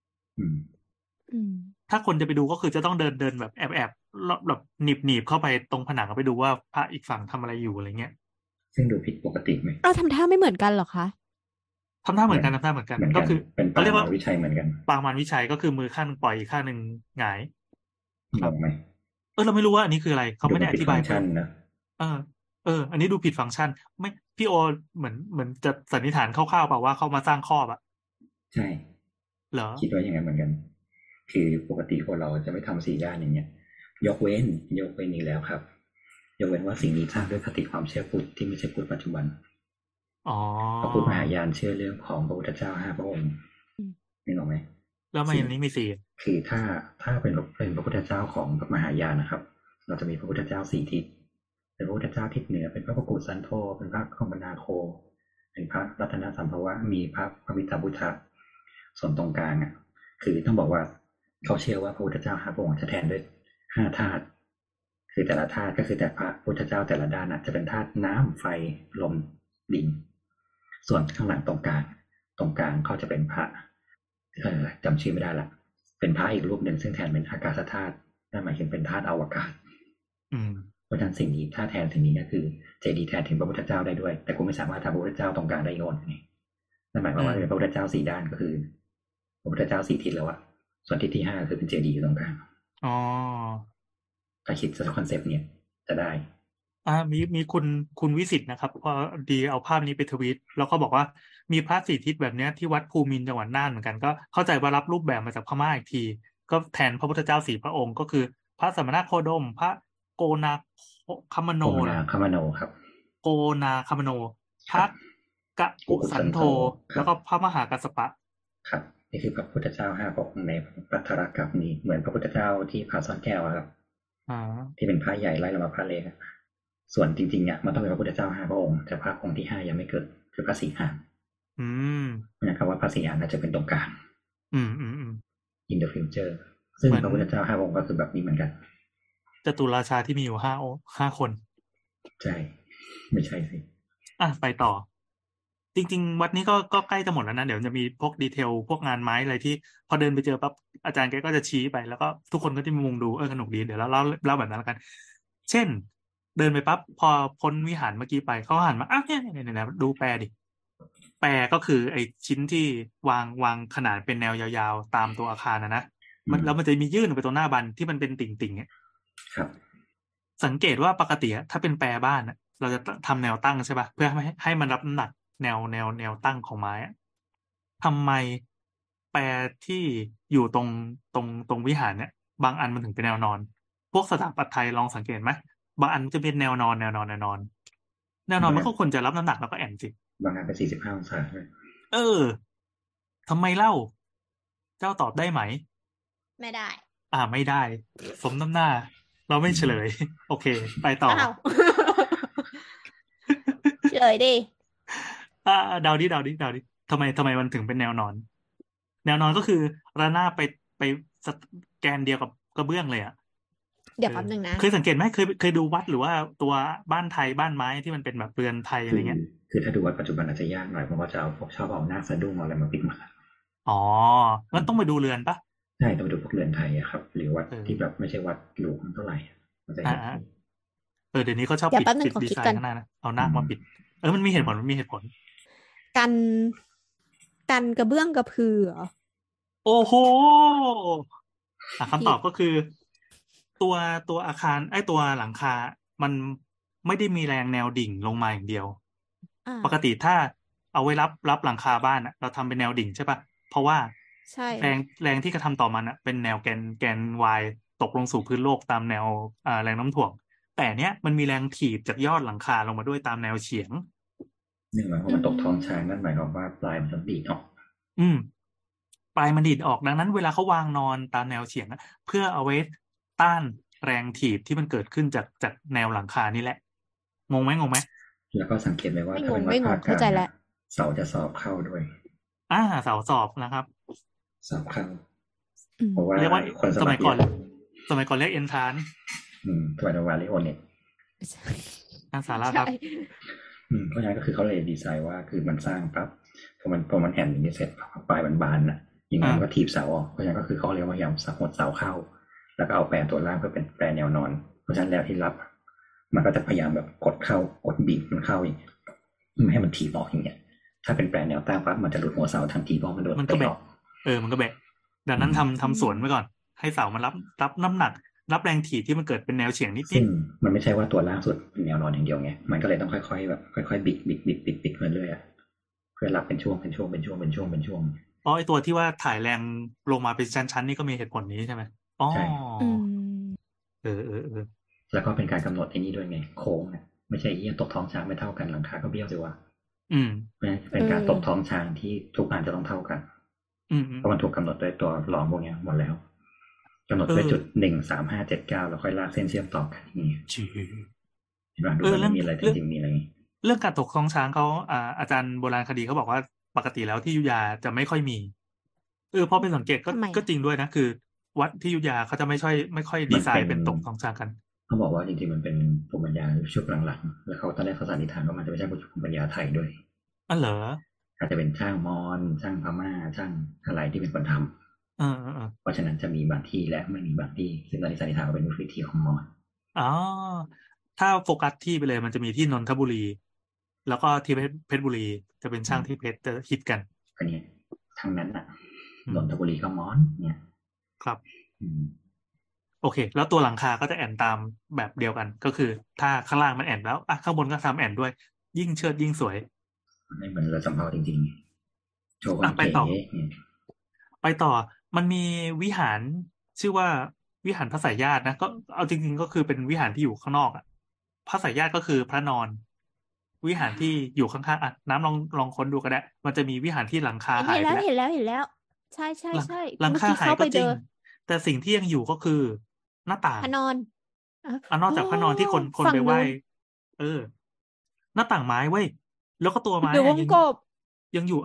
ถ้าคนจะไปดูก็คือจะต้องเดินแบบแอบแบบหนีบเข้าไปตรงผนังไปดูว่าพระอีกฝั่งทำอะไรอยู่อะไรเงี้ยซึ่งดูผิดปกติไหมเราทำท่าไม่เหมือนกันเหรอคะทำท่าเหมือนกันก็คือเป็นปางเขาเรียกว่ามารวิชัยเหมือนกันปางมารวิชัยก็คือมือข้างหนึ่งปล่อยอีกข้างหนึ่งหงายงงไหมเราไม่รู้ว่าอันนี้คืออะไรเขาไม่ได้อธิบายเพิ่มนะอันนี้ดูผิดฟังก์ชันไม่พี่โอเหมือนจะสันนิษฐานคร่าวๆเปล่าว่าเขามาสร้างครอบอะใช่เหรอคิดว่าอย่างนั้นเหมือนกันคือปกติคนเราจะไม่ทำ4 ด้านอย่างเงี้ยยกเว้นนี้แล้วครับยกเว้นว่าสิ่งนี้สร้างด้วยคติความเชื่อพุทธที่ไม่ใช่พุทธปัจจุบันพระพุทธมหายานเชื่อเรื่องของพระพุทธเจ้า5 พระองค์นึกออกไหมแล้วมันนี้มี4 คือถ้าเป็นพระพุทธเจ้าของพระมหายานนะครับเราจะมีพระพุทธเจ้า4 ทิศเป็นพระพุทธเจ้าทิศเหนือเป็นพระปกุฏสันโธเป็นพระคมนาโคเป็นพระรัตนสัมภวะมีพระวิทาพุทธะส่วนตรงกลางอ่ะคือต้องบอกว่าเขาเชื่อว่าพระพุทธเจ้า5 พระองค์จะแทนด้วย5 ธาตุคือแต่ละธาตุก็คือแต่พระพุทธเจ้าแต่ละด้านจะเป็นธาตุน้ำไฟลมดินส่วนข้างหลังตรงกลางเขาจะเป็นพระจำชื่อไม่ได้ละเป็นพระอีกรูปหนึ่งซึ่งแทนเป็นอากาศธาตุนั่นหมายถึงเป็นธาตุอวกาศเพราะฉะนั้นสิ่งนี้ถ้าแทนสิ่งนี้ก็คือเจดีย์แทนถึงพระพุทธเจ้าได้ด้วยแต่คุณไม่สามารถทำพระพุทธเจ้าตรงกลางได้โน่นนั่นหมายความว่าพระพุทธเจ้า4 ด้านก็คือพระพุทธเจ้า4 ทิศแล้วอะส่วนทิศที่5คือเป็นเจดีย์อยู่ตรงกลางอ๋อถ้าคิดจะคอนเซปต์เนี่ยจะได้มีคุณวิสิตนะครับพอดีเอาภาพนี้ไปทวีตแล้วก็บอกว่ามีพระ4 ทิศแบบเนี้ยที่วัดภูมินทร์จังหวัดน่านเหมือนกันก็เข้าใจว่ารับรูปแบบมาจากพม่าอีกทีก็แทนพระพุทธเจ้า4 พระองค์ก็คือพระสมณโคดมพระโกนาคามโนโกนาคามโนครับโกนาคามโนพระกะกุสันโธแล้วก็พระมหากัสสปะครับนี่คือพระพุทธเจ้า5 พระองค์ในปัทรกัปนี้เหมือนพระพุทธเจ้าที่พาซ่อนแก้วครับที่เป็นพระใหญ่ไล่ลงมาพระเล็กส่วนจริงๆเนี่ยมันต้องเป็นพระพุทธเจ้า5 พระองค์แต่พระองค์ที่5ยังไม่เกิดคือพระศรีอานนะครับว่าพระศรีอานน่าจะเป็นตรงกลางin the future ซึ่งพระพุทธเจ้า5 พระองค์ก็คือแบบนี้เหมือนกันจตุราชาที่มีอยู่5 คนใช่ไม่ใช่สิไปต่อจริงๆวัดนี้ก็ใกล้จะหมดแล้วนะเดี๋ยวจะมีพวกดีเทลพวกงานไม้อะไรที่พอเดินไปเจอปั๊บอาจารย์แกก็จะชี้ไปแล้วก็ทุกคนก็จะมุงดูสนุกดีเดี๋ยวเราเล่าแบบนั้นแล้วกันเช่นเดินไปปั๊บพอพ้นวิหารเมื่อกี้ไปเขาหันมาเนี่ยดูแปรดิแปรก็คือไอ้ชิ้นที่วางขนาดเป็นแนวยาวๆตามตัวอาคารนะแล้วมันจะมียื่นออกไปตรงหน้าบันที่มันเป็นติ่งๆเนี่ยครับสังเกตว่าปกติถ้าเป็นแปรบ้านเราจะทำแนวตั้งใช่ป่ะเพื่อให้มันรับน้ำหนักแนวตั้งของไม้ทำไมแปรที่อยู่ตรงวิหารเนี่ยบางอันมันถึงเป็นแนวนอนพวกสถาปัตย์ไทยลองสังเกตไหมบางอันจะเป็นแนวนอนมันก็ควรจะรับน้ำหนักแล้วก็แอนสิบางอันเป็น45 องศาเลยทำไมเล่าเจ้าตอบได้ไหมไม่ได้ไม่ได้สมน้ำหน้าเราไม่เฉลยโอเคไปต่อเฉลยดิเดาดิทำไมมันถึงเป็นแนวนอนก็คือระนาบไปสแกนเดียวกับกระเบื้องเลยเดี๋ยวแป๊บนึงนะเคยสังเกตไหมเคยดูวัดหรือว่าตัวบ้านไทยบ้านไม้ที่มันเป็นแบบเรือนไทยอะไรเงี้ยคือถ้าดูวัดปัจจุบันอาจจะยากหน่อยเพราะว่าจะเอาพวกชอบเอาหน้าสะดุ้งอะไรมาปิดมางั้นต้องไปดูเรือนปะใช่ต้องไปดูพวกเรือนไทยครับหรือวัดที่แบบไม่ใช่วัดหลวงเท่าไหร่มันจะเดี๋ยวนี้เขาชอบปิดดีไซน์ข้างหน้านะเอาหน้ามาปิดมันมีเหตุผลกันกระเบื้องกระพือเหรอโอ้โหคำตอบก็คือตัวอาคารตัวหลังคามันไม่ได้มีแรงแนวดิ่งลงมาอย่างเดียวปกติถ้าเอาไว้รับหลังคาบ้านเราทำเป็นแนวดิ่งใช่ปะเพราะว่าแรงที่กระทำต่อมันเป็นแนวแกน Y ตกลงสู่พื้นโลกตามแนวแรงโน้มถ่วงแต่เนี้ยมันมีแรงถีบจากยอดหลังคาลงมาด้วยตามแนวเฉียงนี่หมายความว่ามันตกท้องช้างนั่นหมายความว่าปลายมันจะดีดออกปลายมันดีดออกดังนั้นเวลาเขาวางนอนตามแนวเฉียงเพื่อเอาไว้ต้านแรงถีบที่มันเกิดขึ้นจากแนวหลังคานี่แหละงงไหมแล้วก็สังเกตไหมว่าถ้าเป็นวัดภาคกลางเสาจะสอบเข้าด้วยเสาสอบนะครับสอบเข้าเพราะว่าเรียกว่าคนสมัยก่อนเรียกเอนทรานสมัยโนวาเรียกโอเน็ตสาระครับเพราะฉะนั้นก็คือเขาเลยดีไซน์ว่าคือมันสร้างปั๊บพอมันแอนอย่างนี้เสร็จปลายมันบานน่ะยังไงมันก็ถีบเสาออกเพราะฉะนั้นก็คือเขาเรียกว่าพยายามหดเสาเข้าแล้วก็เอาแปรตัวล่างเพื่อเป็นแปรแนวนอนเพราะฉะนั้นแล้วที่รับมันก็จะพยายามแบบกดบีบมันเข้าอย่างไม่ให้มันถีบออกอย่างเงี้ยถ้าเป็นแปรแนวตั้งปั๊บมันจะหลุดหัวเสาทันทีเพราะมันโดนมันก็แบะมันก็แบะดังนั้นทำสวนไว้ก่อนให้เสามันรับน้ำหนักรับแรงถีบที่มันเกิดเป็นแนวเฉียงนิดๆซึ่งมันไม่ใช่ว่าตัวล่างสุดเป็นแนวนอนอย่างเดียวไงมันก็เลยต้องค่อยๆแบบค่อยๆบิดมาเรื่อยเพื่อรับเป็นช่วงไไอตัวที่ว่าถ่ายแรงลงมาเป็นชั้นๆนี่ก็มีเหตุผลนี้ใช่ไหมใช่แล้วก็เป็นการกำหนดไอ้นี่ด้วยไงโค้งเนี่ยไม่ใช่ที่ตกท้องช้างไม่เท่ากันหลังคาก็เบี้ยวสิวะเป็นการตกท้องช้างที่ทุกอันจะต้องเท่ากันเพราะมันถูกกำหนดด้วยตัวรองพวกนี้หมดแล้วกำหนดด้วยจุด13579แล้วค่อยลากเส้นเชื่อมต่อกันอย่างนี้เห็นป่ะดูมันมีอะไรจริงๆมีอะไรเรื่องการตกท้องช้างเขาอาจารย์โบราณคดีเขาบอกว่าปกติแล้วที่อยุธยาจะไม่ค่อยมีพอเป็นสังเกตก็จริงด้วยนะคือวัดที่อยุธยาเขาจะไม่ค่อยดีไซน์เป็นตกท้องช้างกันเขาบอกว่าจริงๆมันเป็นภูมิปัญญาช่วงหลังๆแล้วเขาตอนแรกเขาสันนิษฐานว่ามันจะไม่ใช่ภูมิปัญญาไทยด้วยเหรออาจจะเป็นช่างมอญช่างพม่าช่างอะไรที่เป็นคนทำเพราะฉะนั้นจะมีบางที่และไม่มีบางที่ซึ่งตอนนี้สันนิษฐานว่าเป็นวิธีของมอญถ้าโฟกัสที่ไปเลยมันจะมีที่นนทบุรีแล้วก็ที่เพชรบุรีจะเป็นช่างที่เพชรจะฮิตกันอันนี้ทางนั้นนนทบุรีก็ม้อนเนี่ยครับโอเคแล้วตัวหลังคาก็จะแอนตามแบบเดียวกันก็คือถ้าข้างล่างมันแอนแล้วข้างบนก็ทำแอนด้วยยิ่งเชิดยิ่งสวยไม่เหมือนเรือสำเภาจริงๆโชว์ความไปเก๋ต่อมันมีวิหารชื่อว่าวิหารพระสายญาตินะก็เอาจริงๆก็คือเป็นวิหารที่อยู่ข้างนอกพระสายญาติก็คือพระนอนวิหารที่อยู่ข้างๆน้ำลองค้นดูก็ได้มันจะมีวิหารที่หลังคาหายไปแล้วเห็นแล้วใช่หลังเมื่อกี้คาหายเข้าไปเดิก็จริงนแต่สิ่งที่ยังอยู่ก็คือหน้าต่างพระนอนนอกจากพระนอนที่คนฝั่งไปไหว้นู้นเออหน้าต่างไม้เว้ยแล้วก็ตัวไม้หรือวงกบยังอยู่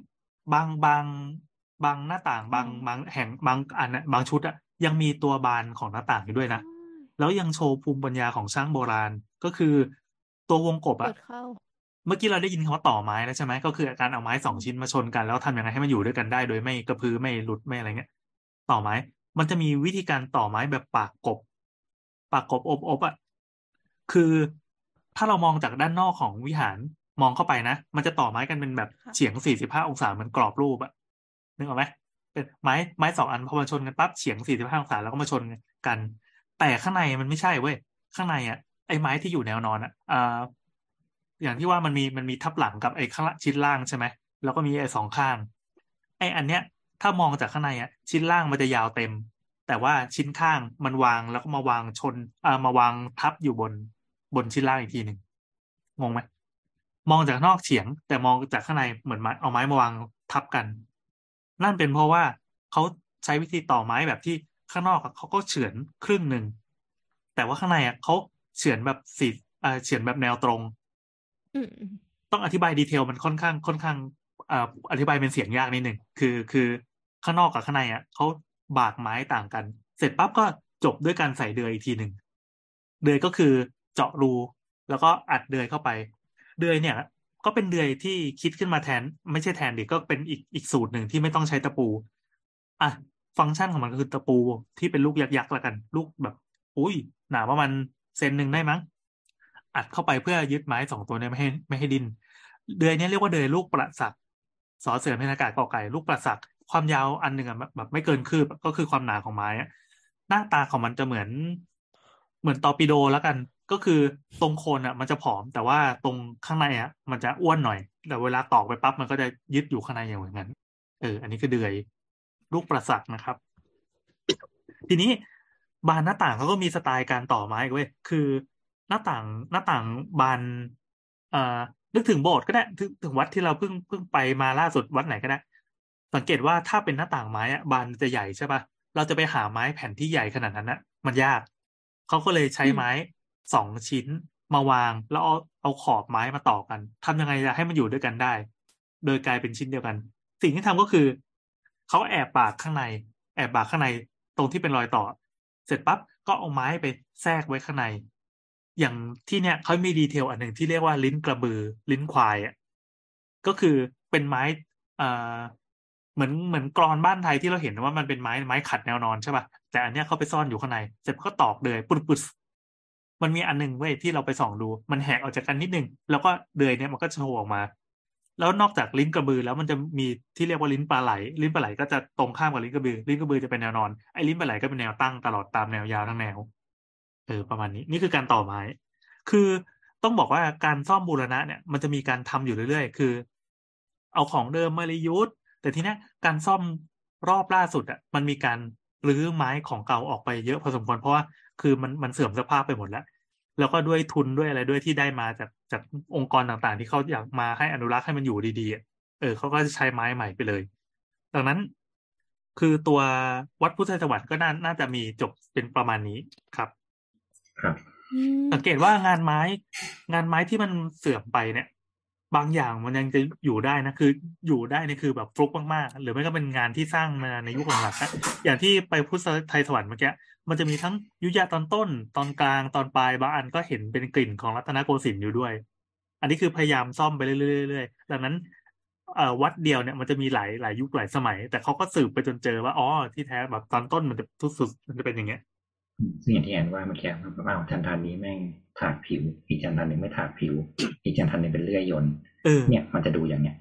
บางหน้าต่างบางแห่งบางอันนะบางชุดยังมีตัวบานของหน้าต่างอยู่ด้วยนะแล้วยังโชว์ภูมิปัญญาของช่างโบราณก็คือตัววงกบเปิดเข้าเมื่อกี้เราได้ยินคำว่าต่อไม้แล้วใช่ไหมก็คือการเอาไม้2 ชิ้นมาชนกันแล้วทำยังไงให้มันอยู่ด้วยกันได้โดยไม่กระพือไม่หลุดไม่อะไรเงี้ยต่อไม้มันจะมีวิธีการต่อไม้แบบปากกบอบคือถ้าเรามองจากด้านนอกของวิหารมองเข้าไปนะมันจะต่อไม้กันเป็นแบบเฉียง45 องศาเหมือนกรอบรูปนึกออกไหมเป็นไม้2 อันพอมาชนกันปั๊บเฉียง45 องศาแล้วก็มาชนกันแต่ข้างในมันไม่ใช่เว้ยข้างในไอ้ไม้ที่อยู่แนวนอนอย่างที่ว่ามันมีทับหลังกับไอ้ข้างชิ้นล่างใช่ไหมแล้วก็มีไอ้2 ข้างไอ้อันเนี้ยถ้ามองจากข้างในชิ้นล่างมันจะยาวเต็มแต่ว่าชิ้นข้างมันวางแล้วก็มาวางชนมาวางทับอยู่บนชิ้นล่างอีกทีหนึ่งงงไหมมองจากนอกเฉียงแต่มองจากข้างในเหมือนเอาไม้มาวางทับกันนั่นเป็นเพราะว่าเขาใช้วิธีต่อไม้แบบที่ข้างนอกเขาก็เฉือนครึ่งหนึ่งแต่ว่าข้างในเขาเฉือนแบบเฉือนแบบแนวตรงต้องอธิบายดีเทลมันค่อนข้างอธิบายเป็นเสียงยากนิดหนึ่งคือข้างนอกกับข้างในเขาบากไม้ต่างกันเสร็จปั๊บก็จบด้วยการใส่เดือยอีกทีหนึ่งเดือยก็คือเจาะรูแล้วก็อัดเดือยเข้าไปเดือยเนี่ยก็เป็นเดือยที่คิดขึ้นมาแทนไม่ใช่แทนดิก็เป็นอีกสูตรหนึ่งที่ไม่ต้องใช้ตะปูอ่ะฟังก์ชันของมันก็คือตะปูที่เป็นลูกยักษ์ๆละกันลูกแบบอุ้ยหนาประมาณ1 เซนได้มั้งอัดเข้าไปเพื่อยึดไม้2 ตัวเนี่ยไม่ให้ดิ้นเดือยเนี้เรียกว่าเดือยลูกประสักสอเสือเพนอากาศกอไก่ลูกประสักความยาวอันหนึ่งแบบไม่เกินคืบก็คือความหนาของไม้หน้าตาของมันจะเหมือนตอร์ปิโดแล้วกันก็คือตรงโคนมันจะผอมแต่ว่าตรงข้างในมันจะอ้วนหน่อยแต่เวลาตอกไปปั๊บมันก็จะยึดอยู่ข้างในอย่างเหมือนกันอันนี้คือเดือยลูกประสักนะครับทีนี้บานหน้าต่างเขาก็มีสไตล์การต่อไม้เว้ยคือหน้าต่างบานเอ่อนึกถึงโบสถ์ก็ได้ถึงวัดที่เราเพิ่งไปมาล่าสุดวัดไหนก็ได้สังเกตว่าถ้าเป็นหน้าต่างไม้บานจะใหญ่ใช่ป่ะเราจะไปหาไม้แผ่นที่ใหญ่ขนาดนั้นมันยากเขาก็เลยใช้ไม้2 ชิ้นมาวางแล้วเอาขอบไม้มาต่อกันทำยังไงจะให้มันอยู่ด้วยกันได้โดยกลายเป็นชิ้นเดียวกันสิ่งที่ทำก็คือเขาแอบบากข้างในตรงที่เป็นรอยต่อเสร็จปั๊บก็เอาไม้ไปแทรกไว้ข้างในอย่างที่เนี่ยเขามีดีเทลอันหนึ่งที่เรียกว่าลิ้นกระบือลิ้นควายก็คือเป็นไม้เอ่อเหมือนกลอนบ้านไทยที่เราเห็นว่ามันเป็นไม้ขัดแนวนอนใช่ป่ะแต่อันเนี้ยเขาไปซ่อนอยู่ข้างในเสร็จก็ตอกเลยปุ๊บมันมีอันหนึงเว้ยที่เราไปส่องดูมันแหกออกจากกันนิดนึงแล้วก็เดือยเนี่ยมันก็โชว์ออกมาแล้วนอกจากลิ้นกระบือแล้วมันจะมีที่เรียกว่าลิ้นปลาไหลลิ้นปลาไหลก็จะตรงข้ามกับลิ้นกระบือจะเป็นแนวนอนไอ้ลิ้นปลาไหลก็เป็นแนวตั้งตลอดตามแนวยาวทั้งแนวประมาณนี้นี่คือการต่อไม้คือต้องบอกว่าการซ่อมบูรณะเนี่ยมันจะมีการทำอยู่เรื่อยๆคือเอาของเดิมมารียูสแต่ทีเนี้ยการซ่อมรอบล่าสุดมันมีการรื้อไม้ของเก่าออกไปเยอะพอสมควรเพราะว่าคือมันเสื่อมสภาพไปหมดแล้วแล้วก็ด้วยทุนด้วยอะไรด้วยที่ได้มาจากองค์กรต่างๆที่เขาอยากมาให้อนุรักษ์ให้มันอยู่ดีๆเขาก็จะใช้ไม้ใหม่ไปเลยดังนั้นคือตัววัดพุทธไทยสวรรค์ก็น่าจะมีจบเป็นประมาณนี้ครับครับสังเกตว่งานไม้ที่มันเสื่อมไปเนี่ยบางอย่างมันยังจะอยู่ได้นะคืออยู่ได้นี่คือแบบฟลุกมากๆหรือไม่ก็เป็นงานที่สร้างมาในยุคหลังๆอย่างที่ไปพุทธไทยสวรรค์เมื่อกี้มันจะมีทั้งยุธยาตอนต้นตอนกลางตอนปลายบางอันก็เห็นเป็นกลิ่นของรัตนโกสินทร์อยู่ด้วยอันนี้คือพยายามซ่อมไปเรื่อยๆดังนั้นวัดเดียวเนี่ยมันจะมีหลายยุคหลายสมัยแต่เขาก็สืบไปจนเจอว่าอ๋อที่แท้แบบตอนต้นมันจะทุกสุดมันจะเป็นอย่างเงี้ยซึ่งอย่างที่แอนว่าเมื่อกี้ว่าจันทันนี้แม่งถากผิวอีกจันทันหนึ่งไม่ถากผิวอีกจันทันหนึ่งเป็นเลื่อยยนต์เนี่ยมันจะดูอย่างเนี้ย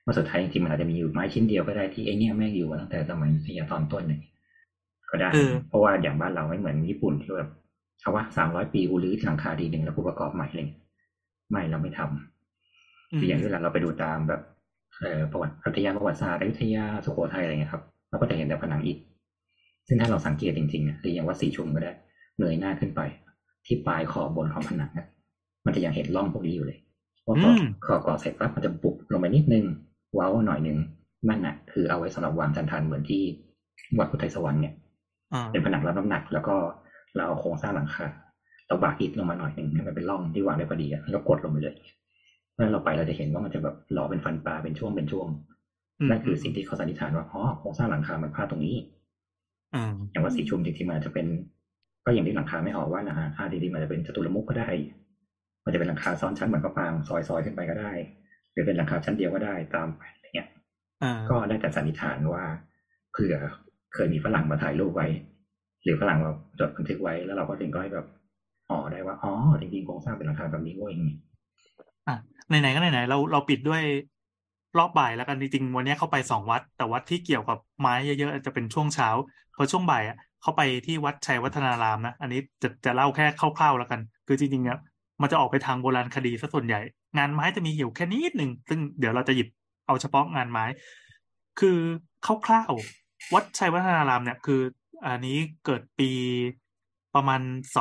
ว่าสุดท้ายจริงๆมันอาจจะมีอยู่ไม้ชิ้นเดียวก็ได้ที่ไอเนี่ยแม่งอยู่มาตั้งแต่สมัยอยุธยาตอนต้นเนี่ยก็ได้เพราะว่าอย่างบ้านเราไม่เหมือนญี่ปุ่นที่แบบเขาว่า300 ปีกูรื้อหลังคาทีหนึ่งแล้วกูประกอบใหม่เลยไม่เราไม่ทำคืออย่างที่เราไปดูตามแบบประวัติอยุธยาประวัติศาสตร์อยุธยาสุโขทัยอะไรเงี้ยครับเราก็จะเห็นแต่ผนังอิฐซึ่งถ้าเราสังเกตจริงๆหรืออย่างวัดศรีชุมก็ได้เงยหน้าขึ้นไปที่ปลายขอบบนของผนังมันจะยังเห็นร่องพวกนี้อยู่เลยว่าพอก่อเสร็จปั๊บมันจะบุบลงไปนิดนึงเว้าหน่อยนึงนั่นน่ะคือเอาไว้สำหรับวางจันทานเหมือนที่วัดพุทธไทยสวรรค์เนี่ยเป็นผนังรับน้ำหนักแล้วก็เราเอาโครงสร้างหลังคาเราบากอิฐลงมาหน่อยนึงให้มันเป็นร่องที่วางได้พอดีแล้วกดลงไปเลยเมื่อเราไปเราจะเห็นว่ามันจะแบบหล่อเป็นฟันปลาเป็นช่วงนั่นคือสิ่งที่เขาสันนิษฐานว่าโครงสร้างหลังคามันพลาดตรงนี้อย่างว่าสีชุมจริงๆมันจะเป็นก็อย่างที่หลังคาไม่ออกว่านะดีๆมันจะเป็นจตุรมุขก็ได้มันจะเป็นหลังคาซ้อนชั้นเหมือนกระปางซอยขึ้นไปก็ได้หรือเป็นหลังคาชั้นเดียวก็ได้ตามอะไรเงี้ยก็ได้แต่สันนิษฐานว่าเผื่อเคยมีฝรั่งมาถ่ายรูปไว้หรือฝรั่งเราจดบันทึกไว้แล้วเราก็ถึงก็ให้แบบได้ว่าจริงๆโครงสร้างเป็นหลังคาแบบนี้เว้ยไหนๆก็ไหนๆเราปิดด้วยรอบบ่ายแล้วกันจริงๆวันนี้เข้าไป2 วัดแต่วัดที่เกี่ยวกับไม้เยอะๆจะเป็นช่วงเช้าพอช่วงบ่ายเข้าไปที่วัดชัยวัฒนารามนะอันนี้จะเล่าแค่คร่าวๆแล้วกันคือจริงๆเนี่ยมันจะออกไปทางโบราณคดีซะส่วนใหญ่งานไม้จะมีอยู่แค่นิดหนึ่งซึ่งเดี๋ยวเราจะหยิบเอาเฉพาะงานไม้คือคร่าวๆวัดชัยวัฒนารามเนี่ยคืออันนี้เกิดปีประมาณ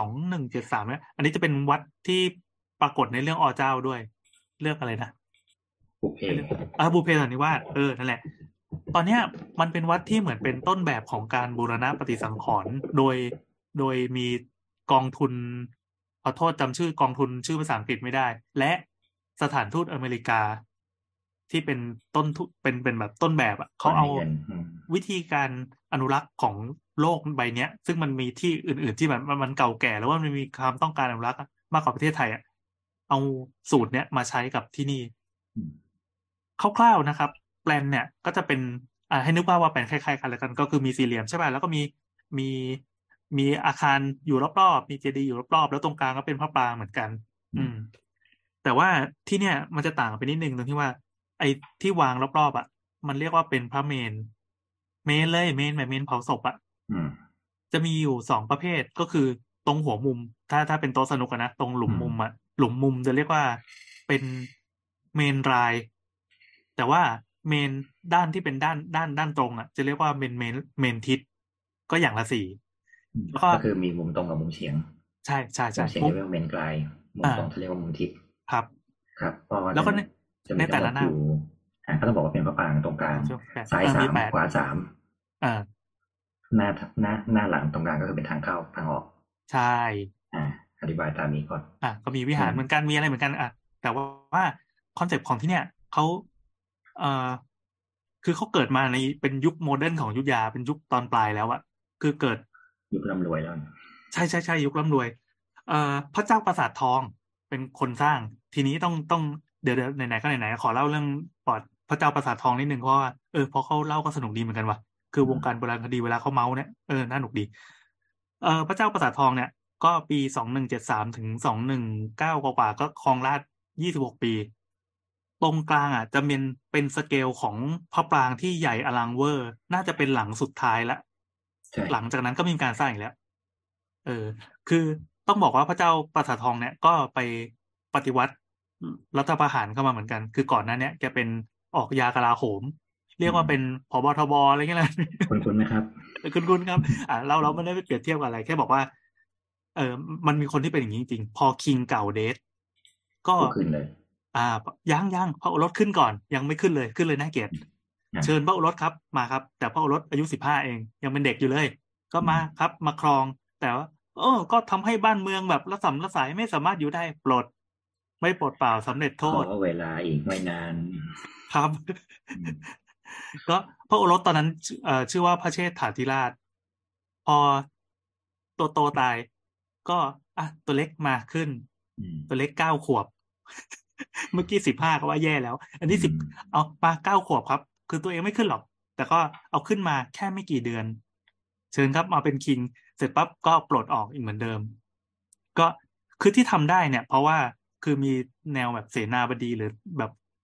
2173เนี่ยอันนี้จะเป็นวัดที่ปรากฏในเรื่องอเจ้าด้วยเรื่องอะไรนะบุพเพบุพเพสันนิวาสนั่นแหละตอนเนี้ยมันเป็นวัดที่เหมือนเป็นต้นแบบของการบูรณะปฏิสังขรณ์โดยมีกองทุนขอโทษจำชื่อกองทุนชื่อภาษาอังกฤษไม่ได้ และสถานทูตอเมริกา ที่เป็นต้นทุนเป็นแบบต้นแบบเขาเอาวิธีการอนุรักษ์ของโลกใบนี้ซึ่งมันมีที่อื่นๆที่มันเก่าแก่แล้วว่ามันมีความต้องการอนุรักษ์มากกว่าประเทศไทยเอาสูตรเนี้ยมาใช้กับที่นี่คร่าวๆนะครับแปลนเนี่ยก็จะเป็นให้นึกว่าแปลนคล้ายๆกันแล้วกันก็คือมีสี่เหลี่ยมใช่ป่ะแล้วก็มีมีอาคารอยู่รอบๆมีเจดีย์อยู่รอบๆแล้วตรงกลางก็เป็นพระปรางเหมือนกันแต่ว่าที่เนี่ยมันจะต่างไปนิดนึงตรงที่ว่าไอ้ที่วางรอบๆมันเรียกว่าเป็นพระเมนเลยเมนแบบเมนเผาศพจะมีอยู่2 ประเภทก็คือตรงหัวมุมถ้าเป็นโต๊ะสนุกนะตรงหลุมมุมหลุมมุมจะเรียกว่าเป็นเมนรายแต่ว่าเมนด้านที่เป็นด้านตรงจะเรียกว่าเป็นเมนทิศก็อย่างละ4 แล้วก็คือมีมุมตรงกับมุมเฉียงใช่มุมเฉียงจะเรียกว่าเมนกลายมุมตรงจะเรียกว่ามุมทิศครับแล้วก็จะในแต่ละหน้าก็ต้องบอกว่าเป็นพระปรางตรงกลางซ้าย3ขวา3หน้าหลังตรงกลางก็คือเป็นทางเข้าทางออกใช่อธิบายตามนี้ก่อนก็มีวิหารเหมือนกันมีอะไรเหมือนกันแต่ว่าคอนเซปต์ของที่เนี่ยเขาคือเขาเกิดมาในเป็นยุคโมเดิร์นของอยุธยาเป็นยุคตอนปลายแล้วคือเกิดยุคร่ำรวยแล้วใช่ยุคร่ำรวยพระเจ้าปราสาททองเป็นคนสร้างทีนี้ต้องเดี๋ยวไหนๆก็ไหนๆขอเล่าเรื่องปอดพระเจ้าปราสาททองนิดนึงเพราะว่าพอเขาเล่าก็สนุกดีเหมือนกันว่ะคือวงการโบราณคดีเวลาเขาเมาเนี่ยน่าหนุกดีพระเจ้าปราสาททองเนี่ยก็ปี2173ถึง219กว่าก็ครองราชย์26 ปีตรงกลางจะเป็นสเกลของพระปรางที่ใหญ่อลังเวอร์น่าจะเป็นหลังสุดท้ายละหลังจากนั้นก็มีการสร้างอีกแล้วคือต้องบอกว่าพระเจ้าปราสาททองเนี่ยก็ไปปฏิวัติรัฐประหารเข้ามาเหมือนกันคือก่อนหน้านี้แกเป็นออกยากลาโหมเรียกว่าเป็นผบทบอะไรเงี้ยเลยคุณไหมครับคุณครับเราไม่ได้ไปเปรียบเทียบกับอะไรแค่บอกว่ามันมีคนที่เป็นอย่างนี้จริงพอคิงเก่าเดทก็ขึ้นเลยยังพระโอรสขึ้นก่อนยังไม่ขึ้นเลยน่าเกลียดเชิญพระโอรสครับมาครับแต่พระโอรสอายุ15เองยังเป็นเด็กอยู่เลยก็มาครับมาครองแต่ว่าก็ทำให้บ้านเมืองแบบระสำระสายไม่สามารถอยู่ได้ไม่ปลดเปล่าสำเร็จโทษขอเวลาอีกไม่นานครับก็พระโอรสตอนนั้นชื่อว่าพระเชษฐาธิราชพอตัวโตตายก็ตัวเล็กมาขึ้นตัวเล็ก9 ขวบเมื่อกี้15ก็ว่าแย่แล้วอันนี้10เอามา9 ขวบครับคือตัวเองไม่ขึ้นหรอกแต่ก็เอาขึ้นมาแค่ไม่กี่เดือนเชิญครับมาเป็นคิงเสร็จปั๊บก็ปลดออกอีกเหมือนเดิมก็คือที่ทำได้เนี่ยเพราะว่าคือมีแนวแบบเสนาบดีหรือแบบ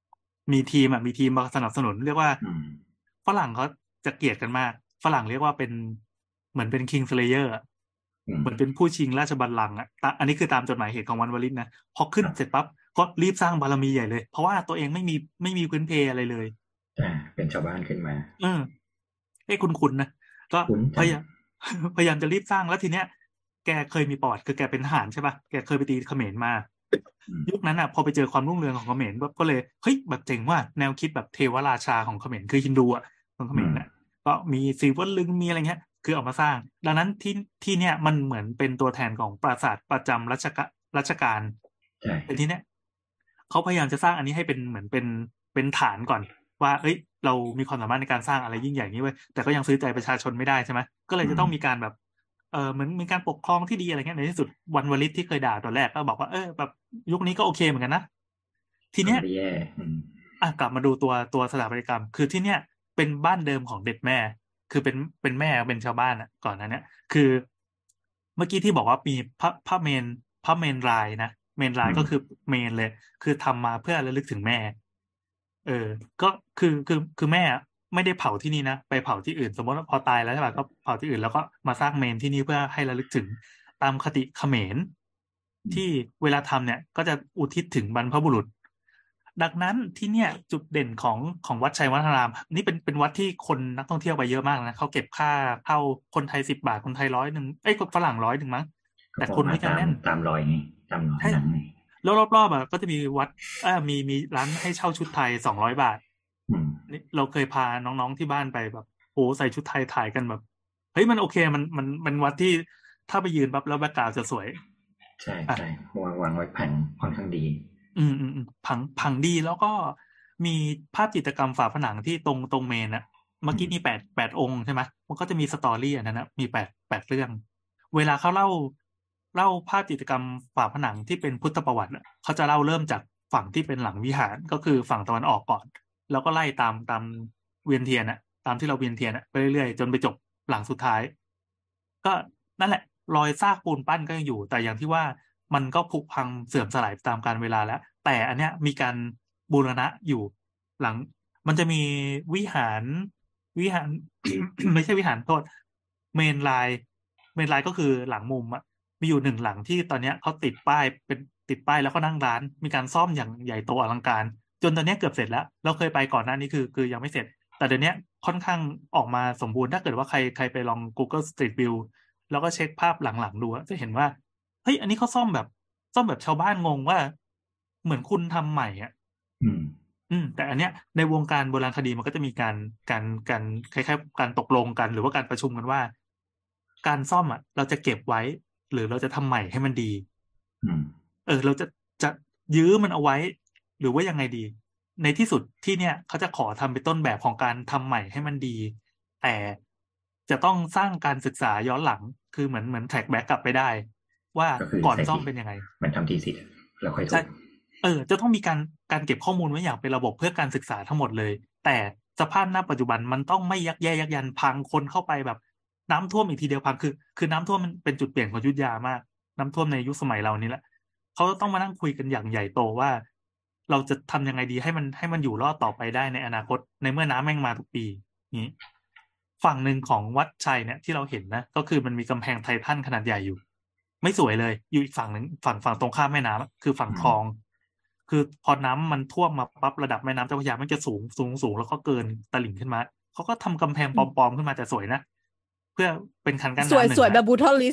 มีทีมมาสนับสนุนเรียกว่าฝรั่งเขาจะเกลียดกันมากฝรั่งเรียกว่าเป็นเหมือนเป็นคิงสเลเยอร์เหมือนเป็นผู้ชิงราชบัลลังก์อ่ะอันนี้คือตามจดหมายเหตุของวันวลิตนะพอขึ้นเสร็จปั๊บก็รีบสร้างบารมีใหญ่เลยเพราะว่าตัวเองไม่มีพื้นเพอะไรเลยเป็นชาวบ้านขึ้นมาคุณนะก็พยายามจะรีบสร้างแล้วทีเนี้ยแกเคยมีประวัติคือแกเป็นทหารใช่ป่ะแกเคยไปตีเขมรมายุคนั้นอ่ะพอไปเจอความรุ่งเรืองของเขมรก็เลยเฮ้ยแบบเจ๋งว่าแนวคิดแบบเทวราชาของเขมรคือฮินดูอ่ะของเขมรน่ะก็มีศิวลึงมีอะไรเงี้ยคือออกมาสร้างดังนั้นที่เนี่ยมันเหมือนเป็นตัวแทนของปราสาทประจำรัชกาลแต่ทีเนี้ยเขาพยายามจะสร้างอันนี้ให้เป็นเหมือนเป็นฐานก่อนว่าเอ้ยเรามีความสามารถในการสร้างอะไรยิ่งใหญ่นี้เว้ยแต่ก็ยังซื้อใจประชาชนไม่ได้ใช่ไหมก็เลยจะต้องมีการแบบเหมือนมีการปกครองที่ดีอะไรเงี้ยในที่สุดวันวลิตที่เคยด่าตอนแรกก็บอกว่าแบบยุคนี้ก็โอเคเหมือนกันนะทีเนี้ยกลับมาดูตัวสถาปัตยกรรมคือที่เนี้ยเป็นบ้านเดิมของเด็ดแม่คือเป็นแม่เป็นชาวบ้านอ่ะก่อนนั้นเนี่ยคือเมื่อกี้ที่บอกว่ามีพระเมนรายนะเมนรายก็คือเมนเลยคือทำมาเพื่อระลึกถึงแม่ก็คือแม่ไม่ได้เผาที่นี่นะไปเผาที่อื่นสมมติว่าพอตายแล้วใช่ป่ะก็เผาที่อื่นแล้วก็มาสร้างเมนที่นี่เพื่อให้ระลึกถึงตามคติเขมรที่เวลาทำเนี่ยก็จะอุทิศถึงบรรพบุรุษดังนั้นที่เนี่ยจุดเด่นของวัดชัยวัฒนารามนี่เป็นวัดที่คนนักท่องเที่ยวไปเยอะมากนะเขาเก็บค่าเข้าคนไทย10 บาทคนไทย100คนฝรั่ง100มั้งแต่คนไม่กันแน่นตามรอยไงตามรอยหนังไงแล้วรอบๆก็จะมีวัดมีร้านให้เช่าชุดไทย200 บาทนี่เราเคยพาน้องๆที่บ้านไปแบบโอ้ใส่ชุดไทยถ่ายกันแบบเฮ้ยมันโอเคมันวัดที่ถ้าไปยืนปั๊บแล้วแบ็คกราวด์จะสวยใช่ใช่วางไว้ผังค่อนข้างดีผังดีแล้วก็มีภาพจิตรกรรมฝาผนังที่ตรงเมนอะเมื่อกี้นี่แปดองค์ใช่ไหมมันก็จะมีสตอรี่อันนั้นนะมีแปดเรื่องเวลาเขาเล่าภาพจิตรกรรมฝาผนังที่เป็นพุทธประวัติเขาจะเล่าเริ่มจากฝั่งที่เป็นหลังวิหารก็คือฝั่งตะวันออกก่อนแล้วก็ไล่ตามเวียนเทียนตามที่เราเวียนเทียนไปเรื่อยๆจนไปจบหลังสุดท้ายก็นั่นแหละรอยซากปูนปั้นก็ยังอยู่แต่อย่างที่ว่ามันก็ผุพังเสื่อมสลายตามกาลเวลาแล้วแต่อันเนี้ยมีการบูรณะอยู่หลังมันจะมีวิหาร ไม่ใช่วิหารโทษเมนไลน์ก็คือหลังมุมมีอยู่1 หลังที่ตอนเนี้ยเขาติดป้ายแล้วก็นั่งร้านมีการซ่อมอย่างใหญ่โตอลังการจนตอนนี้เกือบเสร็จแล้วเราเคยไปก่อนหน้านี้คือยังไม่เสร็จแต่เดี๋ยวนี้ค่อนข้างออกมาสมบูรณ์ถ้าเกิดว่าใครไปลอง Google Street View แล้วก็เช็คภาพหลังๆดูจะเห็นว่าเฮ้ยอันนี้เขาซ่อมแบบชาวบ้านงงว่าเหมือนคุณทำใหม่แต่อันเนี้ยในวงการโบราณคดีมันก็จะมีการคล้ายๆการตกลงกันหรือว่าการประชุมกันว่าการซ่อมเราจะเก็บไว้หรือเราจะทำใหม่ให้มันดีเราจะยื้อมันเอาไว้หรือว่ายังไงดีในที่สุดที่เนี่ยเขาจะขอทำเป็นต้นแบบของการทำใหม่ให้มันดีแต่จะต้องสร้างการศึกษาย้อนหลังคือเหมือนแทร็กแบ็กกลับไปได้ว่าก่อนซ่อมเป็นยังไงมันทำทีสิแล้วค่อยถูกจะต้องมีการเก็บข้อมูลไว้อย่างเป็นระบบเพื่อการศึกษาทั้งหมดเลยแต่สภาพณปัจจุบันมันต้องไม่ยักแย่ยักยันพังคนเข้าไปแบบน้ำท่วมอีกทีเดียวพังคือน้ำท่วมมันเป็นจุดเปลี่ยนของอยุธยามากน้ำท่วมในยุคสมัยเรานี้แหละเขาต้องมานั่งคุยกันอย่างใหญ่โตว่าเราจะทำยังไงดีให้มันอยู่รอดต่อไปได้ในอนาคตในเมื่อน้ำแม่งมาทุกปีนี้ฝั่งหนึ่งของวัดชัยเนี่ยที่เราเห็นนะก็คือมันมีกำแพงไททันขนาดใหญ่อยู่ไม่สวยเลยอยู่อีกฝั่งหนึ่งฝั่งตรงข้ามแม่น้ำคือฝั่งคลองคือพอน้ำมันท่วมมาปั๊บระดับแม่น้ำเจ้าพระยามันจะสูงแล้วก็เกินตลิ่งขึ้นมาเขาก็ทำกำแพงปลอมๆขึ้นมาแต่สวยนะเพื่อเป็นคันกั้นน้ำหนึ่งสวยแบบบูทอลิส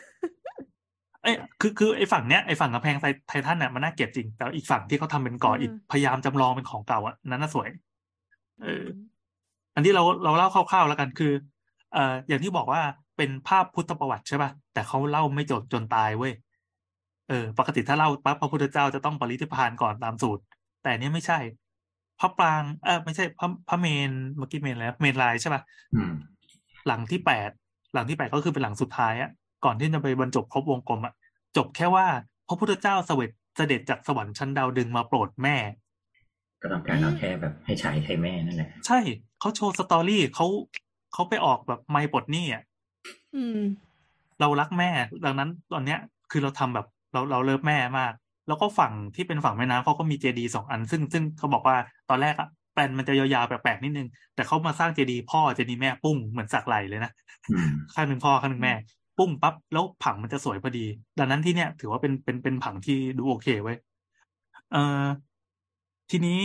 คือไอ้ฝั่งเนี้ยไอ้ฝั่งกำแพงไททันเนี่ยมันน่าเกลียดจริงแต่อีกฝั่งที่เขาทำเป็นก่ออิฐพยายามจำลองเป็นของเก่านั้นน่าสวยอันที่เราเล่าคร่าวๆแล้วกันคืออย่างที่บอกว่าเป็นภาพพุทธประวัติใช่ป่ะแต่เขาเล่าไม่จบจนตายเว้ยปกติถ้าเล่าปั๊บพระพุทธเจ้าจะต้องปรินิพพานก่อนตามสูตรแต่เนี้ยไม่ใช่พระปรางไม่ใช่พระเมนเมื่อกี้เมนแล้วเมนลายใช่ป่ะหลังที่8ก็คือเป็นหลังสุดท้ายก่อนที่จะไปบรรจบครบวงกลมจบแค่ว่าพระพุทธเจ้าเสด็จจากสวรรค์ชั้นดาวดึงมาโปรดแม่ก็ต้องการเอาแค่แบบให้ฉายไทยแม่นั่นแหละใช่เขาโชว์สตอรี่เขาไปออกแบบไมค์ปลดหนี้เรารักแม่ดังนั้นตอนเนี้ยคือเราทำแบบเราเลิฟแม่มากแล้วก็ฝั่งที่เป็นฝั่งแม่น้ำเขาก็มีเจดีย์2 อันซึ่งเขาบอกว่าตอนแรกอะแปลนมันจะยาวๆแปลกๆนิดนึงแต่เขามาสร้างเจดีย์พ่อเจดีย์แม่ปุ้งเหมือนสักไหลเลยนะข้างหนึ่งพ่อข้างหนึ่งแม่ปุ้งปั๊บแล้วผังมันจะสวยพอดีดังนั้นที่เนี่ยถือว่าเป็นผังที่ดูโอเคไว้ยเออทีนี้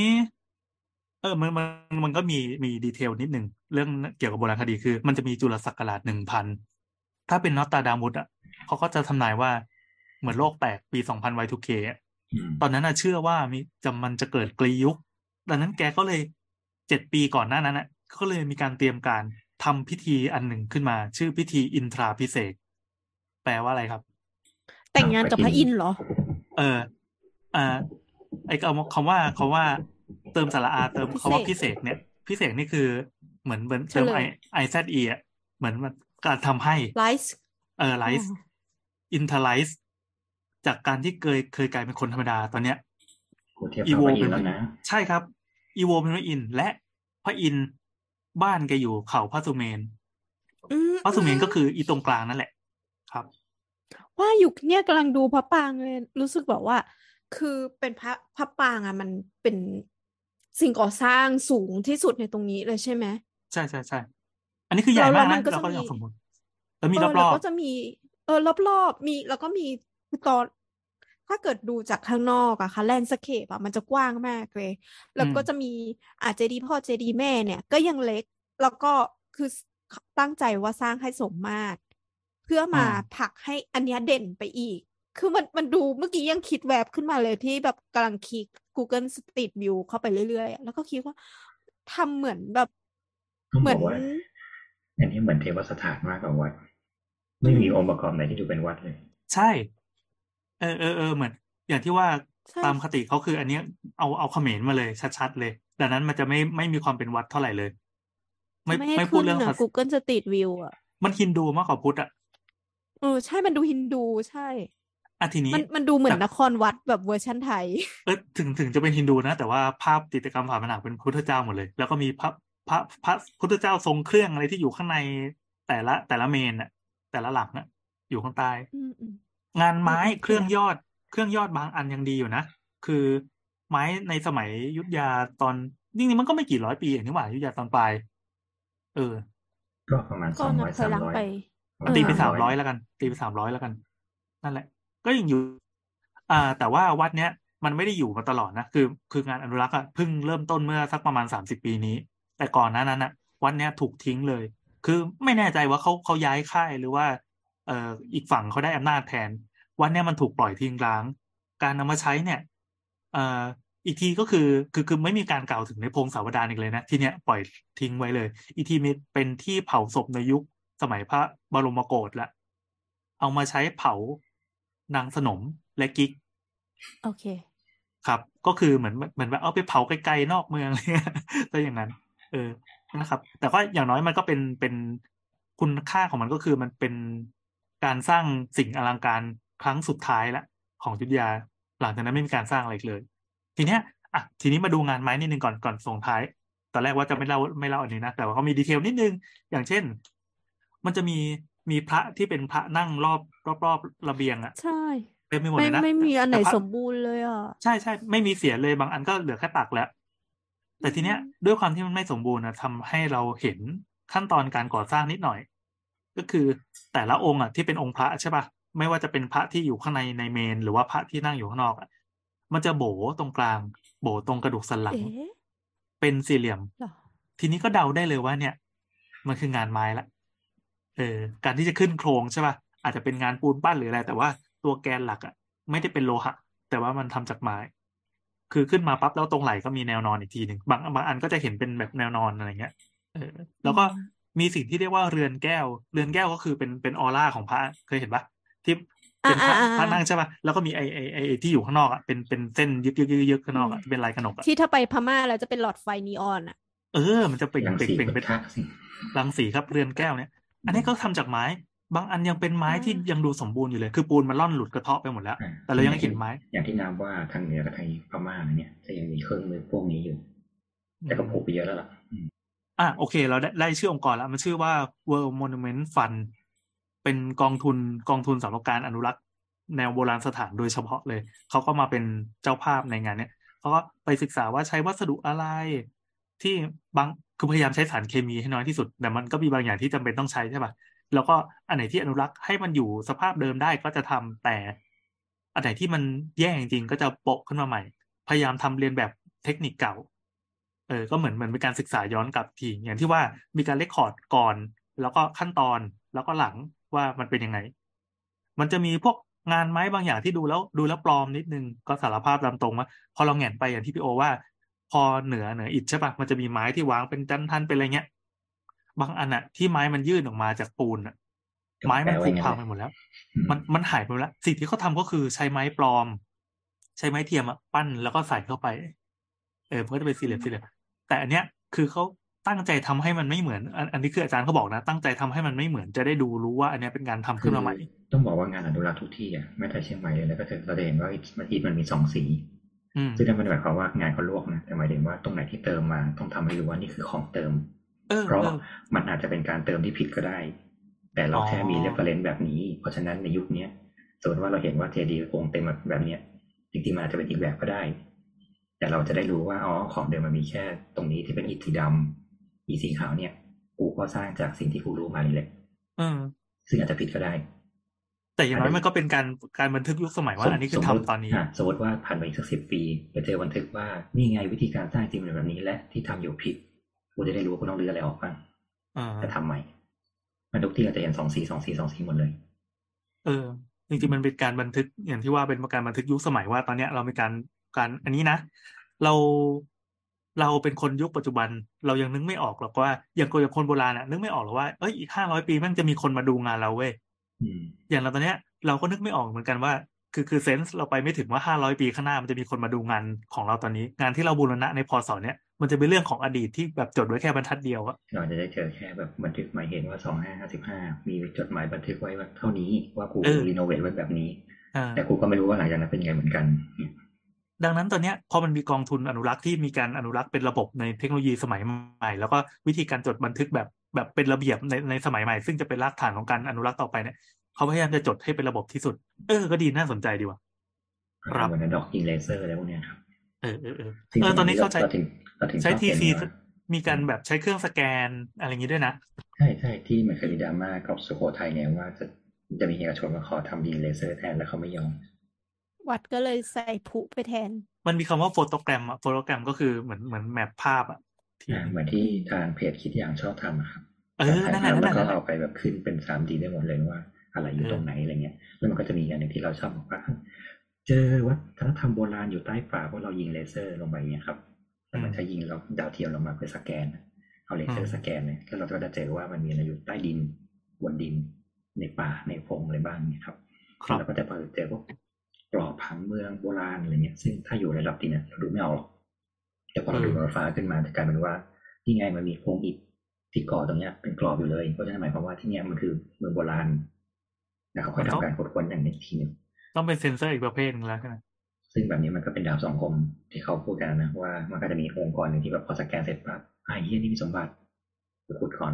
มันก็มีดีเทลนิดหนึ่งเรื่องเกี่ยวกับโบราณคดีคือมันจะมีจุลศักราช1,000ถ้าเป็นนอสตราดามุสอ่ะเขาก็จะทำนายว่าเหมือนโลกแตกปี2000 Y2K อ่ะตอนนั้นน่ะเชื่อว่ามันจะเกิดกลียุคดังนั้นแกก็เลย7 ปีก่อนหน้านั้นอ่ะก็เลยมีการเตรียมการทำพิธีอันหนึ่งขึ้นมาชื่อพิธีอินทราภิเษกแปลว่าอะไรครับแต่งงานกับพระอินทร์เหรอเอออ่าไอ้คำว่าเติมสระอาเติมคำว่าพิเศษเนี่ยพิเศษนี่คือเหมือนเติมไซเออ่ะเหมือนมันการทำให้ไลซ์ไลซ์อินเทอร์ไลซ์จากการที่เคยกลายเป็นคนธรรมดาตอนเนี้ยอีโวเป็นพระอินทร์แล้วนะใช่ครับอีโวเป็นพระอินทร์และพระอินทร์บ้านแกอยู่เขาพระสุเมนพระสุเมนก็คืออีตรงกลางนั่นแหละครับว่าอยู่เนี่ยกำลังดูพระปรางเลยรู้สึกแบบว่าคือเป็นพระปรางอ่ะมันเป็นสิ่งก่อสร้างสูงที่สุดในตรงนี้เลยใช่ไหมใช่ใช่ใช่อันนี้คือใหญ่มากนะเราก็ยังสมมติแล้วมีรอบๆแล้วก็จะมีรอบๆมีแล้วก็มีตอนถ้าเกิดดูจากข้างนอกอะค่ะแลนด์สเคปอะมันจะกว้างมากเลยแล้วก็จะมีเจดีย์พ่อเจดีย์แม่เนี่ยก็ยังเล็กแล้วก็คือตั้งใจว่าสร้างให้สมมาตรเพื่อมาผลักให้อันเนี้ยเด่นไปอีกคือมันดูเมื่อกี้ยังคิดแวบขึ้นมาเลยที่แบบกำลังคลิก Google Street View เข้าไปเรื่อยๆแล้วก็คิดว่าทำเหมือนแบบเหมือนอันนี้เหมือนเทวสถานมากกว่าวัดไม่มีองค์ประกอบไหนที่ดูเป็นวัดเลยใช่เหมือนอย่างที่ว่าตามคติเขาคืออันนี้เอาเขมรมาเลยชัดๆเลยดังนั้นมันจะไม่มีความเป็นวัดเท่าไหร่เลยไม่พูดเรื่อง Google Street View อ่ะมันฮินดูมากกว่าพุทธอ่ะใช่มันดูฮินดูใช่ทีนี้มันดูเหมือนนครวัดแบบเวอร์ชันไทยถึงจะเป็นฮินดูนะแต่ว่าภาพจิตรกรรมฝาผนังเป็นพุทธเจ้าหมดเลยแล้วก็มีพระพุทธเจ้าทรงเครื่องอะไรที่อยู่ข้างในแต่ละเมนอ่ะแต่ละหลังอ่ะอยู่ข้างใต้งานไม้เครื่องยอดบางอันยังดีอยู่นะคือไม้ในสมัยอยุธยาตอนจริงๆมันก็ไม่กี่ร้อยปีเองนี่หว่าอยุธยาตอนปลายก็ประมาณ200-300 ตีไป300แล้วกันตีไป300แล้วกันนั่นแหละก็ยังอยู่แต่ว่าวัดเนี้ยมันไม่ได้อยู่มาตลอดนะคืองานอนุรักษ์อะเพิ่งเริ่มต้นเมื่อสักประมาณ30 ปีนี้แต่ก่อนหน้านั้นอะวัดเนี้ยถูกทิ้งเลยคือไม่แน่ใจว่าเขาย้ายค่ายหรือว่าอีกฝั่งเขาได้อำนาจแทนวัดเนี้ยมันถูกปล่อยทิ้งร้างการนำมาใช้เนี่ยเอ่ออีกทีก็คือไม่มีการกล่าวถึงในพงศาวดารอีกเลยนะที่เนี้ยปล่อยทิ้งไว้เลยอีกทีเป็นที่เผาศพในยุคสมัยพระบรมโกศละเอามาใช้เผานางสนมและกิ๊กโอเคครับก็คือเหมือนแบบเอาไปเผาไกลๆนอกเมืองอะไรเงี้ยถ้าอย่างนั้นนะครับแต่ก็อย่างน้อยมันก็เป็นคุณค่าของมันก็คือมันเป็นการสร้างสิ่งอลังการครั้งสุดท้ายละของอยุธยาหลังจากนั้นไม่มีการสร้างอะไรอีกเลยทีเนี้ยทีนี้มาดูงานไม้นิดนึงก่อนส่งท้ายตอนแรกว่าจะไม่เล่าอันนี้นะแต่ว่าเขามีดีเทลนิดนึงอย่างเช่นมันจะมีพระที่เป็นพระนั่งรอบระเบียงอ่ะใช่เต็มไปหมดเลยนะไม่มีอันไหนสมบูรณ์เลยอ่ะใช่ไม่มีเสียเลยบางอันก็เหลือแค่ตักแล้วแต่ทีเนี้ยด้วยความที่มันไม่สมบูรณ์นะทำให้เราเห็นขั้นตอนการก่อสร้างนิดหน่อยก็คือแต่ละองค์ที่เป็นองค์พระใช่ป่ะไม่ว่าจะเป็นพระที่อยู่ข้างในเมนหรือว่าพระที่นั่งอยู่ข้างนอกมันจะโบตรงกลางโบตรงกระดูกสันหลังเป็นสี่เหลี่ยมทีนี้ก็เดาได้เลยว่าเนี่ยมันคืองานไม้ละการที่จะขึ้นโครงใช่ป่ะอาจจะเป็นงานปูนปั้นหรืออะไรแต่ว่าตัวแกนหลักไม่ได้เป็นโลหะแต่ว่ามันทำจากไม้คือขึ้นมาปั๊บแล้วตรงไหล่ก็มีแนวนอนอีกทีหนึ่งบางอันก็จะเห็นเป็นแบบแนวนอนอะไรเงี้ยแล้วก็มีสิ่งที่เรียกว่าเรือนแก้วก็คือเป็นออร่าของพระเคยเห็นปะที่เป็นพระนั่งใช่ปะแล้วก็มีไอที่อยู่ข้างนอกเป็นเส้นยึกข้างนอกที่เป็นลายขนกที่ถ้าไปพม่าแล้วจะเป็นหลอดไฟนีออนมันจะเปล่งเป็นรังสีครับเรือนแก้วเนี่ยอันนี้ก็ทำจากไม้บางอันยังเป็นไม้ที่ยังดูสมบูรณ์อยู่เลยคือปูนมันล่อนหลุดกระเทาะไปหมดแล้วแต่เรายังเห็นไม้อย่างที่น้ำว่าทางเหนือกับทางพม่าเนี่ยจะยังมีเครื่องมือพวกนี้อยู่แต่ก็ผุไปเยอะแล้วล่ะโอเคเราได้ชื่อองค์กรแล้วมันชื่อว่า World Monument Fund เป็นกองทุนสำหรับการอนุรักษ์แนวโบราณสถานโดยเฉพาะเลยเขาก็มาเป็นเจ้าภาพในงานเนี้ยเขาก็ไปศึกษาว่าใช้วัสดุอะไรที่บางคือพยายามใช้สารเคมีให้น้อยที่สุดแต่มันก็มีบางอย่างที่จำเป็นต้องใช้ใช่ป่ะแล้วก็อันไหนที่อนุรักษ์ให้มันอยู่สภาพเดิมได้ก็จะทำแต่อันไหนที่มันแย่จริงๆก็จะโปะขึ้นมาใหม่พยายามทำเรียนแบบเทคนิคเก่าก็เหมือนเป็นการศึกษาย้อนกลับทีอย่างที่ว่ามีการเรคคอร์ดก่อนแล้วก็ขั้นตอนแล้วก็หลังว่ามันเป็นยังไงมันจะมีพวกงานไม้บางอย่างที่ดูแล้วปลอมนิดนึงก็สารภาพตามตรงว่าพอเราแหงนไปอย่างที่พี่โอว่าพอเหนืออิฐใช่ปะมันจะมีไม้ที่วางเป็นจันทันเป็นอะไรเงี้ยบางอันอะที่ไม้มันยื่นออกมาจากปูนอะไม้แปลมันผุพัว่าอย่างนั้นแหละงไปหมดแล้วมันหายไปหมดแล้วสิ่งที่เขาทำก็คือใช้ไม้ปลอมใช้ไม้เทียมอะปั้นแล้วก็ใส่เข้าไปมันก็จะเป็นสี่เหลี่ยมแต่อันเนี้ยคือเขาตั้งใจทำให้มันไม่เหมือนอันนี้คืออาจารย์เขาบอกนะตั้งใจทำให้มันไม่เหมือนจะได้ดูรู้ว่าอันเนี้ยเป็นการทำคือขึ้นมาใหม่ต้องบอกว่างานอนุรักษ์ทุกที่อ่ะแม้แต่เชียงใหม่เลยแล้วก็เราจะเห็นว่าอิฐมันมี2 สี ซึ่งนั่นหมายความว่างานเขาลวกนะแต่หมายถึงว่าตรงไหนที่เติมมาต้องทำให้รู้ว่านี่คือของเติมเพราะมันอาจจะเป็นการเติมที่ผิดก็ได้แต่เราแค่มีเรฟเฟอเรนซ์แบบนี้เพราะฉะนั้นในยุคนี้สมมติว่าเราเห็นว่าเจดีย์องค์เต็มแบบนี้จริงๆมันอาจจะเป็นอีกแบบก็ได้แต่เราจะได้รู้ว่าอ๋อของเดิมมันมีแค่ตรงนี้ที่เป็นอิฐสีดำอิฐสีขาวเนี่ยกูก็สร้างจากสิ่งที่กูรู้มานี่แหละซึ่งอาจจะผิดก็ได้แต่อย่างน้อยมันก็เป็นการบันทึกยุคสมัยว่าอันนี้คือทำตอนนี้สมมติว่าผ่านไปอีกสัก10 ปีไปเจอบันทึกว่านี่ไงวิธีการสร้างจริงเป็นแบบนี้และที่ทำอยู่ผิดกูจะได้รู้ว่ากูต้องรื้ออะไรออกบ้างจะทำใหม่มันทุกที่เราจะเห็น2 สีหมดเลยจริงๆมันเป็นการบันทึกอย่างที่ว่าเป็นการบันทึกยุคสมัยว่าตอนนี้เรามีการอันนี้นะเราเราเป็นคนยุคปัจจุบันเรายังนึกไม่ออกหรอกว่าอย่างคนโบราณอ่ะนึกไม่ออกหรอกว่าอีก500 ปีมันจะมีคนมาดูงานเราเว้ยอย่างเราตอนเนี้ยเราก็นึกไม่ออกเหมือนกันว่าคือเซนส์เราไปไม่ถึงว่า500 ปีข้างหน้ามันจะมีคนมาดูงานของเราตอนนี้งานที่เราบูรณะในพศเนี้ยมันจะเป็นเรื่องของอดีตที่แบบจดไว้แค่บรรทัดเดียวอะเราจะได้เจอแค่แบบบันทึกหมายเห็นว่า2555มีจดหมายบันทึกไว้ว่าเท่านี้ว่ากูรีโนเวทไว้แบบนี้แต่กูก็ไม่รู้ว่าหลังจากนั้นเป็นไงเหมือนกันดังนั้นตอนนี้พอมันมีกองทุนอนุรักษ์ที่มีการอนุรักษ์เป็นระบบในเทคโนโลยีสมัยใหม่แล้วก็วิธีการจดบันทึกแบบเป็นระเบียบในสมัยใหม่ซึ่งจะเป็นรากฐานของการอนุรักษ์ต่อไปเนี่ยเขาพยายามจะจดให้เป็นระบบที่สุดก็ดีน่าสนใจดีว่ะครับเหมือนดอกยิงเลเซอร์อะไรพวกนี้ครับตอนนี้เขาใช้ทีซีมีการแบบใช้เครื่องสแกนอะไรอย่างนี้ด้วยนะใช่ที่มันเคยมีดราม่ากับสุโขทัยเนี่ยว่าจะมีเอกชนมาขอทำยิงเลเซอร์แทนแล้วเขาไม่ยอมวัดก็เลยใส่ผุไปแทนมันมีคำว่าโฟโตแกรมก็คือเหมือนแมปภาพเหมือนที่ทางเพจคิดอย่างชอบทำครับนั่นแหละแล้วก็เอาไปแบบขึ้นเป็น 3D ได้หมดเลยว่าอะไรอยู่ตรงไหนอะไรเงี้ยแล้วมันก็จะมีอย่างหนึ่งที่เราชอบบอกว่าเจอวัฒนธรรมโบราณอยู่ใต้ฝาเพราะเรายิงเลเซอร์ลงไปเนี่ยครับแล้วมันจะยิงเราดาวเทียมลงมาเพื่อสแกนเอาเลเซอร์สแกนเนี่ยแล้วเราก็จะเจอว่ามันมีอะไรอยู่ใต้ดินบนดินในป่าในพงอะไรบ้างเนี่ยครับแล้วก็จะเจอพวกกรอบผังเมืองโบราณอะไรเงี้ยซึ่งถ้าอยู่ในระดับดินเราดูไม่ออกแต่พอเราดูบนฟ้าขึ้นมาจะกลายเป็นว่าที่ไงมันมีโครงอิฐที่ก่อตรงเนี้ยเป็นกรอบอยู่เลยเพราะฉะนั้นหมายความว่าที่เนี้ยมันคือเมืองโบราณแล้วเขาค่อยทำการค้นอย่างนี้ทีนึงต้องเป็นเซนเซอร์อีกประเภทนึงแล้วใช่ไหมซึ่งแบบนี้มันก็เป็นดาว2 คมที่เขาพูดกันนะว่ามันก็จะมีองค์กรหนึ่งที่แบบพอสแกนเสร็จปั๊บเฮียนี่มีสมบัติไปขุดก่อน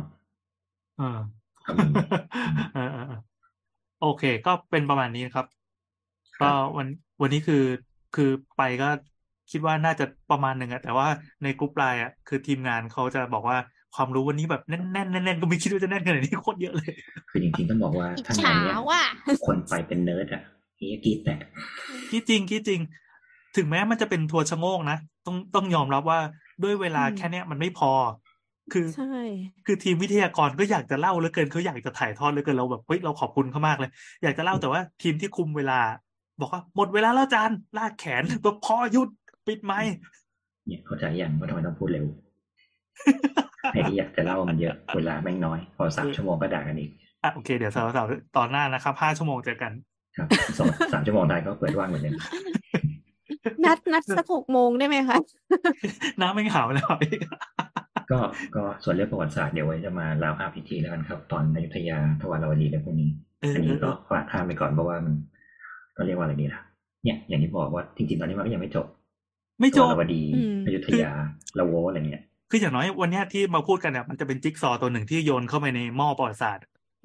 โอเคก็เป็นประมาณนี้ครับก็วันนี้คือไปก็คิดว่าน่าจะประมาณหนึ่งอะแต่ว่าในกลุ่มไลน์คือทีมงานเขาจะบอกว่าความรู้วันนี้แบบแน่นก็ไม่คิดว่าจะแน่นขนาดนี้โคตรเยอะเลยคือจริงๆต้องบอกว่าถ้างานเนี้ยคนไปเป็นเนิร์ดนี่กีดแตกคิดจริงถึงแม้มันจะเป็นทัวร์ชะโงกนะต้องยอมรับว่าด้วยเวลาแค่นี้มันไม่พอคือทีมวิทยากรก็อยากจะเล่าเหลือเกินเขาอยากจะถ่ายทอดเหลือเกินเราแบบเฮ้ยเราขอบคุณเขามากเลยอยากจะเล่าแต่ว่าทีมที่คุมเวลาบอกว่าหมดเวลาแล้วจานลากแขนแบบพอหยุดปิดไมค์เนี่ยเข้าใจยังว่าทำไมต้องพูดเร็วไอ้ที่อยากจะเล่ามันเยอะเวลาแม่งน้อยพอ3 ชั่วโมงก็ด่ากันอีกโอเคเดี๋ยวสาวๆตอนหน้านะครับ5 ชั่วโมงเจอกันครับ3 ชั่วโมงได้ก็เปิดว่างเหมือนกันนัดสัก6 โมงได้ไหมคะน้ำไม่หาวแล้วก็ส่วนเรื่องประวัติศาสตร์เดี๋ยวไว้จะมาเล่าพิธีแล้วกันครับตอนอยุธยาทวารวดีและพวกนี้อันนี้ก็ฝากข้ามไปก่อนเพราะว่ามันก็เรียกว่าอะไรดีล่ะเนี่ยอย่างที่บอกว่าจริงๆตอนนี้มันก็ยังไม่จบทวารวดีอยุธยาละโวอะไรเงี้ยคืออย่างน้อยวันนี้ที่มาพูดกันเนี่ยมันจะเป็นจิ๊กซอว์ตัวหนึ่งที่โยนเข้าไปในหม้อประวัติศาสตร์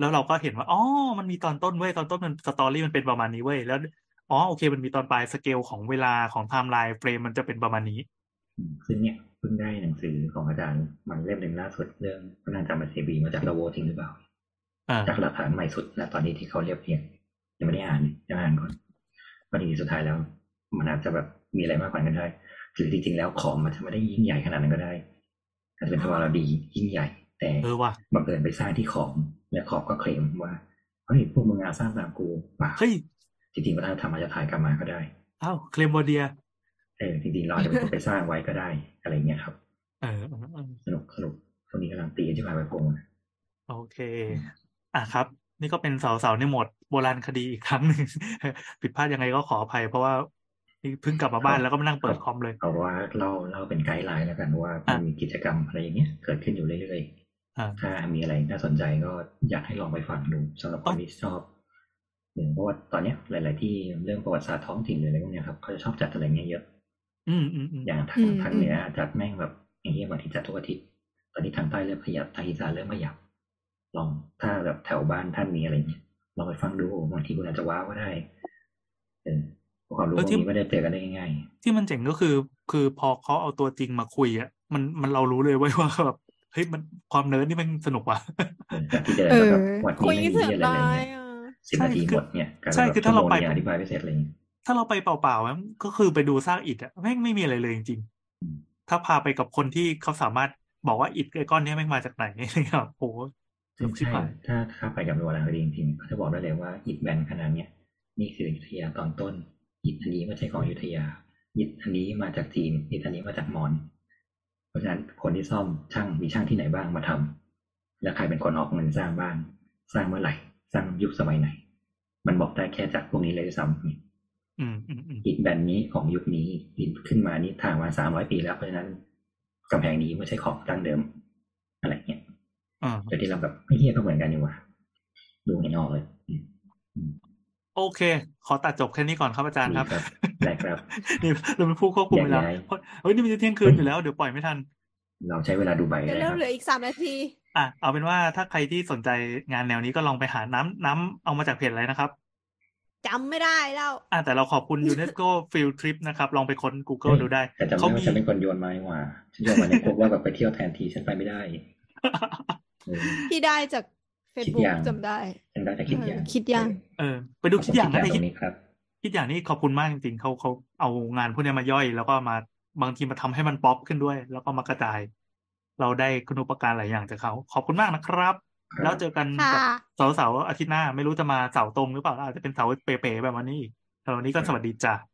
แล้วเราก็เห็นว่าอ๋อมันมีตอนต้นเว้ยตอนต้นมันสตอรี่มันเป็นประมาณนี้เว้ยแล้วอ๋อโอเคมันมีตอนปลายสเกลของเวลาของไทม์ไลน์เฟรมมันจะเป็นประมาณนี้ซึ่งเนี่ยเพิ่งได้หนังสือของอาจารย์มันเล่มหนึ่งล่าสุดเรื่องพระนางจามเทวีมาจากเราโวจริงหรือเปล่าจากหลักฐานใหม่สุดนะตอนนี้ที่เขาเรียบเรียงยังไม่ได้อ่านยังอ่านก่อนวันนี้สุดท้ายแล้วมันอาจจะแบบมีอะไรมากกว่านั้นได้หรือจริงๆแล้วของมันจะไม่ได้ยิ่งใหญ่ขนาดนั้นก็ได้อาจจะเป็นเพราะว่าเราดียิ่งใหญ่แต่บังเอิญไปสร้างที่ของและของก็เคลมว่าเฮ้ยพวกมึงสร้างตามกูป่ะเฮ้ยจริงๆวัฒนธรรมอาจจะถ่ายกลับมาก็ได้อ้าวเคลมโบเดียจริงๆเราจะเป็นคนไปสร้างไว้ก็ได้อะไรเงี้ยครับสนุกตรงนี้กำลังตีที่มาไปพงโอเคครับนี่ก็เป็นเสาในโหมดโบราณคดีอีกครั้งหนึ่ง ผิดพลาดยังไงก็ขออภัยเพราะว่าเพิ่งกลับมาบ้านแล้วก็มานั่งเปิดคอมเลยเอาว่าเราเป็นไกด์ไลน์แล้วกันว่ามันมีกิจกรรมอะไรอย่างเงี้ยเกิดขึ้นอยู่เรื่อยๆถ้ามีอะไรน่าสนใจก็อยากให้ลองไปฟังดูสำหรับคนที่ชอบเพราะว่าตอนนี้หลายๆที่เรื่องประวัติศาสตร์ท้องถิ่นอะไรพวกนี้ครับเขาจะชอบจัดอะไรเงี้ยเยอะอย่างทางเหนือจัดแม่งแบบอย่างเงี้ยบางทีจัดทุกอาทิตย์ตอนนี้ทางใต้เริ่มขยับทางอีสานเริ่มขยับลองถ้าแบบแถวบ้านท่านมีอะไรเงี้ยลองไปฟังดูบางทีคุณอาจจะว้าวก็ได้ความรู้พวกนี้ไม่ได้เจอกันได้ง่ายๆที่มันเจ๋งก็คือพอเขาเอาตัวจริงมาคุยอ่ะมันเรารู้เลยว่าแบบเฮ้ยมันความเนิร์ดนี่มันสนุกว่ะจากที่เดินแบบวัดนี้ไม่มีอะไรเลย10 นาทีหมดเนี่ยใช่คือถ้าเราไปอธิบายไม่เสร็จเลยถ้าเราไปเปล่าๆก็คือไปดูซากอิฐอ่ะแม่งไม่มีอะไรเลยจริงๆถ้าพาไปกับคนที่เขาสามารถบอกว่าอิฐไอ้ก้อนนี้แม่งมาจากไหนนะครับโหใช่ถ้าไปกับโบราณคดีจริงๆเขาจะบอกได้เลยว่าอิฐแบนขนาดเนี้ยนี่คืออยุธยาตอนต้นอิฐอันนี้ไม่ใช่ของอยุธยาอิฐอันนี้มาจากจีนอิฐอันนี้มาจากมอญเพราะฉะนั้นคนที่ซ่อมมีช่างที่ไหนบ้างมาทำและใครเป็นคนออกเงินสร้างบ้านสร้างเมื่อไหร่สร้างยุคสมัยไหนมันบอกได้แค่จากพวกนี้เลยซ้ำอิฐแบนนี้ของยุคนี้อิฐขึ้นมานี้ทางมา300 ปีแล้วเพราะฉะนั้นกำแพงนี้ไม่ใช่ของตั้งเดิมอะไรเงี้ยโดยที่เราแบบไม่เฮียก็เหมือนกันนี่หว่าดูเห็นออกเลยโอเคขอตัดจบแค่นี้ก่อนครับอาจารย์ครับได้ครับนี่เราเป็นผู้ควบคุมเวลาเฮ้ยนี่มันจะเที่ยงคืนอยู่แล้วเดี๋ยวปล่อยไม่ทันเราใช้เวลาดูใบได้ครับเหลืออีก3 นาทีเอาเป็นว่าถ้าใครที่สนใจงานแนวนี้ก็ลองไปหาน้ำเอามาจากเพจอะไรนะครับจำไม่ได้แล้วแต่เราขอบคุณ UNESCO Field Trip นะครับลองไปค้น Google ดูได้แต่จำได้ว่าฉันเป็นคนโยนไม้ว่าฉันโยนมาในกลุ่มว่าแบบไปเที่ยวแทนทีฉันไปไม่ได้ที่ได้จากFacebook จำได้แต่คิดอย่างไปดูคิดอย่างนะคิดอย่างนี้ขอบคุณมากจริงๆเขาเอางานพวกนี้มาย่อยแล้วก็มาบางทีมาทำให้มันป๊อปขึ้นด้วยแล้วก็มากระจายเราได้คุณูปการหลายอย่างจากเขาขอบคุณมากนะครับแล้วเจอกันกับเสาร์อาทิตย์หน้าไม่รู้จะมาเสาตรงหรือเปล่าอาจจะเป็นเสาเป๋ๆแบบวันนี้ตอนนี้ก็สวัสดีจ้ะ